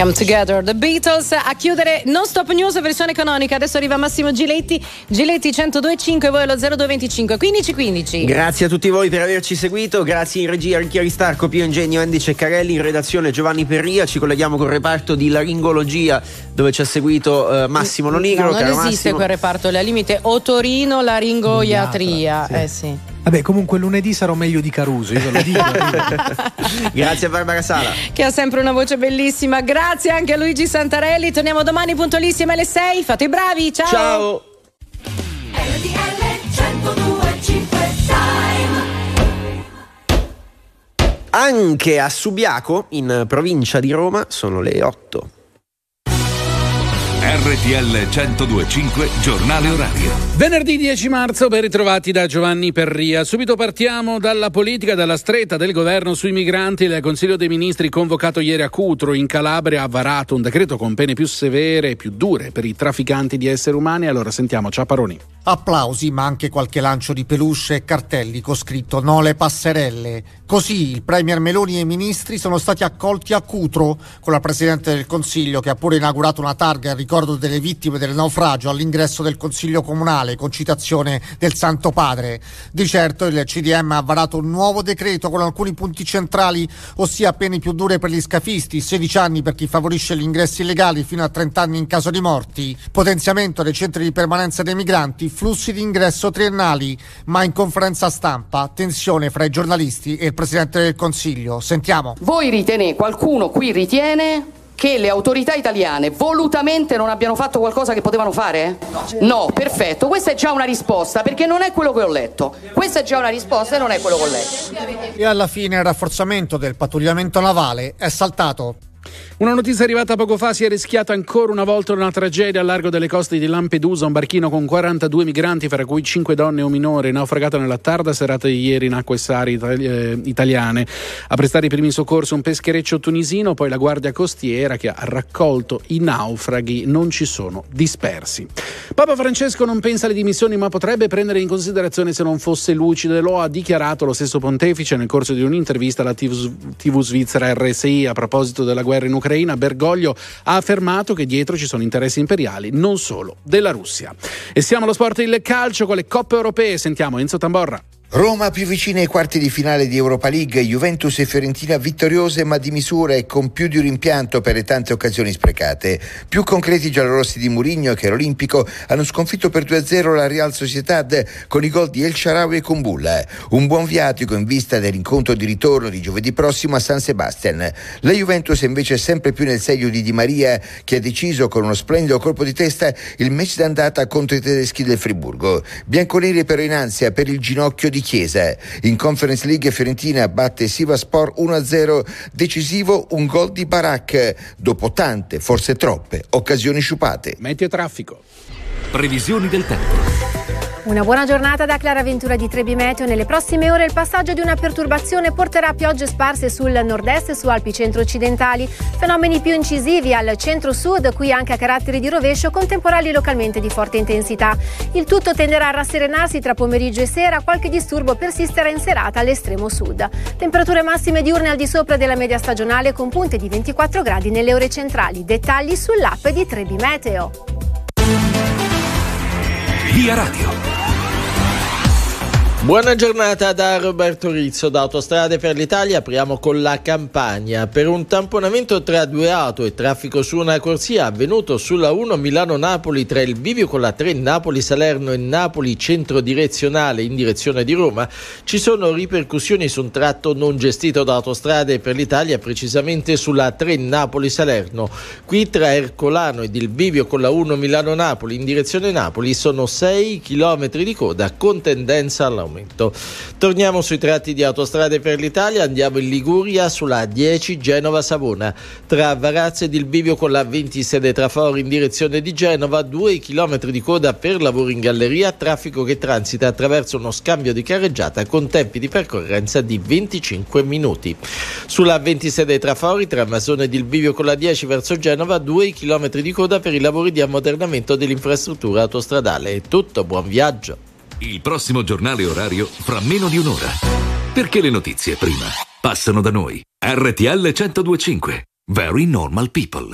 Come Together, The Beatles. A chiudere Non Stop News versione canonica. Adesso arriva Massimo Giletti, Giletti centodue e cinque, voi allo zero due venticinque quindici quindici. Grazie a tutti voi per averci seguito, grazie in regia Ricchi Aristarco, Pio Ingegno, Andy Ceccarelli, in redazione Giovanni Perria. Ci colleghiamo col reparto di laringologia dove ci ha seguito uh, Massimo Lonigro. No, non caro esiste Massimo. quel reparto, al limite otorino laringoiatria. Sì. Eh sì. Vabbè, comunque lunedì sarò meglio di Caruso, io ve lo dico. Grazie a Barbara Sala, che ha sempre una voce bellissima. Grazie anche a Luigi Santarelli. Torniamo domani puntualissimi alle sei. Fate i bravi, ciao. Ciao. Anche a Subiaco, in provincia di Roma, sono le otto. R T L centodue e cinque, giornale orario. Venerdì dieci marzo, ben ritrovati da Giovanni Perria. Subito partiamo dalla politica, dalla stretta del governo sui migranti. Il Consiglio dei Ministri, convocato ieri a Cutro, in Calabria, ha varato un decreto con pene più severe e più dure per i trafficanti di esseri umani. Allora sentiamo Ciaparoni. Applausi, ma anche qualche lancio di peluche e cartelli con scritto "No le passerelle". Così il premier Meloni e i ministri sono stati accolti a Cutro, con la Presidente del Consiglio che ha pure inaugurato una targa in ricordo delle vittime del naufragio all'ingresso del Consiglio Comunale, con citazione del Santo Padre. Di certo il C D M ha varato un nuovo decreto con alcuni punti centrali, ossia pene più dure per gli scafisti, sedici anni per chi favorisce gli ingressi illegali, fino a trenta anni in caso di morti, potenziamento dei centri di permanenza dei migranti, flussi di ingresso triennali. Ma in conferenza stampa tensione fra i giornalisti e il Presidente del Consiglio. Sentiamo. Voi ritenete, qualcuno qui ritiene che le autorità italiane volutamente non abbiano fatto qualcosa che potevano fare? No. No, perfetto, questa è già una risposta, perché non è quello che ho letto. Questa è già una risposta e non è quello che ho letto. E alla fine il rafforzamento del pattugliamento navale è saltato. Una notizia arrivata poco fa: si è rischiata ancora una volta una tragedia al largo delle coste di Lampedusa. Un barchino con quarantadue migranti, fra cui cinque donne e un minore, naufragato nella tarda serata di ieri in acque sari itali- italiane. A prestare i primi soccorsi un peschereccio tunisino, poi la guardia costiera che ha raccolto i naufraghi. Non ci sono dispersi. Papa Francesco non pensa alle dimissioni, ma potrebbe prendere in considerazione se non fosse lucido. Lo ha dichiarato lo stesso pontefice nel corso di un'intervista alla tivù, tivù svizzera R S I a proposito della guerra in Ucraina. Bergoglio ha affermato che dietro ci sono interessi imperiali, non solo della Russia. E siamo allo sport del calcio con le coppe europee. Sentiamo Enzo Tamborra. Roma più vicina ai quarti di finale di Europa League, Juventus e Fiorentina vittoriose ma di misura e con più di un rimpianto per le tante occasioni sprecate. Più concreti i giallorossi di Mourinho, che all'Olimpico hanno sconfitto per due a zero la Real Sociedad con i gol di El Shaarawy e Kumbulla. Un buon viatico in vista dell'incontro di ritorno di giovedì prossimo a San Sebastian. La Juventus invece è sempre più nel segno di Di Maria, che ha deciso con uno splendido colpo di testa il match d'andata contro i tedeschi del Friburgo. Bianconeri però in ansia per il ginocchio di Chiesa. In Conference League Fiorentina batte Sivasspor uno a zero, decisivo un gol di Barak dopo tante, forse troppe, occasioni sciupate. Meteo traffico. Previsioni del tempo. Una buona giornata da Clara Ventura di Trebi Meteo. Nelle prossime ore il passaggio di una perturbazione porterà piogge sparse sul nord-est e su Alpi centro-occidentali. Fenomeni più incisivi al centro-sud, qui anche a caratteri di rovescio, con temporali localmente di forte intensità. Il tutto tenderà a rasserenarsi tra pomeriggio e sera, qualche disturbo persisterà in serata all'estremo sud. Temperature massime diurne al di sopra della media stagionale, con punte di ventiquattro gradi nelle ore centrali. Dettagli sull'app di Trebi Meteo. Via Radio. Buona giornata da Roberto Rizzo da Autostrade per l'Italia. Apriamo con la Campania. Per un tamponamento tra due auto e traffico su una corsia avvenuto sulla uno Milano-Napoli tra il bivio con la tre Napoli-Salerno e Napoli centro direzionale in direzione di Roma, ci sono ripercussioni su un tratto non gestito da Autostrade per l'Italia, precisamente sulla tre Napoli-Salerno. Qui tra Ercolano ed il bivio con la uno Milano-Napoli in direzione Napoli sono sei chilometri di coda con tendenza all'aumento. Torniamo sui tratti di Autostrade per l'Italia, andiamo in Liguria sulla dieci Genova-Savona. Tra Varazze ed il bivio con la ventisei Trafori in direzione di Genova, due chilometri di coda per lavori in galleria, traffico che transita attraverso uno scambio di carreggiata con tempi di percorrenza di venticinque minuti. Sulla ventisei Trafori, tra Masone ed il bivio con la dieci verso Genova, due chilometri di coda per i lavori di ammodernamento dell'infrastruttura autostradale. È tutto, buon viaggio. Il prossimo giornale orario fra meno di un'ora. Perché le notizie prima passano da noi. R T L centodue e cinque. Very Normal People.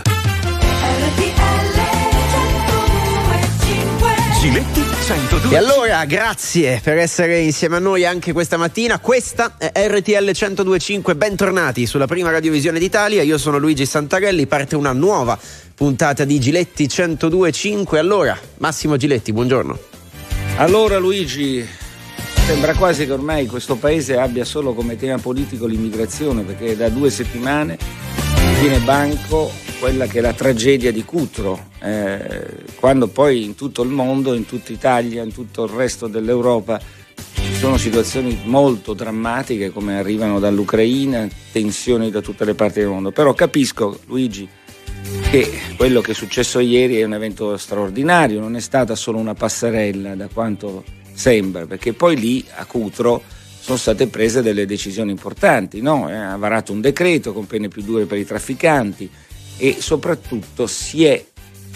Giletti centodue. E allora, grazie per essere insieme a noi anche questa mattina. Questa è R T L centodue e cinque. Bentornati sulla prima radiovisione d'Italia. Io sono Luigi Santarelli. Parte una nuova puntata di Giletti centodue e cinque. Allora, Massimo Giletti, buongiorno. Allora Luigi, sembra quasi che ormai questo paese abbia solo come tema politico l'immigrazione, perché da due settimane viene banco quella che è la tragedia di Cutro, eh, quando poi in tutto il mondo, in tutta Italia, in tutto il resto dell'Europa ci sono situazioni molto drammatiche, come arrivano dall'Ucraina, tensioni da tutte le parti del mondo. Però capisco, Luigi, che quello che è successo ieri è un evento straordinario, non è stata solo una passerella da quanto sembra, perché poi lì a Cutro sono state prese delle decisioni importanti, no? Ha varato un decreto con pene più dure per i trafficanti e soprattutto si è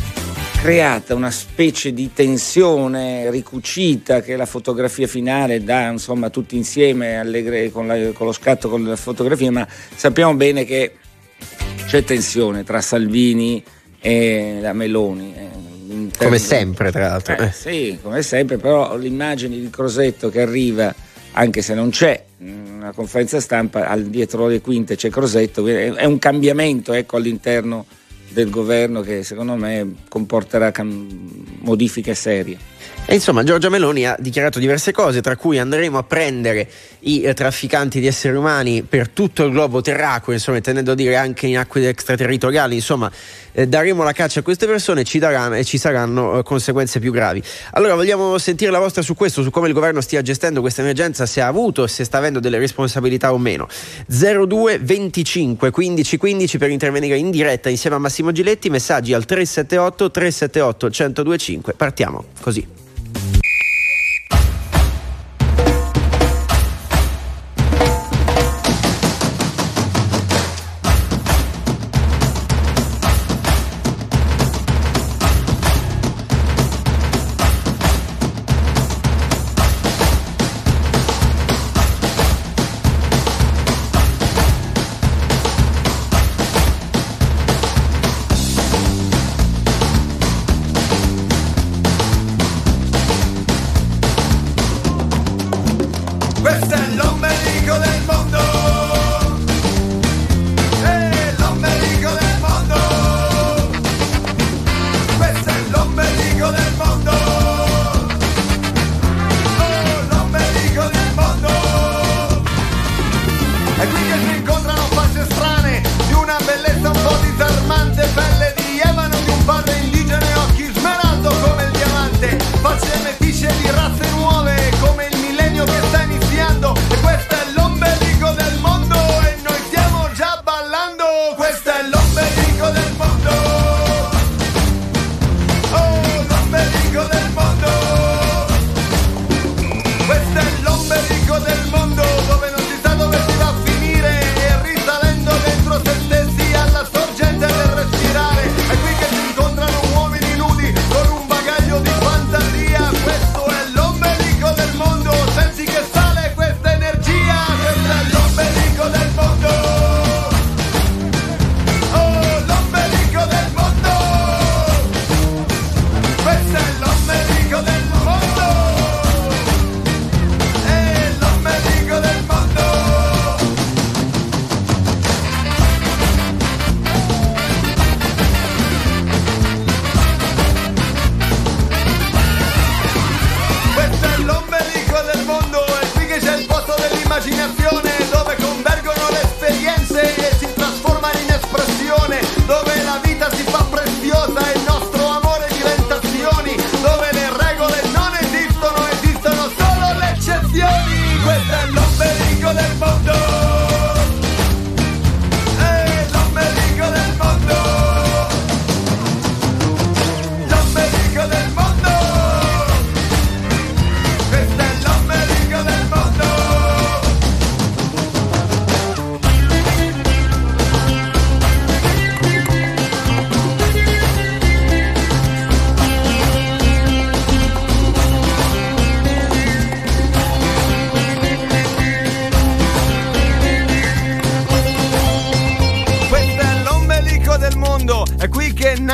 creata una specie di tensione ricucita che la fotografia finale dà, insomma, tutti insieme allegre, con, la, con lo scatto con la fotografia, ma sappiamo bene che c'è tensione tra Salvini e la Meloni. Eh, come sempre, tra l'altro. Eh, sì, come sempre, però l'immagine di Crosetto che arriva, anche se non c'è una conferenza stampa, al dietro le quinte c'è Crosetto, è un cambiamento, ecco, all'interno del governo che secondo me comporterà cam- modifiche serie. E insomma, Giorgia Meloni ha dichiarato diverse cose, tra cui andremo a prendere i eh, trafficanti di esseri umani per tutto il globo terracqueo, insomma, intendendo dire anche in acque extraterritoriali, insomma, eh, daremo la caccia a queste persone e ci daranno e ci saranno eh, conseguenze più gravi. Allora, vogliamo sentire la vostra su questo, su come il governo stia gestendo questa emergenza, se ha avuto, se sta avendo delle responsabilità o meno. zero due venticinque quindici quindici per intervenire in diretta insieme a Massimo Giletti, messaggi al tre sette otto tre sette otto uno zero due cinque. Partiamo così.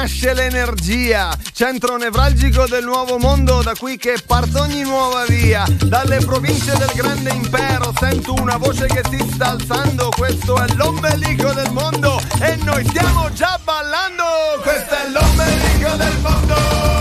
nasce l'energia, centro nevralgico del nuovo mondo, da qui che parte ogni nuova via. Dalle province del grande impero sento una voce che si sta alzando, questo è l'ombelico del mondo e noi stiamo già ballando, questo è l'ombelico del mondo.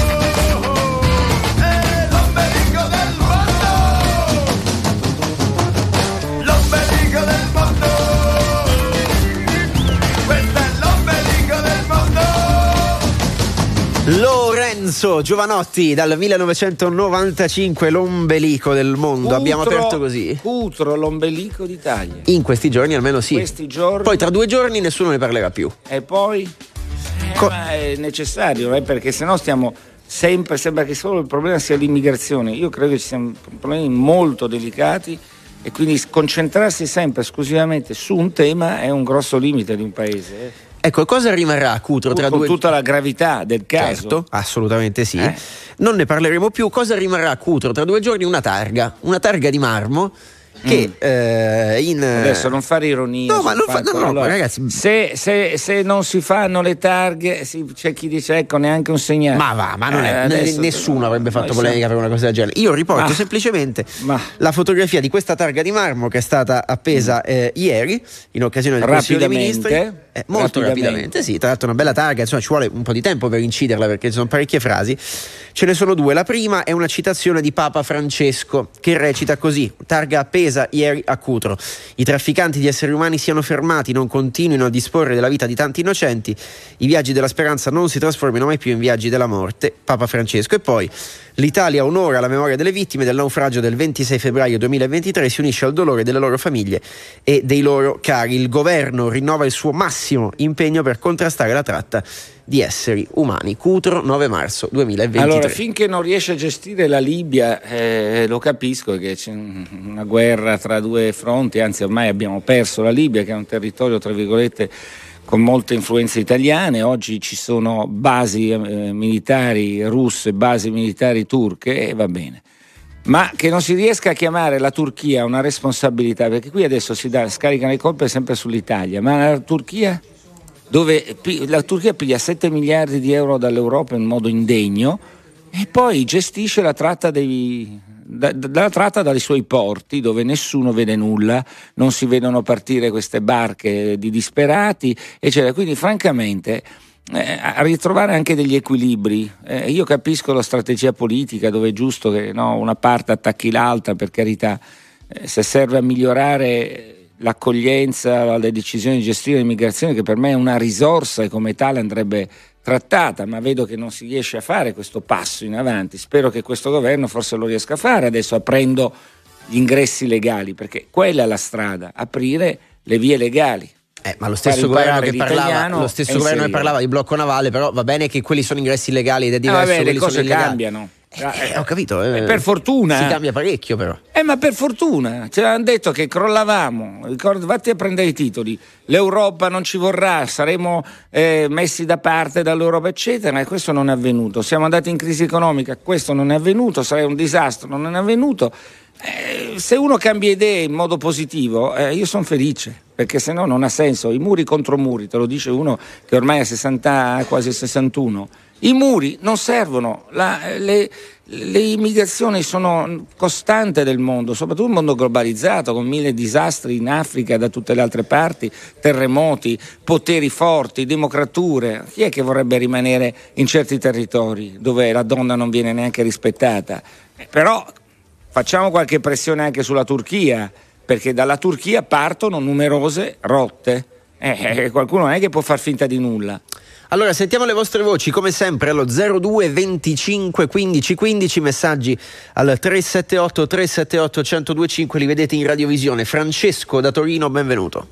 Lorenzo Giovanotti dal millenovecentonovantacinque, l'ombelico del mondo. Cutro, Abbiamo aperto così. Cutro, l'ombelico d'Italia. In questi giorni almeno sì. Questi giorni. Poi tra due giorni nessuno ne parlerà più. E poi? Eh, Co- ma è necessario, eh, perché sennò stiamo sempre, sembra che solo il problema sia l'immigrazione. Io credo che ci siano problemi molto delicati e quindi concentrarsi sempre esclusivamente su un tema è un grosso limite di un paese. Eh. Ecco, cosa rimarrà a Cutro tra con due... tutta la gravità del caso? Certo, assolutamente sì. Eh. Non ne parleremo più. Cosa rimarrà a Cutro tra due giorni? Una targa, una targa di marmo che mm. eh, in... Adesso non fare ironia. No, ma non fa... no, no, allora, ragazzi... Se, se, se non si fanno le targhe, si, c'è chi dice ecco neanche un segnale. Ma va, ma non è, eh, adesso, nessuno avrebbe fatto polemica siamo... per una cosa del genere. Io riporto ma, semplicemente ma. la fotografia di questa targa di marmo che è stata appesa eh, ieri in occasione del Consiglio dei Ministri. Eh, molto rapidamente. rapidamente, sì. Tra l'altro una bella targa, insomma ci vuole un po' di tempo per inciderla perché ci sono parecchie frasi. Ce ne sono due. La prima è una citazione di Papa Francesco che recita così: targa appesa ieri a Cutro. I trafficanti di esseri umani siano fermati, non continuino a disporre della vita di tanti innocenti. I viaggi della speranza non si trasformino mai più in viaggi della morte. Papa Francesco. E poi l'Italia onora la memoria delle vittime del naufragio del ventisei febbraio duemilaventitré, si unisce al dolore delle loro famiglie e dei loro cari. Il governo rinnova il suo massimo impegno per contrastare la tratta di esseri umani. Cutro, nove marzo duemilaventitré. Allora, finché non riesce a gestire la Libia, eh, lo capisco che c'è una guerra tra due fronti, anzi ormai abbiamo perso la Libia, che è un territorio tra virgolette con molte influenze italiane. Oggi ci sono basi eh, militari russe, basi militari turche e va bene. Ma che non si riesca a chiamare la Turchia una responsabilità, perché qui adesso si dà, scaricano le colpe sempre sull'Italia, ma la Turchia, dove la Turchia piglia sette miliardi di euro dall'Europa in modo indegno e poi gestisce la tratta dei Da, dalla tratta dai suoi porti, dove nessuno vede nulla, non si vedono partire queste barche di disperati, eccetera. Quindi francamente eh, a ritrovare anche degli equilibri. Eh, io capisco la strategia politica, dove è giusto che no, una parte attacchi l'altra, per carità, eh, se serve a migliorare l'accoglienza, le decisioni di gestire l'immigrazione, che per me è una risorsa e come tale andrebbe trattata, ma vedo che non si riesce a fare questo passo in avanti. Spero che questo governo forse lo riesca a fare adesso, aprendo gli ingressi legali, perché quella è la strada, aprire le vie legali. Eh, ma lo stesso governo che parlava, lo stesso governo che parlava di blocco navale, però va bene che quelli sono ingressi illegali ed è diverso. Ah, vabbè, le cose illegali. cambiano. Eh, ho capito, eh, per fortuna si cambia parecchio, però. Eh, ma per fortuna ci hanno detto che crollavamo. Ricordo, vatti a prendere i titoli. L'Europa non ci vorrà, saremo eh, messi da parte dall'Europa, eccetera. E questo non è avvenuto. Siamo andati in crisi economica, questo non è avvenuto. Sarà un disastro, non è avvenuto. Eh, se uno cambia idee in modo positivo, eh, io sono felice, perché se no non ha senso. I muri contro muri, te lo dice uno che ormai ha sessanta, quasi sessantuno. I muri non servono, la, le, le immigrazioni sono costante del mondo, soprattutto il mondo globalizzato, con mille disastri in Africa, da tutte le altre parti, terremoti, poteri forti, democrature. Chi è che vorrebbe rimanere in certi territori dove la donna non viene neanche rispettata? Eh, però facciamo qualche pressione anche sulla Turchia, perché dalla Turchia partono numerose rotte. Eh, eh, qualcuno non è che può far finta di nulla. Allora sentiamo le vostre voci come sempre allo zero due venticinque quindici quindici, messaggi al tre sette otto tre sette otto uno zero due cinque, li vedete in radiovisione. Francesco da Torino, benvenuto.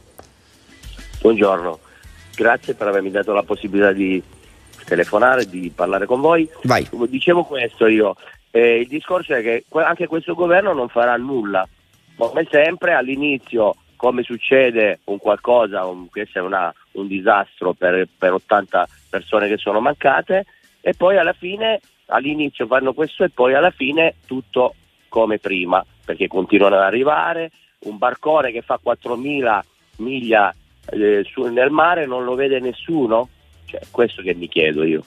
Buongiorno, grazie per avermi dato la possibilità di telefonare, di parlare con voi. Vai. Dicevo questo io, eh, il discorso è che anche questo governo non farà nulla, come sempre all'inizio, come succede un qualcosa, un, questo è una, un disastro per, per ottanta persone che sono mancate, e poi alla fine, all'inizio fanno questo e poi alla fine tutto come prima, perché continuano ad arrivare, un barcone che fa quattromila miglia eh, su, nel mare non lo vede nessuno, Cioè, questo che mi chiedo io.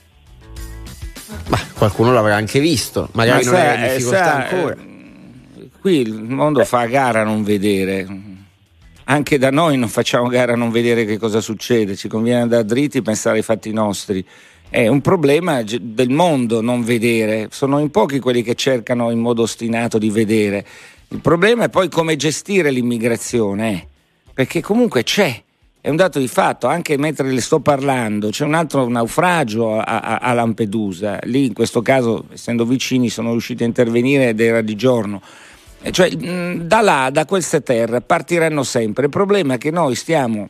Ma qualcuno l'avrà anche visto, magari Ma non sa, è in difficoltà sa, ancora. Qui il mondo fa gara a non vedere. Anche da noi non facciamo gara a non vedere che cosa succede, ci conviene andare dritti, pensare ai fatti nostri. È un problema del mondo non vedere, sono in pochi quelli che cercano in modo ostinato di vedere. Il problema è poi come gestire l'immigrazione, eh? Perché comunque c'è, è un dato di fatto, anche mentre le sto parlando, c'è un altro naufragio a, a, a Lampedusa, lì in questo caso, essendo vicini, sono riusciti a intervenire ed era di giorno. Cioè, da là, da queste terre partiranno sempre. Il problema è che noi stiamo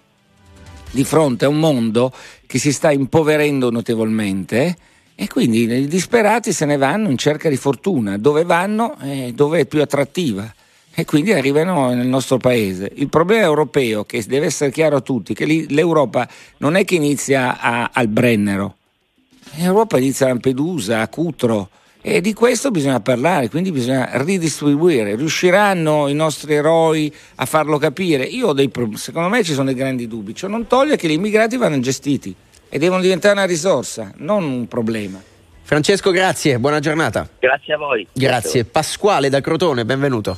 di fronte a un mondo che si sta impoverendo notevolmente e quindi i disperati se ne vanno in cerca di fortuna. Dove vanno? Eh, dove è più attrattiva. E quindi arrivano nel nostro paese. Il problema europeo, che deve essere chiaro a tutti, che l'Europa non è che inizia a, al Brennero. L'Europa inizia a Lampedusa, a Cutro. E di questo bisogna parlare, quindi bisogna ridistribuire. Riusciranno i nostri eroi a farlo capire? Io ho dei problemi, secondo me ci sono dei grandi dubbi. Ciò non toglie che gli immigrati vanno gestiti e devono diventare una risorsa, non un problema. Francesco, grazie, buona giornata. Grazie a voi. Grazie. Pasquale da Crotone, benvenuto.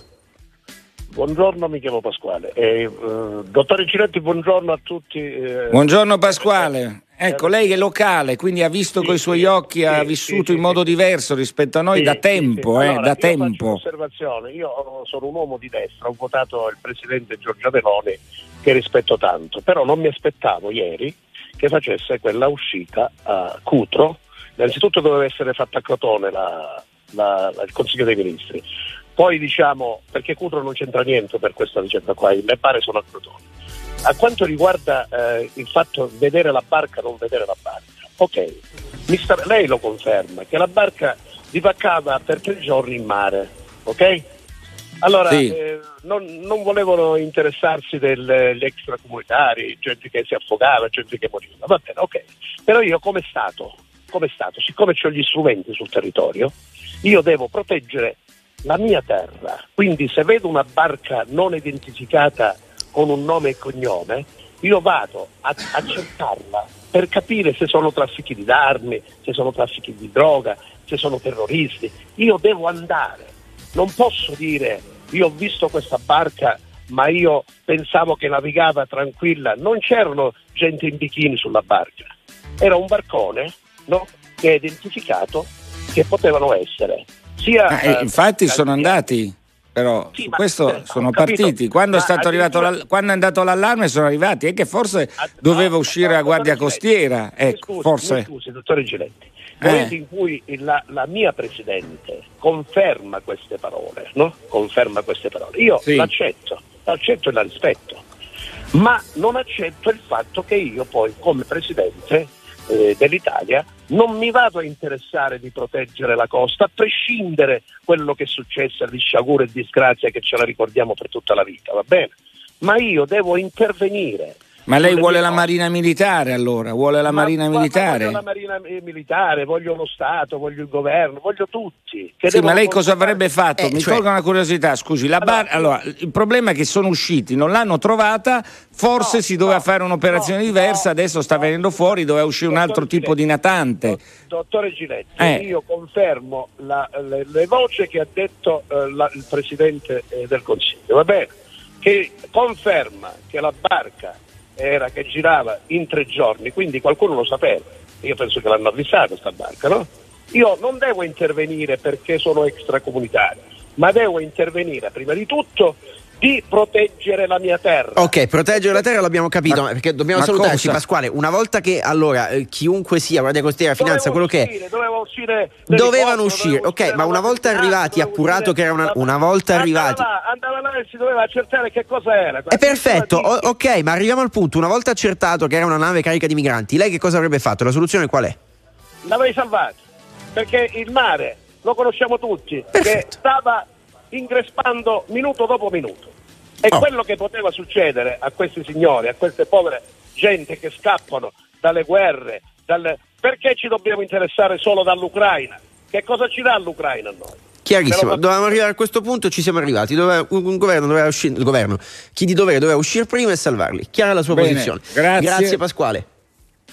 Buongiorno, mi chiamo Pasquale. Eh, uh, dottore Ciretti, buongiorno a tutti. Eh, Buongiorno Pasquale. Ecco, lei è locale, quindi ha visto sì, coi suoi sì, occhi, sì, ha vissuto sì, in modo sì. diverso rispetto a noi sì, da tempo, sì, sì. Allora, eh, da io tempo. Faccio un'osservazione, io sono un uomo di destra, ho votato il presidente Giorgia Meloni, che rispetto tanto, però non mi aspettavo ieri che facesse quella uscita a Cutro. Innanzitutto doveva essere fatta a Crotone la, la, la, il Consiglio dei Ministri, poi diciamo, perché Cutro non c'entra niente per questa vicenda qua, me pare sono a Crotone. A quanto riguarda eh, il fatto di vedere la barca, non vedere la barca, ok, mister, lei lo conferma, che la barca divaccava per tre giorni in mare, ok? Allora, sì. eh, non, non volevano interessarsi degli extracomunitari, gente che si affogava, gente che moriva, va bene, ok. Però io come Stato, come Stato, siccome ho gli strumenti sul territorio, io devo proteggere la mia terra, quindi se vedo una barca non identificata con un nome e cognome, io vado a, a cercarla per capire se sono traffici di armi, se sono traffici di droga, se sono terroristi. Io devo andare, non posso dire io ho visto questa barca ma io pensavo che navigava tranquilla. Non c'erano gente in bikini sulla barca, era un barcone, no? Che è identificato che potevano essere sia eh, eh, infatti sono andati. Però sì, su questo ma, sono partiti. Quando è stato arrivato la, quando è andato l'allarme sono arrivati, e che forse a, doveva no, uscire no, la Guardia Costiera. Ecco, scusi, forse. Mi scusi, dottore Giletti. Nel eh. momento in cui la, la mia Presidente conferma queste parole, no? Conferma queste parole, io sì. l'accetto, l'accetto e la rispetto. Ma non accetto il fatto che io poi, come Presidente eh, dell'Italia, non mi vado a interessare di proteggere la costa, a prescindere quello che è successo di sciagura e disgrazia, che ce la ricordiamo per tutta la vita, va bene? Ma io devo intervenire. Ma lei vuole la Marina Militare, allora? Vuole la ma, Marina ma, Militare? Ma voglio la Marina Militare, voglio lo Stato, voglio il governo, voglio tutti. Che sì, ma lei cosa avrebbe fatto? Eh, Mi cioè... tolga una curiosità, scusi. La bar... allora, il problema è che sono usciti, non l'hanno trovata, forse no, si doveva no, fare un'operazione no, diversa, no, adesso sta no, venendo fuori, doveva uscire un altro Giletti, tipo di natante. Dottore Giletti, eh. io confermo la, le, le voci che ha detto eh, la, il Presidente eh, del Consiglio, va bene? Che conferma che la barca era che girava in tre giorni, quindi qualcuno lo sapeva. Io penso che l'hanno avvisata sta barca, no? Io non devo intervenire perché sono extracomunitario, ma devo intervenire prima di tutto di proteggere la mia terra. Ok, proteggere la terra l'abbiamo capito, ma, perché dobbiamo salutarci, cosa? Pasquale. Una volta che allora eh, chiunque sia, Guardia Costiera, Finanza, quello uscire, che è, doveva uscire dovevano uscire, ok, uscire, ma una volta arrivati, appurato uscire, che era una, una volta arrivati, andava là, andava là e si doveva accertare che cosa era. È perfetto, o, ok, ma arriviamo al punto. Una volta accertato che era una nave carica di migranti, lei che cosa avrebbe fatto? La soluzione qual è? L'avrei salvato, perché il mare lo conosciamo tutti, perfetto, che stava ingrespando minuto dopo minuto. E oh. quello che poteva succedere a questi signori, a queste povere gente che scappano dalle guerre, dalle... perché ci dobbiamo interessare solo dall'Ucraina? Che cosa ci dà l'Ucraina a noi? Chiarissimo, Però... dovevamo arrivare a questo punto, ci siamo arrivati. Doveva, un, un governo doveva uscire, il governo, chi di dovere doveva uscire prima e salvarli. Chiara la sua Bene, posizione. Grazie. Grazie Pasquale.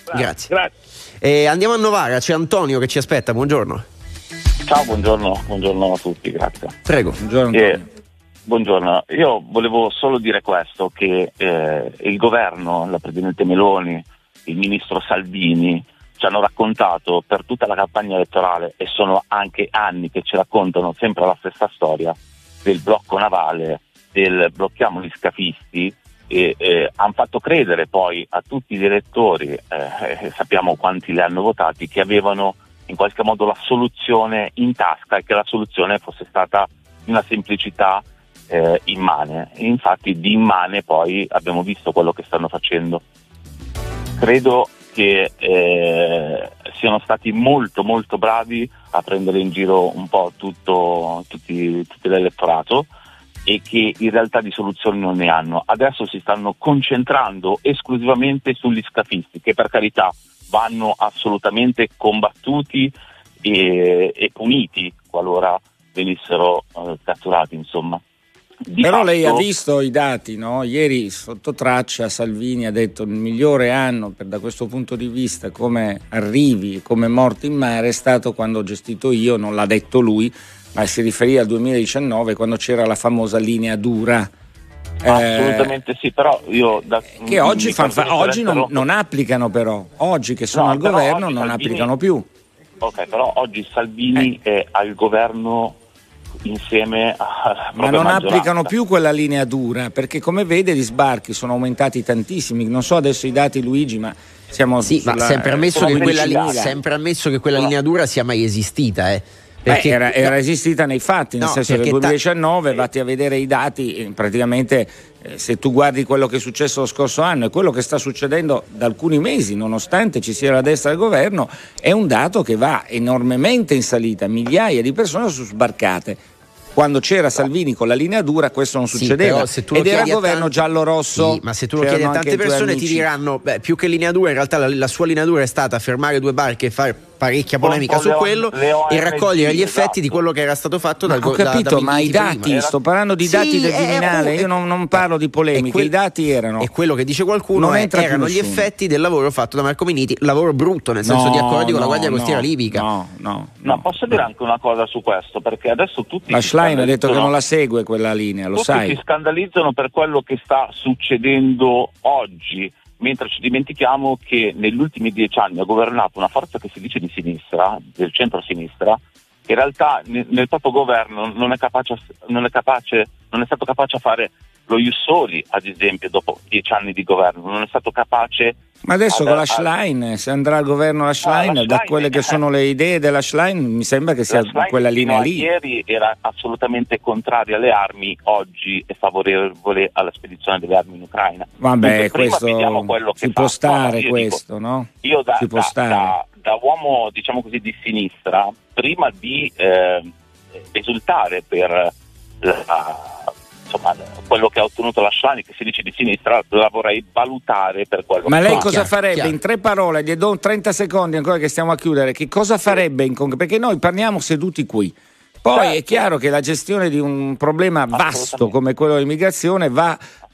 Grazie. Grazie. E andiamo a Novara, c'è Antonio che ci aspetta, buongiorno. Ciao, buongiorno, buongiorno a tutti, grazie. Prego. Buongiorno. Eh, buongiorno, io volevo solo dire questo, che eh, il governo, la Presidente Meloni, il Ministro Salvini ci hanno raccontato per tutta la campagna elettorale, e sono anche anni che ci raccontano sempre la stessa storia, del blocco navale, del blocchiamo gli scafisti, e eh, hanno fatto credere poi a tutti gli elettori, eh, sappiamo quanti li hanno votati, che avevano in qualche modo la soluzione in tasca e che la soluzione fosse stata di una semplicità eh, immane. E infatti di immane poi abbiamo visto quello che stanno facendo. Credo che eh, siano stati molto molto bravi a prendere in giro un po' tutto, tutti, tutto l'elettorato, e che in realtà di soluzioni non ne hanno. Adesso si stanno concentrando esclusivamente sugli scafisti, che per carità vanno assolutamente combattuti e, e puniti qualora venissero eh, catturati, insomma. Di Però fatto, lei ha visto i dati, no? Ieri sotto traccia Salvini ha detto il migliore anno per, da questo punto di vista, come arrivi, come morti in mare, è stato quando ho gestito io, non l'ha detto lui, ma si riferì al duemiladiciannove, quando c'era la famosa linea dura. assolutamente eh, sì, però io da, che oggi, fan, fa, oggi non, non applicano, però oggi che sono no, al governo non Salvini, applicano più. Ok, però oggi Salvini eh. è al governo insieme alla ma non maggioranza. applicano più quella linea dura, perché come vede gli sbarchi sono aumentati tantissimi. Non so adesso i dati, Luigi, ma siamo sì, sulla, ma sempre ammesso, che quella, li, sempre ammesso che quella no. linea dura sia mai esistita, eh. Perché Beh, era, era esistita nei fatti, nel no, senso che nel duemiladiciannove ta- vatti a vedere i dati, praticamente eh, se tu guardi quello che è successo lo scorso anno e quello che sta succedendo da alcuni mesi, nonostante ci sia la destra al governo, è un dato che va enormemente in salita, migliaia di persone sono sbarcate. Quando c'era Salvini con la linea dura questo non succedeva, sì, ed era il governo tanti... giallo-rosso. Sì, ma se tu lo chiedi a tante persone ti diranno beh, più che linea dura in realtà la, la sua linea dura è stata fermare due barche e fare parecchia polemica su quello e raccogliere gli effetti esatto. di quello che era stato fatto dal governo. Ho capito, da, da ma i dati, prima. sto parlando di dati sì, del Viminale, io non, non parlo di polemiche, quel, i dati erano. E quello che dice qualcuno è, erano gli effetti del lavoro fatto da Marco Minniti, lavoro brutto, nel senso no, di accordi con no, la Guardia Costiera no, libica. No, no, no. No, posso dire anche una cosa su questo, perché adesso tutti la Schlein ha detto che non la segue quella linea, lo tutti sai. Si scandalizzano per quello che sta succedendo oggi, mentre ci dimentichiamo che negli ultimi dieci anni ha governato una forza che si dice di sinistra, del centro-sinistra, che in realtà nel, nel proprio governo non è capace, non è capace, non è stato capace a fare lo Ius Soli, ad esempio, dopo dieci anni di governo, non è stato capace. Ma adesso ad, con la ad... Schlein, se andrà al governo la Schlein, no, la da Schlein, quelle che sono le idee della Schlein, mi sembra che sia quella linea lì. Ieri era assolutamente contraria alle armi, oggi è favorevole alla spedizione delle armi in Ucraina. Vabbè, questo quello si che può fa. stare, no, questo, dico, no? Io da, si può da, stare. Da, da uomo, diciamo così, di sinistra, prima di eh, esultare per la, insomma, quello che ha ottenuto la Schlein, che si dice di sinistra, la vorrei valutare per quello ma che lei fa. cosa Chiaro, farebbe chiaro. In tre parole, gli do trenta secondi ancora che stiamo a chiudere, che cosa farebbe in concreto? Perché noi parliamo seduti qui, poi certo. È chiaro che la gestione di un problema vasto come quello dell'immigrazione va,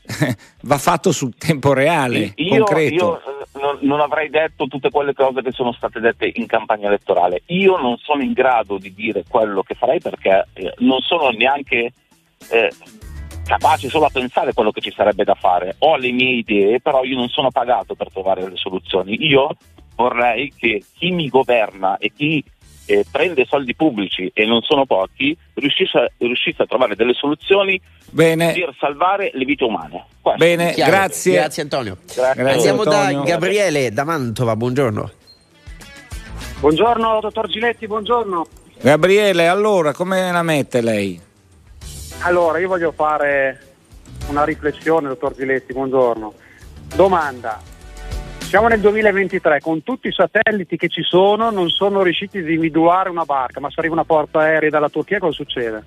va fatto sul tempo reale, io, concreto. Io non, non avrei detto tutte quelle cose che sono state dette in campagna elettorale. Io non sono in grado di dire quello che farei, perché eh, non sono neanche eh, capace solo a pensare quello che ci sarebbe da fare. Ho le mie idee, però io non sono pagato per trovare le soluzioni. Io vorrei che chi mi governa e chi eh, prende soldi pubblici, e non sono pochi, riuscisse a, riuscisse a trovare delle soluzioni Bene. per salvare le vite umane. Questo. Bene, Chiaro. grazie. Grazie Antonio. Grazie. Andiamo Antonio. da Gabriele da Mantova, buongiorno. Buongiorno dottor Giletti, buongiorno. Gabriele, allora come la mette lei? Allora, io voglio fare una riflessione, dottor Giletti, buongiorno. Domanda: siamo nel duemilaventitré, con tutti i satelliti che ci sono non sono riusciti ad individuare una barca, ma se arriva una portaerei dalla Turchia cosa succede?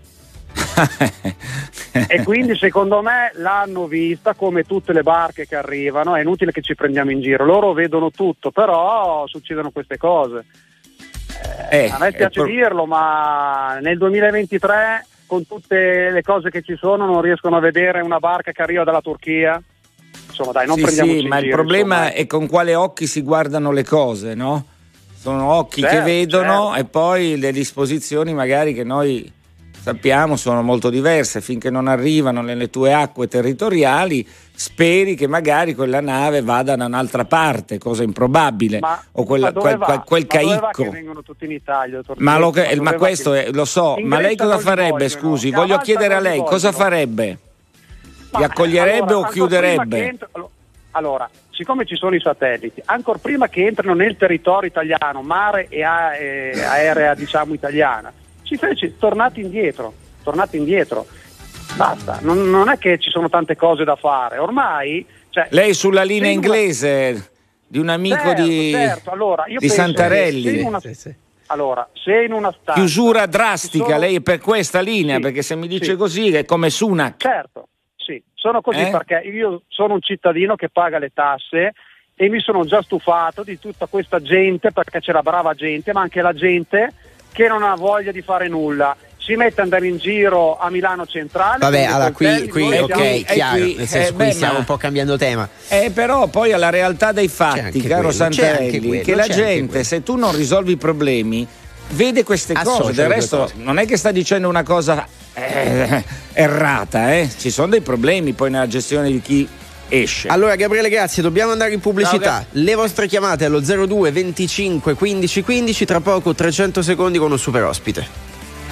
E quindi secondo me l'hanno vista come tutte le barche che arrivano, è inutile che ci prendiamo in giro, loro vedono tutto, però succedono queste cose. Eh, eh, a me piace pro- dirlo, ma nel duemilaventitré con tutte le cose che ci sono non riescono a vedere una barca che arriva dalla Turchia. insomma, dai, non sì, prendiamoci sì, ma in il giro, problema insomma. è con quale occhi si guardano le cose, no? Sono occhi Certo, che vedono, certo. e poi le disposizioni magari che noi sappiamo sono molto diverse. Finché non arrivano nelle tue acque territoriali, speri che magari quella nave vada da un'altra parte, cosa improbabile, Ma, o quella, ma dove quel, va? quel, quel Ma dove va caicco. che vengono tutti in Italia, dottor Ma, lo, Giletti? che- ma dove va questo che- è, lo so, In ma lei Grecia cosa non li farebbe? vogliono, Scusi, in voglio Malta chiedere a non li lei cosa vogliono. farebbe? Ma, Li accoglierebbe allora, o ancor chiuderebbe? prima che entr- Allora, siccome ci sono i satelliti, ancora prima che entrino nel territorio italiano, mare e, a- e aerea, diciamo, italiana, ci fece, tornate indietro, tornate indietro. Basta, non, non è che ci sono tante cose da fare, ormai... Cioè, Lei sulla linea se in una- inglese di un amico Certo, di, certo. Allora, io di penso Santarelli. che se in una- Allora, se in una stanza... Chiusura drastica, ci sono- lei è per questa linea, Sì, perché se mi dice sì. così è come Sunak. Certo, sì, sono così Eh? perché io sono un cittadino che paga le tasse e mi sono già stufato di tutta questa gente, perché c'è la brava gente, ma anche la gente che non ha voglia di fare nulla. Si mette ad andare in giro a Milano Centrale. Vabbè, con i allora qui, coltelli, qui noi ok, siamo- chiaro, qui- nel senso eh, qui beh, stiamo ma- un po' cambiando tema. Eh, però poi alla realtà dei C'è fatti, anche caro quello, c'è anche Santarelli, quello, che la c'è anche gente, quello. se tu non risolvi i problemi, vede queste Associa cose. Del le due resto cose. non è che sta dicendo una cosa eh, errata, eh. Ci sono dei problemi poi nella gestione di chi esce. Allora Gabriele, grazie, dobbiamo andare in pubblicità. Ciao, Le vostre chiamate allo zero due venticinque quindici quindici, tra poco trecento secondi con un super ospite.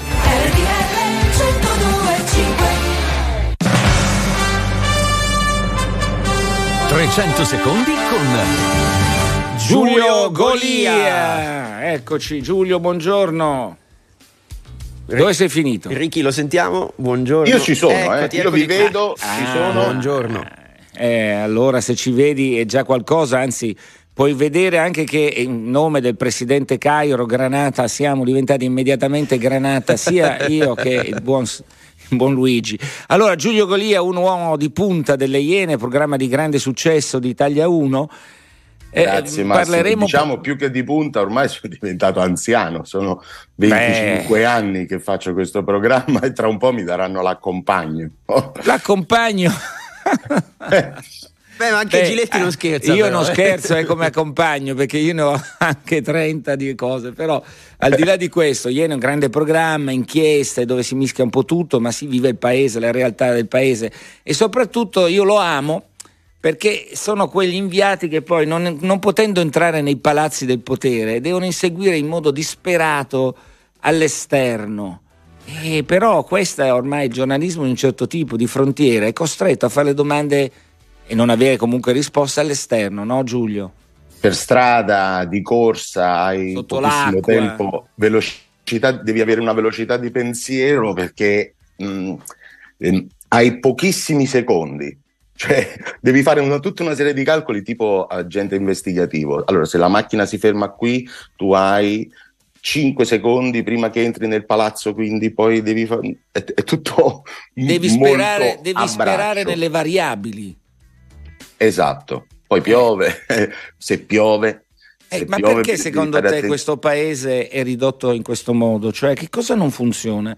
trecento secondi con Giulio Golia. Eccoci, Giulio, buongiorno. Dove sei finito? Ricky, lo sentiamo? Buongiorno. Io ci sono, Eccoti, eh. Io eccoti vi qua. vedo, ci sono. Buongiorno. Eh, allora se ci vedi è già qualcosa, anzi puoi vedere anche che in nome del presidente Cairo Granata siamo diventati immediatamente Granata, sia io che il buon, il buon Luigi. Allora, Giulio Golia, un uomo di punta delle Iene, programma di grande successo di Italia uno. Eh, Grazie Massimo, parleremo diciamo più che di punta ormai sono diventato anziano, sono venticinque Beh. anni che faccio questo programma e tra un po' mi daranno l'accompagno. L'accompagno. Beh, ma anche Beh, Giletti non scherza. Io però, non eh. scherzo, è come accompagno, perché io ne ho anche trenta di cose, però al di là di questo, Iene è un grande programma, inchieste dove si mischia un po' tutto, ma si vive il paese, la realtà del paese, e soprattutto io lo amo perché sono quegli inviati che poi non, non potendo entrare nei palazzi del potere devono inseguire in modo disperato all'esterno. E però questo è ormai il giornalismo di un certo tipo, di frontiera, è costretto a fare le domande e non avere comunque risposte all'esterno, no Giulio? Per strada, di corsa, hai Sotto pochissimo l'acqua. tempo, velocità, devi avere una velocità di pensiero perché mh, ehm, hai pochissimi secondi. Cioè, devi fare una, tutta una serie di calcoli tipo agente investigativo. Allora, se la macchina si ferma qui, tu hai cinque secondi prima che entri nel palazzo, quindi poi devi fare. È, è tutto. Devi molto sperare, devi a sperare braccio. nelle variabili. Esatto. Poi piove, se piove. Eh, se ma piove, perché devi secondo stare te attento. questo paese è ridotto in questo modo? Cioè, che cosa non funziona?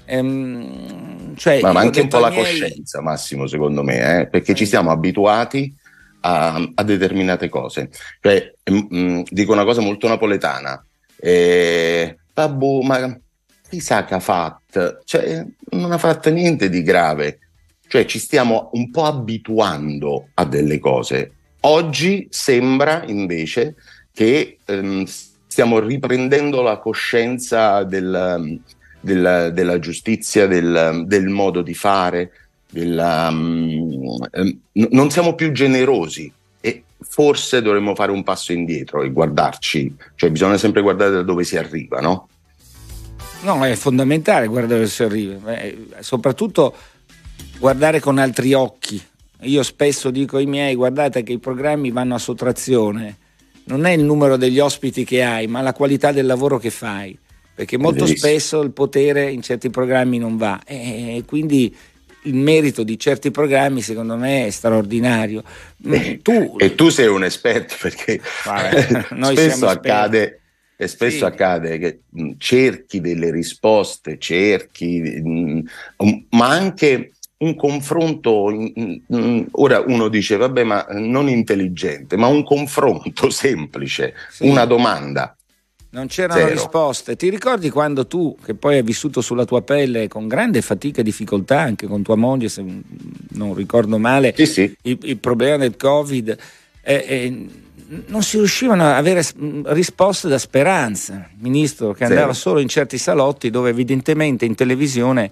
Ehm, cioè, Ma, ma io ho anche un detto po' la ai miei- coscienza, Massimo, secondo me, eh, perché ci siamo abituati a, a determinate cose. Cioè, mm, mm, dico una cosa molto napoletana, eh, babbo, ma chissà che ha fatto? Cioè, non ha fatto niente di grave. Cioè, ci stiamo un po' abituando a delle cose. Oggi sembra invece che ehm, stiamo riprendendo la coscienza del, del- della giustizia, del, del modo di fare, della, mm, ehm, n- non siamo più generosi e forse dovremmo fare un passo indietro e guardarci, cioè bisogna sempre guardare da dove si arriva, no? No, è fondamentale guardare dove si arriva, eh, soprattutto guardare con altri occhi. Io spesso dico ai miei: guardate che i programmi vanno a sottrazione, non è il numero degli ospiti che hai, ma la qualità del lavoro che fai, perché molto Verissimo. spesso il potere in certi programmi non va, e quindi il merito di certi programmi secondo me è straordinario. Mm, tu E tu sei un esperto perché Vabbè, noi spesso siamo esperti. accade e spesso Sì. accade che mh, cerchi delle risposte, cerchi, mh, um, ma anche un confronto, in, in, ora uno dice vabbè ma non intelligente, ma un confronto semplice, sì. Una domanda. Non c'erano Zero. risposte. Ti ricordi quando tu, che poi hai vissuto sulla tua pelle con grande fatica e difficoltà, anche con tua moglie, se non ricordo male, sì, sì. Il, il problema del Covid, eh, eh, non si riuscivano a avere risposte da Speranza, ministro che andava Zero. Solo in certi salotti dove evidentemente in televisione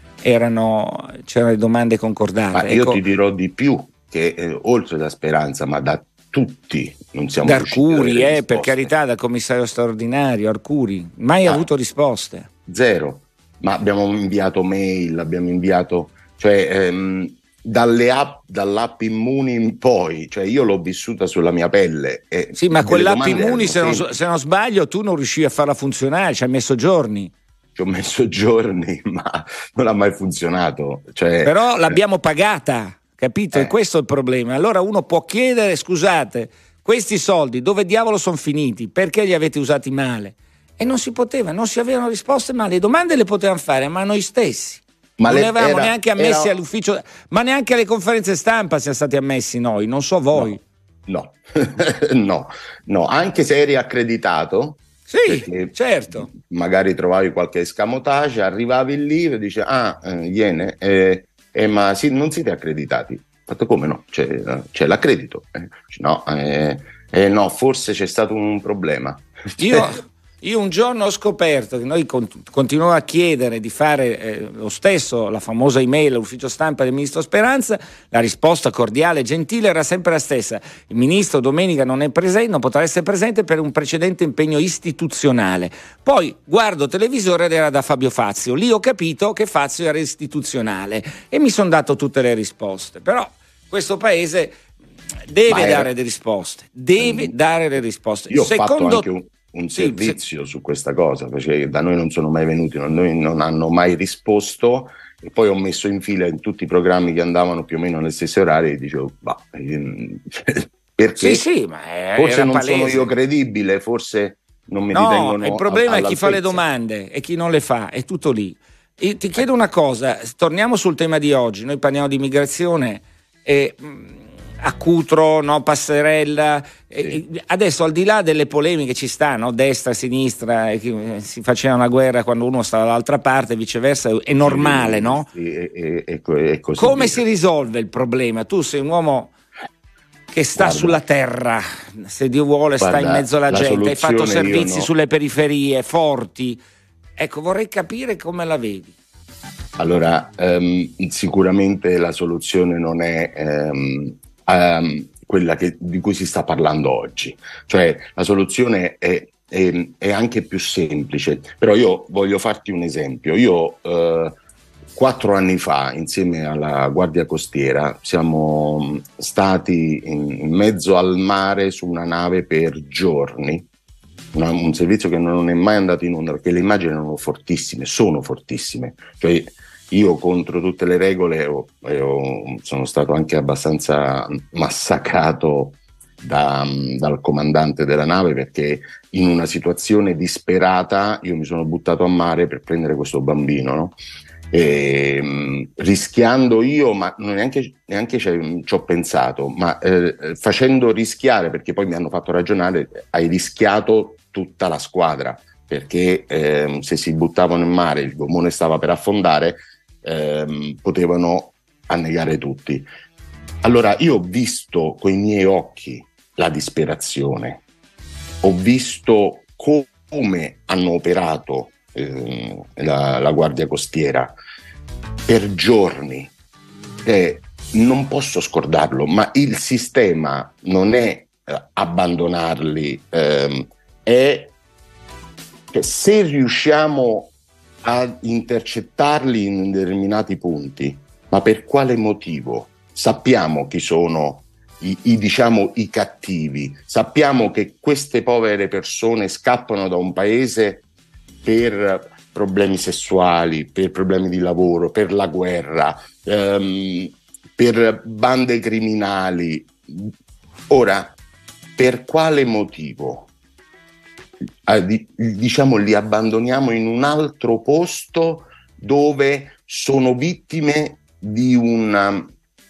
erano, c'erano le domande concordate. Ma io ecco, ti dirò di più, che eh, oltre da Speranza, ma da tutti non siamo da riusciti Arcuri, a avere eh, per carità, dal commissario straordinario Arcuri, mai ah, avuto risposte. Zero. Ma abbiamo inviato mail, abbiamo inviato, cioè ehm, dalle app, dall'app Immuni in poi, cioè io l'ho vissuta sulla mia pelle. E sì, ma quell'app Immuni, se non, semplici. se non sbaglio, tu non riuscivi a farla funzionare, ci hai messo giorni. Ci ho messo giorni, ma non ha mai funzionato. Cioè, però l'abbiamo pagata, capito? Eh. E questo è il problema. Allora uno può chiedere, scusate, questi soldi dove diavolo sono finiti? Perché li avete usati male? E non si poteva, non si avevano risposte, ma le domande le potevano fare, ma noi stessi. Ma non le avevamo era, neanche ammessi era... all'ufficio, ma neanche alle conferenze stampa siamo stati ammessi noi, non so voi. No, no, no, no. Anche se eri accreditato. Sì, certo. Magari trovavi qualche escamotage, arrivavi lì e dici ah, eh, viene, eh, eh, ma sì, non siete accreditati. Fatto come no? C'è, c'è l'accredito. Eh, no, eh, eh, no, forse c'è stato un problema. Io, io un giorno ho scoperto che noi cont- continuiamo a chiedere di fare eh, lo stesso, la famosa email all'ufficio stampa del ministro Speranza, la risposta cordiale e gentile era sempre la stessa. Il ministro domenica non è presente, non potrà essere presente per un precedente impegno istituzionale. Poi guardo televisore ed era da Fabio Fazio, lì ho capito che Fazio era istituzionale e mi sono dato tutte le risposte. Però questo paese deve era... dare le risposte, deve mm. dare le risposte. Io Secondo... ho fatto anche un un servizio sì, sì. su questa cosa, perché da noi non sono mai venuti, non, noi non hanno mai risposto, e poi ho messo in fila in tutti i programmi che andavano più o meno negli stessi orari e dicevo bah, perché sì, sì, ma è, forse non palese. Sono io credibile, forse non mi no, ritengono il problema a, è chi fa le domande e chi non le fa, è tutto lì. E ti chiedo una cosa, torniamo sul tema di oggi, noi parliamo di immigrazione e a Cutro, no, Passerella, sì. Adesso al di là delle polemiche ci sta, no? Destra, sinistra, eh, si faceva una guerra quando uno stava dall'altra parte, viceversa, è normale, sì, no? Sì, è, è, è, è così. Come si risolve il problema? Tu sei un uomo che sta Guarda. sulla terra, se Dio vuole Guarda, sta in mezzo alla gente, hai fatto servizi no. sulle periferie, forti, ecco vorrei capire come la vedi. Allora, um, sicuramente la soluzione non è... Um, Um, quella che, di cui si sta parlando oggi, cioè la soluzione è, è, è anche più semplice, però io voglio farti un esempio. Io eh, quattro anni fa insieme alla Guardia Costiera siamo stati in, in mezzo al mare su una nave per giorni, una, un servizio che non è mai andato in onda perché le immagini erano fortissime, sono fortissime, cioè io contro tutte le regole ho, ho, sono stato anche abbastanza massacrato da, dal comandante della nave perché in una situazione disperata io mi sono buttato a mare per prendere questo bambino, no? E, mh, rischiando io, ma non neanche, neanche ci, ci ho pensato, ma eh, facendo rischiare, perché poi mi hanno fatto ragionare, hai rischiato tutta la squadra perché eh, se si buttavano in mare, il gommone stava per affondare, Ehm, potevano annegare tutti. Allora io ho visto coi miei occhi la disperazione, ho visto co- come hanno operato eh, la, la Guardia Costiera per giorni, eh, non posso scordarlo, ma il sistema non è eh, abbandonarli, eh, è che se riusciamo a intercettarli in determinati punti, ma per quale motivo? Sappiamo chi sono i, i, diciamo, i cattivi, sappiamo che queste povere persone scappano da un paese per problemi sessuali, per problemi di lavoro, per la guerra, ehm, per bande criminali. Ora, per quale motivo? Diciamo li abbandoniamo in un altro posto dove sono vittime di una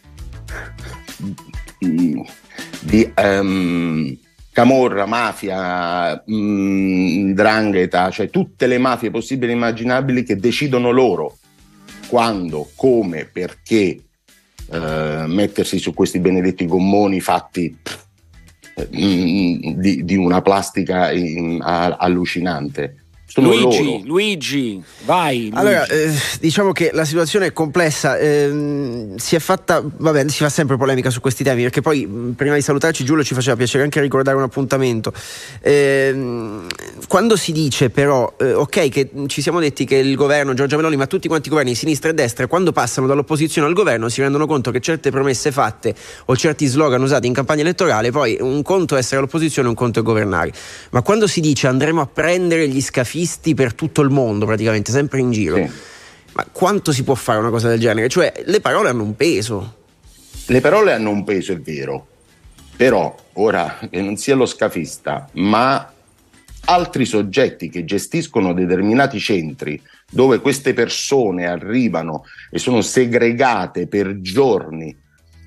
di um, camorra, mafia, mh, 'ndrangheta, cioè tutte le mafie possibili e immaginabili che decidono loro quando, come, perché eh, mettersi su questi benedetti gommoni fatti pff, mh, di, di una plastica in, a, allucinante. Sono Luigi, loro. Luigi, vai. Luigi. Allora, eh, diciamo che la situazione è complessa, ehm, si è fatta, vabbè, si fa sempre polemica su questi temi, perché poi prima di salutarci Giulio ci faceva piacere anche ricordare un appuntamento. Ehm, quando si dice però, eh, ok, che ci siamo detti che il governo, Giorgia Meloni, ma tutti quanti i governi di sinistra e destra, quando passano dall'opposizione al governo si rendono conto che certe promesse fatte o certi slogan usati in campagna elettorale, poi un conto è essere all'opposizione, un conto è governare. Ma quando si dice andremo a prendere gli scafisti per tutto il mondo, praticamente sempre in giro, sì. Ma quanto si può fare una cosa del genere? Cioè, le parole hanno un peso. Le parole hanno un peso, è vero, però ora che non sia lo scafista, ma altri soggetti che gestiscono determinati centri dove queste persone arrivano e sono segregate per giorni,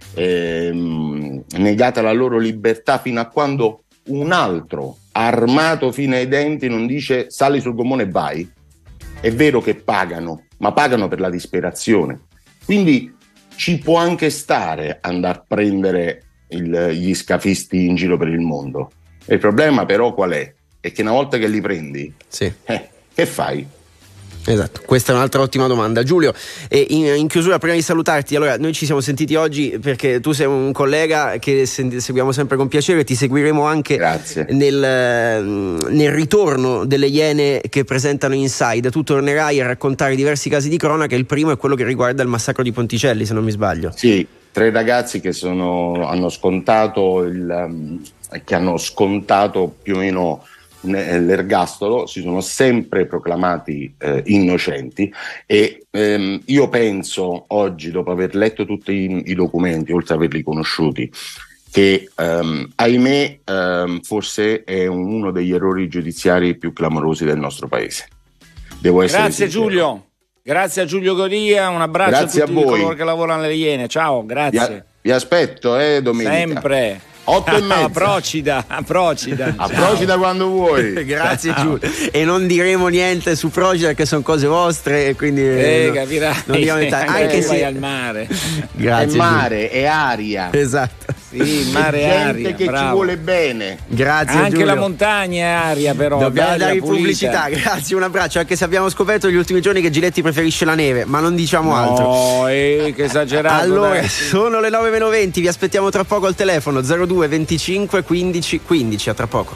ehm, negata la loro libertà fino a quando un altro armato fino ai denti non dice sali sul gommone e vai. È vero che pagano, ma pagano per la disperazione. Quindi ci può anche stare andare a prendere il, gli scafisti in giro per il mondo. Il problema però qual è? È che una volta che li prendi, sì. eh, che fai? Esatto, questa è un'altra ottima domanda. Giulio, e in, in chiusura, prima di salutarti, allora noi ci siamo sentiti oggi perché tu sei un collega che seguiamo sempre con piacere, ti seguiremo anche nel, nel ritorno delle Iene che presentano Inside. Tu tornerai a raccontare diversi casi di cronaca, il primo è quello che riguarda il massacro di Ponticelli, se non mi sbaglio. Sì, tre ragazzi che sono, hanno scontato il, che hanno scontato più o meno l'ergastolo, si sono sempre proclamati eh, innocenti e ehm, io penso oggi, dopo aver letto tutti i, i documenti, oltre ad averli conosciuti, che ehm, ahimè ehm, forse è un, uno degli errori giudiziari più clamorosi del nostro paese. Devo essere grazie sincero. Giulio, grazie a Giulio Goria, un abbraccio grazie a tutti a voi. coloro che lavorano alle Iene, ciao, grazie. Vi, a, vi aspetto, eh, domenica. Sempre. Otto e mezza. A Procida, a Procida. A Procida quando vuoi. Grazie Giulio. E non diremo niente su Procida perché sono cose vostre e quindi eh, no, capirai. Non diremo niente. Anche eh, se vai al mare. Grazie. È mare, è aria. Esatto. Sì, mare e aria. Che bravo. ci vuole bene. Grazie anche Giulio. La montagna è aria però. Dobbiamo bella, dare pulita. pubblicità. Grazie, un abbraccio. Anche se abbiamo scoperto negli ultimi giorni che Giletti preferisce la neve, ma non diciamo no, altro. No, eh, che esagerato. Allora, dai. sono le nove meno venti, vi aspettiamo tra poco al telefono zero due venticinque quindici quindici. A tra poco.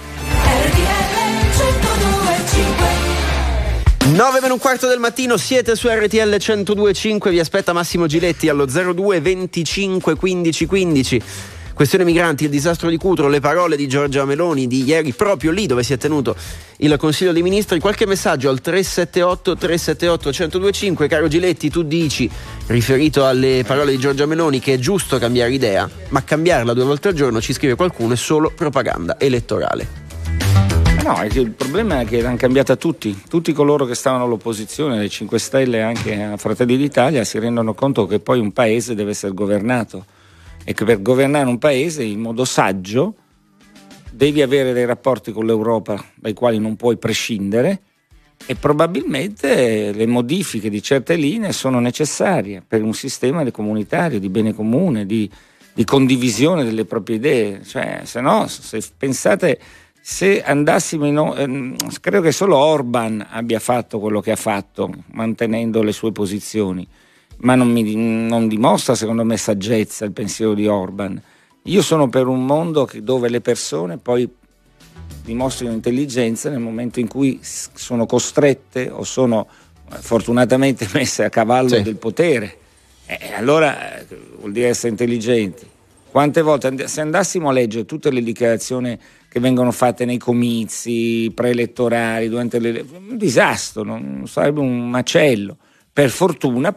nove meno un quarto del mattino, siete su R T L centodue e cinque, vi aspetta Massimo Giletti allo zero due venticinque quindici quindici. Questione migranti, il disastro di Cutro, le parole di Giorgia Meloni di ieri proprio lì dove si è tenuto il Consiglio dei Ministri. Qualche messaggio al tre sette otto tre sette otto centodue e cinque. Caro Giletti, tu dici, riferito alle parole di Giorgia Meloni, che è giusto cambiare idea, ma cambiarla due volte al giorno, ci scrive qualcuno, è solo propaganda elettorale. No, il problema è che l'hanno cambiata tutti, tutti coloro che stavano all'opposizione, alle cinque Stelle e anche a Fratelli d'Italia, si rendono conto che poi un paese deve essere governato e che per governare un paese in modo saggio devi avere dei rapporti con l'Europa dai quali non puoi prescindere e probabilmente le modifiche di certe linee sono necessarie per un sistema comunitario di bene comune, di, di condivisione delle proprie idee, cioè se no, se pensate... Se andassimo in, ehm, credo che solo Orban abbia fatto quello che ha fatto mantenendo le sue posizioni, ma non, mi, non dimostra secondo me saggezza il pensiero di Orban. Io sono per un mondo che, dove le persone poi dimostrino intelligenza nel momento in cui sono costrette o sono fortunatamente messe a cavallo sì. del potere, e allora eh, vuol dire essere intelligenti. Quante volte, se andassimo a leggere tutte le dichiarazioni che vengono fatte nei comizi preelettorali, durante le, un disastro, non sarebbe un macello. Per fortuna poi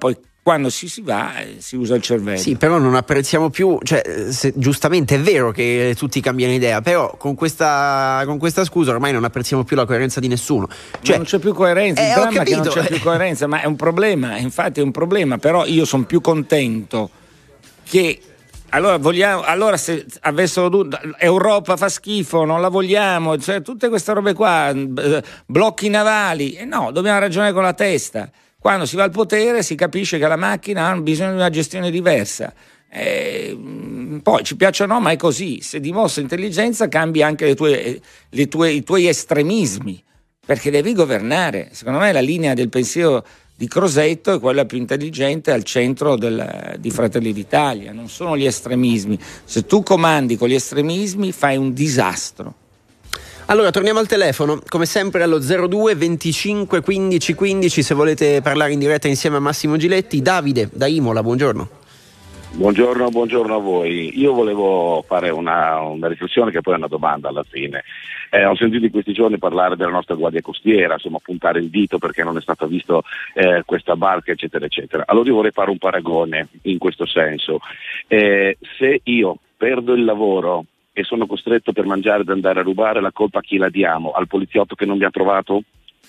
quando si, si va eh, si usa il cervello. Sì, però non apprezziamo più, cioè, se, giustamente è vero che tutti cambiano idea, però con questa, con questa scusa ormai non apprezziamo più la coerenza di nessuno. Cioè, non c'è più coerenza, eh, il dramma è che non capito. c'è più coerenza, ma è un problema, infatti è un problema, però io sono più contento che allora vogliamo, allora se avessero dovuto, Europa fa schifo, non la vogliamo, cioè tutte queste robe qua, blocchi navali, eh no, dobbiamo ragionare con la testa. Quando si va al potere si capisce che la macchina ha bisogno di una gestione diversa. Eh, poi ci piaccia o no, ma è così. Se dimostra intelligenza cambi anche le tue, le tue, i tuoi estremismi, perché devi governare. Secondo me la linea del pensiero di Crosetto è quella più intelligente al centro del, di Fratelli d'Italia. Non sono gli estremismi. Se tu comandi con gli estremismi fai un disastro. Allora torniamo al telefono, come sempre allo zero due venticinque quindici quindici se volete parlare in diretta insieme a Massimo Giletti. Davide da Imola, buongiorno. Buongiorno, buongiorno a voi. Io volevo fare una, una riflessione che poi è una domanda alla fine. Eh, ho sentito in questi giorni parlare della nostra Guardia Costiera, insomma puntare il dito perché non è stata vista eh, questa barca eccetera eccetera. Allora io vorrei fare un paragone in questo senso. Eh, se io perdo il lavoro e sono costretto per mangiare ad andare a rubare, la colpa a chi la diamo? Al poliziotto che non mi ha trovato?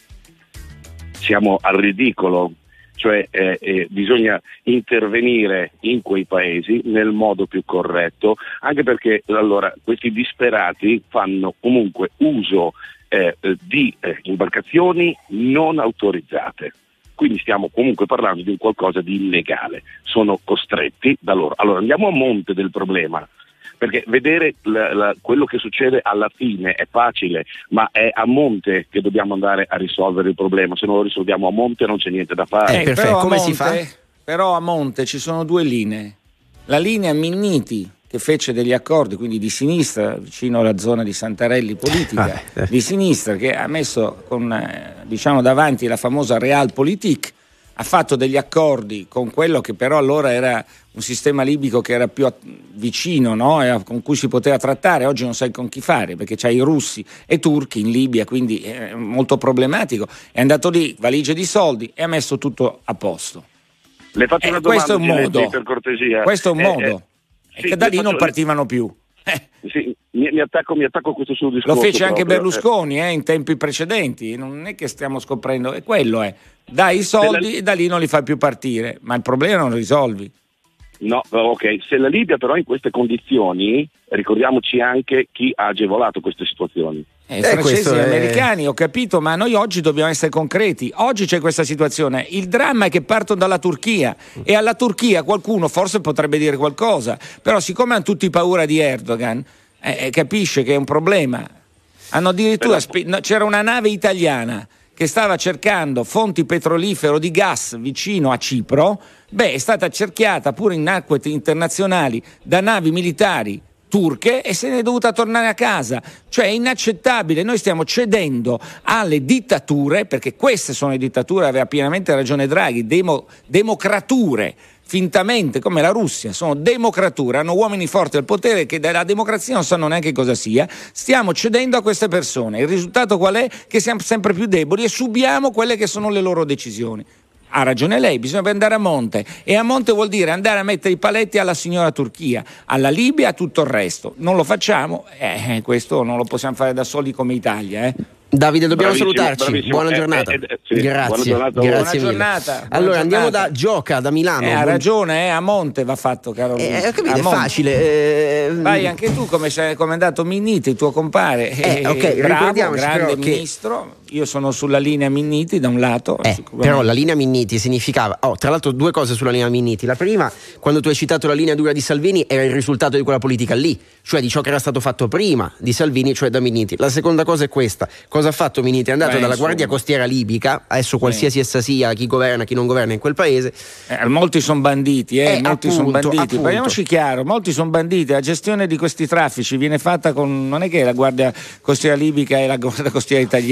Siamo al ridicolo, cioè eh, eh, bisogna intervenire in quei paesi nel modo più corretto, anche perché allora questi disperati fanno comunque uso eh, di eh, imbarcazioni non autorizzate. Quindi stiamo comunque parlando di un qualcosa di illegale, sono costretti da loro. Allora andiamo a monte del problema, perché vedere la, la, quello che succede alla fine è facile, ma è a monte che dobbiamo andare a risolvere il problema. Se non lo risolviamo a monte non c'è niente da fare. Eh, però, come monte, si fa? Però a monte ci sono due linee. La linea Minniti, che fece degli accordi, quindi di sinistra, vicino alla zona di Santarelli politica, ah, di sinistra, che ha messo con, eh, diciamo davanti la famosa Realpolitik, ha fatto degli accordi con quello che però allora era un sistema libico che era più vicino, no? E con cui si poteva trattare. Oggi non sai con chi fare, perché c'hai i russi e i turchi in Libia, quindi è molto problematico. È andato lì, valigie di soldi, e ha messo tutto a posto. Le faccio eh, una domanda, questo è un Giletti, modo, per cortesia. Questo è un eh, modo. Eh, e sì, che da lì non faccio, partivano più. Sì, mi, mi, attacco, mi attacco a questo suo discorso. Lo fece anche proprio. Berlusconi eh, in tempi precedenti, non è che stiamo scoprendo, è quello è. Dai i soldi la... e da lì non li fai più partire, ma il problema non lo risolvi. No, ok, se la Libia però in queste condizioni, ricordiamoci anche chi ha agevolato queste situazioni. Eh, eh, francesi e è... americani, ho capito, ma noi oggi dobbiamo essere concreti. Oggi c'è questa situazione. Il dramma è che partono dalla Turchia e alla Turchia qualcuno forse potrebbe dire qualcosa, però siccome hanno tutti paura di Erdogan, eh, capisce che è un problema. Hanno addirittura spe... no, c'era una nave italiana che stava cercando fonti petrolifere di gas vicino a Cipro. Beh, è stata cerchiata pure in acque internazionali da navi militari turche e se ne è dovuta tornare a casa. Cioè è inaccettabile, noi stiamo cedendo alle dittature, perché queste sono le dittature, aveva pienamente ragione Draghi, demo, democrature, fintamente, come la Russia, sono democrature, hanno uomini forti al potere che della democrazia non sanno neanche cosa sia. Stiamo cedendo a queste persone, il risultato qual è? Che siamo sempre più deboli e subiamo quelle che sono le loro decisioni. Ha ragione lei, bisogna andare a monte, e a monte vuol dire andare a mettere i paletti alla signora Turchia, alla Libia, a tutto il resto. Non lo facciamo, eh, questo non lo possiamo fare da soli come Italia, eh. Davide, dobbiamo bravissimo, salutarci. Bravissimo. Buona giornata. Eh, eh, sì, grazie. Buona giornata. Grazie buona mille. giornata. Buona allora giornata. andiamo da Gioca, da Milano. Eh, ha ragione, eh, a monte va fatto, caro. Eh, ho capito, a è monte. facile. Eh... Vai anche tu, come sei come è andato Minniti, il tuo compare. Eh, ok, bravo, ricordiamoci grande però che... ministro. Io sono sulla linea Minniti da un lato. Eh, però la linea Minniti significava, oh, tra l'altro due cose sulla linea Minniti. La prima, quando tu hai citato la linea dura di Salvini, era il risultato di quella politica lì, cioè di ciò che era stato fatto prima di Salvini, cioè da Minniti. La seconda cosa è questa: cosa ha fatto Minniti? È andato Beh, dalla Guardia Costiera libica, adesso qualsiasi essa sia, chi governa, chi non governa in quel paese. Eh, molti sono banditi, eh, eh, molti sono banditi. Parliamoci chiaro, molti sono banditi. La gestione di questi traffici viene fatta con, non è che la Guardia Costiera libica e la Guardia Costiera italiana.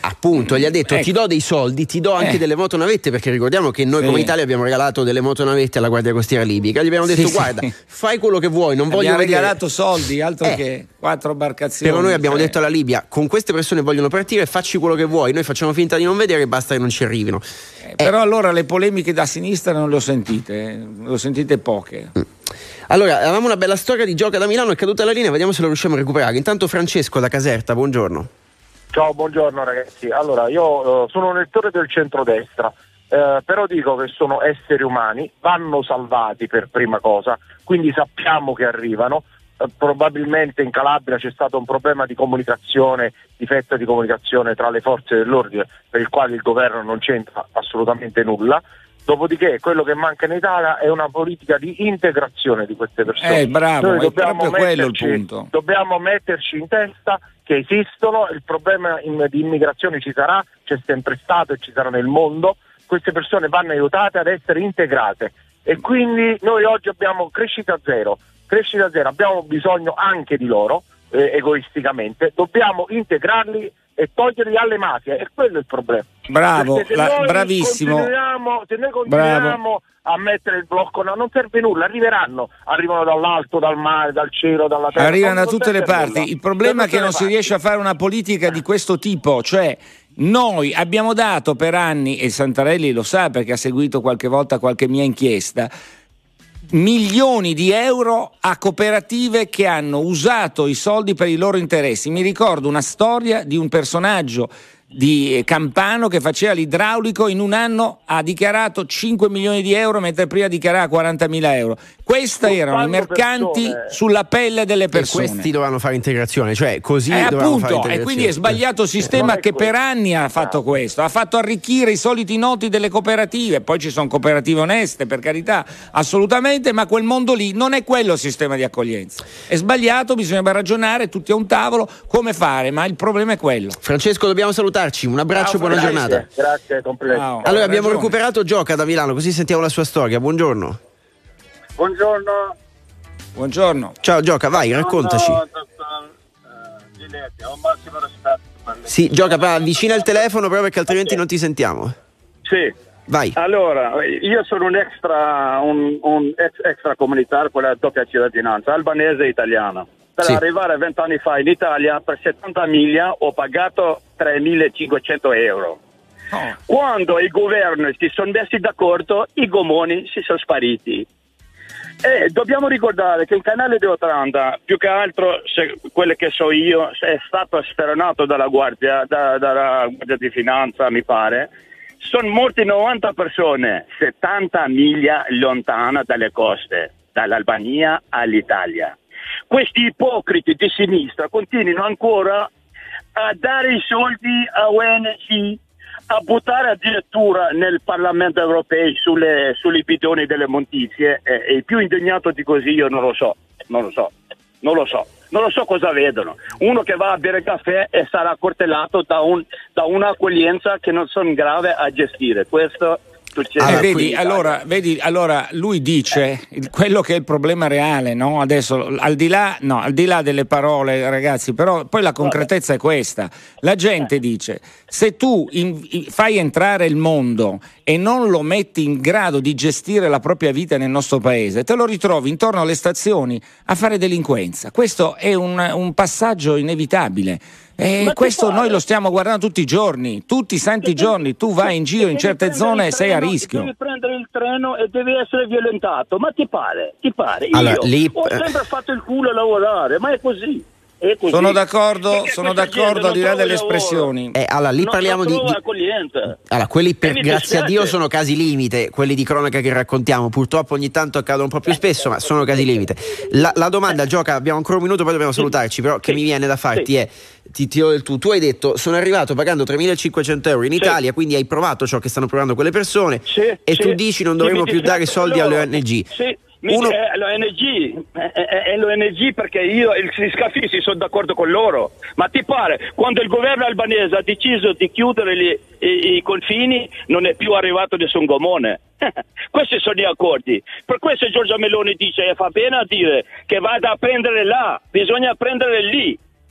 appunto, gli ha detto ecco. ti do dei soldi, ti do anche Eh. delle motonavette, perché ricordiamo che noi Sì. come Italia abbiamo regalato delle motonavette alla Guardia Costiera libica, gli abbiamo detto Sì, guarda, sì. fai quello che vuoi, non voglio Abbiamo vedere. regalato soldi, altro Eh. che quattro barcazioni. Però noi abbiamo cioè. detto alla Libia, con queste persone vogliono partire, facci quello che vuoi, noi facciamo finta di non vedere e basta che non ci arrivino. Eh, però allora le polemiche da sinistra non le ho sentite, eh, le ho sentite poche. Allora, avevamo una bella storia di Gioca da Milano, è caduta la linea, vediamo se lo riusciamo a recuperare. Intanto Francesco da Caserta, buongiorno. Ciao, buongiorno ragazzi. Allora, io eh, sono un elettore del centrodestra, eh, però dico che sono esseri umani, vanno salvati per prima cosa, quindi sappiamo che arrivano. Eh, probabilmente in Calabria c'è stato un problema di comunicazione, difetto di comunicazione tra le forze dell'ordine, per il quale il governo non c'entra assolutamente nulla. Dopodiché quello che manca in Italia è una politica di integrazione di queste persone. Eh, bravo, Noi è dobbiamo proprio quello il metterci- punto. Dobbiamo metterci in testa che esistono, il problema in- di immigrazione ci sarà, c'è sempre stato e ci sarà nel mondo, queste persone vanno aiutate ad essere integrate e quindi noi oggi abbiamo crescita zero, crescita zero, abbiamo bisogno anche di loro, eh, egoisticamente, dobbiamo integrarli e toglierli alle mafie, e quello è il problema. Bravo, Perché se la- noi bravissimo. continuiamo- se noi continuiamo a mettere il blocco, no, non serve nulla, arriveranno, arrivano dall'alto, dal mare, dal cielo, dalla terra. Arrivano da non- non tutte le serve parti. nulla. Il problema Da è che tutte non le si parti. riesce a fare una politica di questo tipo, cioè noi abbiamo dato per anni, e Santarelli lo sa perché ha seguito qualche volta qualche mia inchiesta, milioni di euro a cooperative che hanno usato i soldi per i loro interessi. Mi ricordo una storia di un personaggio di Campano che faceva l'idraulico, in un anno ha dichiarato cinque milioni di euro mentre prima dichiarava quarantamila euro. Questi erano i mercanti persone. sulla pelle delle persone. E questi dovevano fare integrazione, cioè così Eh, dovevano fare appunto, integrazione. e quindi è sbagliato il sistema che per anni ha fatto questo, ha fatto arricchire i soliti noti delle cooperative, poi ci sono cooperative oneste, per carità, assolutamente, ma quel mondo lì non è quello il sistema di accoglienza. È sbagliato, bisogna ragionare tutti a un tavolo come fare, ma il problema è quello. Francesco, dobbiamo salutarci, un abbraccio, Ciao, buona grazie. giornata. Grazie, complimenti. Ciao. Allora abbiamo ragione. recuperato Gioca da Milano, così sentiamo la sua storia. Buongiorno. Buongiorno. Buongiorno. Ciao Gioca, vai, raccontaci. No, dottor eh, Giletti, ho un massimo rispetto per lei. Sì, Gioca, va, avvicina il telefono proprio perché altrimenti non ti sentiamo. Sì. Vai. Allora, io sono un extra, un, un ex extracomunitario con la doppia cittadinanza, albanese e italiana. Per Sì. arrivare vent'anni fa in Italia, per settanta miglia ho pagato tremilacinquecento euro. Quando i governi si sono messi d'accordo, i gomoni si sono spariti. E dobbiamo ricordare che il canale di Otranda, più che altro, se, quelle che so io, è stato sferonato dalla guardia, da, dalla guardia di finanza, mi pare. Sono morti novanta persone, settanta miglia lontana dalle coste, dall'Albania all'Italia. Questi ipocriti di sinistra continuano ancora a dare i soldi a O N G, a buttare addirittura nel Parlamento europeo sulle, sui bidoni delle montizie, e, e più indignato di così io non lo so, non lo so, non lo so, non lo so cosa vedono. Uno che va a bere caffè e sarà accoltellato da, un, da un'accoglienza che non sono in grado a gestire. Questo succede. Eh, qui vedi, in Italia. allora, vedi, allora lui dice il- quello che è il problema reale, no? Adesso al di là, no, al di là delle parole, ragazzi, però poi la concretezza è questa. La gente dice: se tu in- in- fai entrare il mondo e non lo metti in grado di gestire la propria vita nel nostro paese, te lo ritrovi intorno alle stazioni a fare delinquenza. Questo è un, un passaggio inevitabile. E Ma questo ti pare? noi lo stiamo guardando tutti i giorni, tutti i santi giorni. Tu vai in giro in certe zone e sei a rischio. Devi prendere il treno e devi essere violentato, ma ti pare? Ti pare? Allora, Io lì- ho sempre fatto il culo a lavorare, ma è così. È così. Sono d'accordo, Perché sono questa gente d'accordo non al di là trova delle lavoro. espressioni. Eh, allora, lì Non parliamo di, trova di- accoglienza. Allora, quelli per E mi grazia a dispiace. Dio sono casi limite, quelli di cronaca che raccontiamo. Purtroppo ogni tanto accadono un po' più spesso, ma sono casi limite. La, la domanda, Gioca, abbiamo ancora un minuto, poi dobbiamo salutarci, però che mi viene da farti è, ti tiro del tu, tu hai detto, sono arrivato pagando tremilacinquecento euro in Italia, quindi hai provato ciò che stanno provando quelle persone, e sì. tu dici non Sì, dovremmo mi più dare dispiace soldi loro. alle O N G. Sì. Mi- Uno- È l'O N G, è, è- è l'O N G perché io e gli scafisti sono d'accordo con loro, ma ti pare quando il governo albanese ha deciso di chiudere gli- i, i confini non è più arrivato nessun gomone. Questi sono gli accordi, per questo Giorgia Meloni dice e fa bene a dire che vada a prendere là, bisogna prendere lì,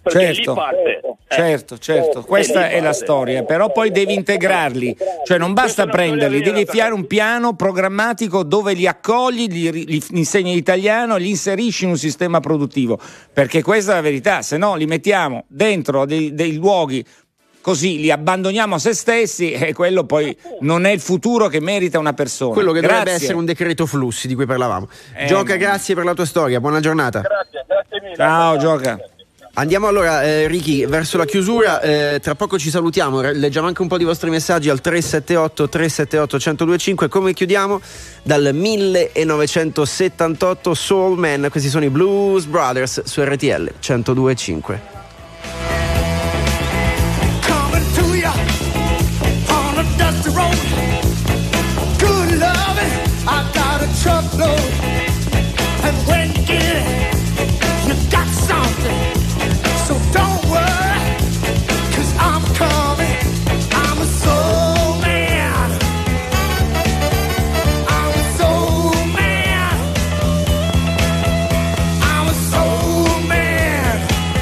perché certo, lì parte. certo, certo, questa è la storia, però poi devi integrarli, cioè non basta prenderli, devi fare un piano programmatico dove li accogli, gli, gli insegni l'italiano, li inserisci in un sistema produttivo, perché questa è la verità, se no li mettiamo dentro dei, dei luoghi così, li abbandoniamo a se stessi e quello poi non è il futuro che merita una persona. Quello che Grazie. dovrebbe essere un decreto flussi di cui parlavamo. Eh, Gioca, no. grazie per la tua storia, buona giornata. Grazie, grazie mille. Ciao, Gioca. Andiamo allora, eh, Ricky, verso la chiusura, eh, tra poco ci salutiamo, leggiamo anche un po' di vostri messaggi al tre sette otto tre sette otto uno zero due cinque. Come chiudiamo? Dal millenovecentosettantotto Soul Man, questi sono i Blues Brothers su R T L centodue e cinque. Truckload, and when you get it, you got something. So don't worry, 'cause I'm coming. I'm a soul man. I'm a soul man. I'm a soul man.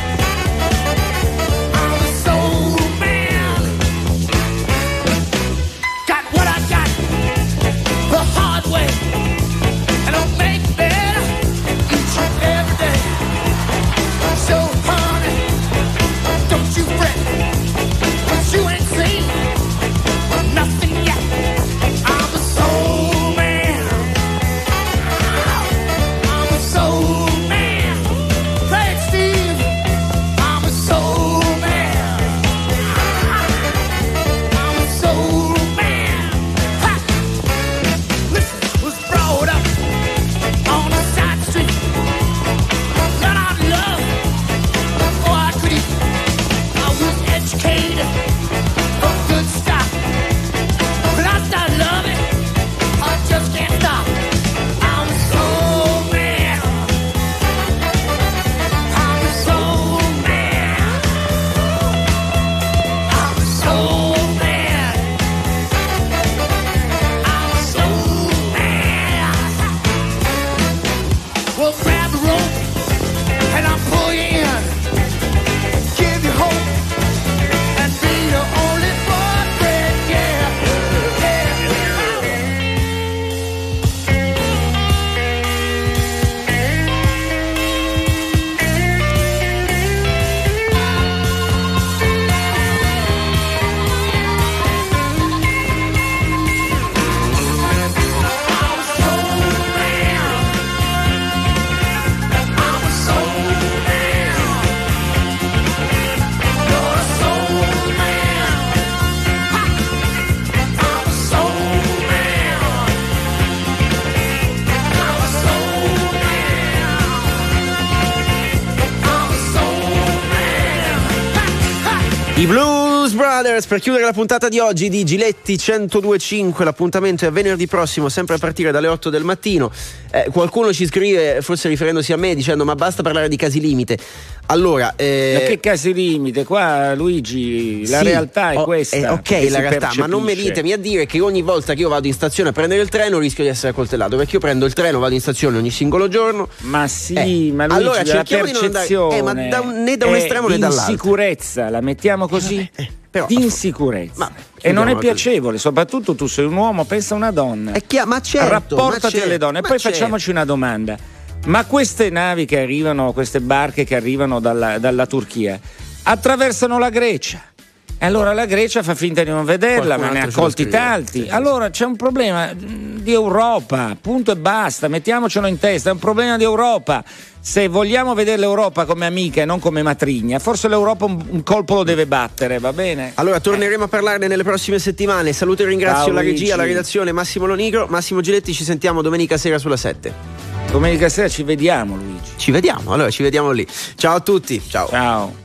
I'm a soul man. Got what I got the hard way. I Blues Brothers per chiudere la puntata di oggi di Giletti centodue e cinque. L'appuntamento è venerdì prossimo, sempre a partire dalle otto del mattino. Eh, qualcuno ci scrive, forse riferendosi a me, dicendo ma basta parlare di casi limite. Allora, eh... ma che casi limite? Qua, Luigi, la sì, realtà è oh, questa. Eh, ok, la realtà, ma non venitemi a dire che ogni volta che io vado in stazione a prendere il treno rischio di essere accoltellato, perché io prendo il treno, vado in stazione ogni singolo giorno. Ma sì, eh, ma Luigi, allora la cerchiamo di non andare eh, ma da un, né da un estremo né dall'altro. Insicurezza, la mettiamo così? Eh, eh, però, di insicurezza. Ma, e non è piacevole, soprattutto tu sei un uomo, pensa a una donna. È chiaro, ma certo, rapportati ma certo, alle donne. E poi certo. facciamoci una domanda. Ma queste navi che arrivano, queste barche che arrivano dalla, dalla Turchia, attraversano la Grecia. E allora la Grecia fa finta di non vederla, Qualcun ma ne ha altro ce lo accolti scrive. tanti. Sì, sì. Allora c'è un problema di Europa, punto e basta, mettiamocelo in testa, è un problema di Europa. Se vogliamo vedere l'Europa come amica e non come matrigna, forse l'Europa un, un colpo lo deve battere, va bene? Allora torneremo a parlarne nelle prossime settimane. Saluto e ringrazio Ciao, la Luigi. regia, la redazione, Massimo Lonigro, Massimo Giletti. Ci sentiamo domenica sera sulla sette. Domenica sera ci vediamo, Luigi. Ci vediamo, allora ci vediamo lì. Ciao a tutti, ciao. Ciao.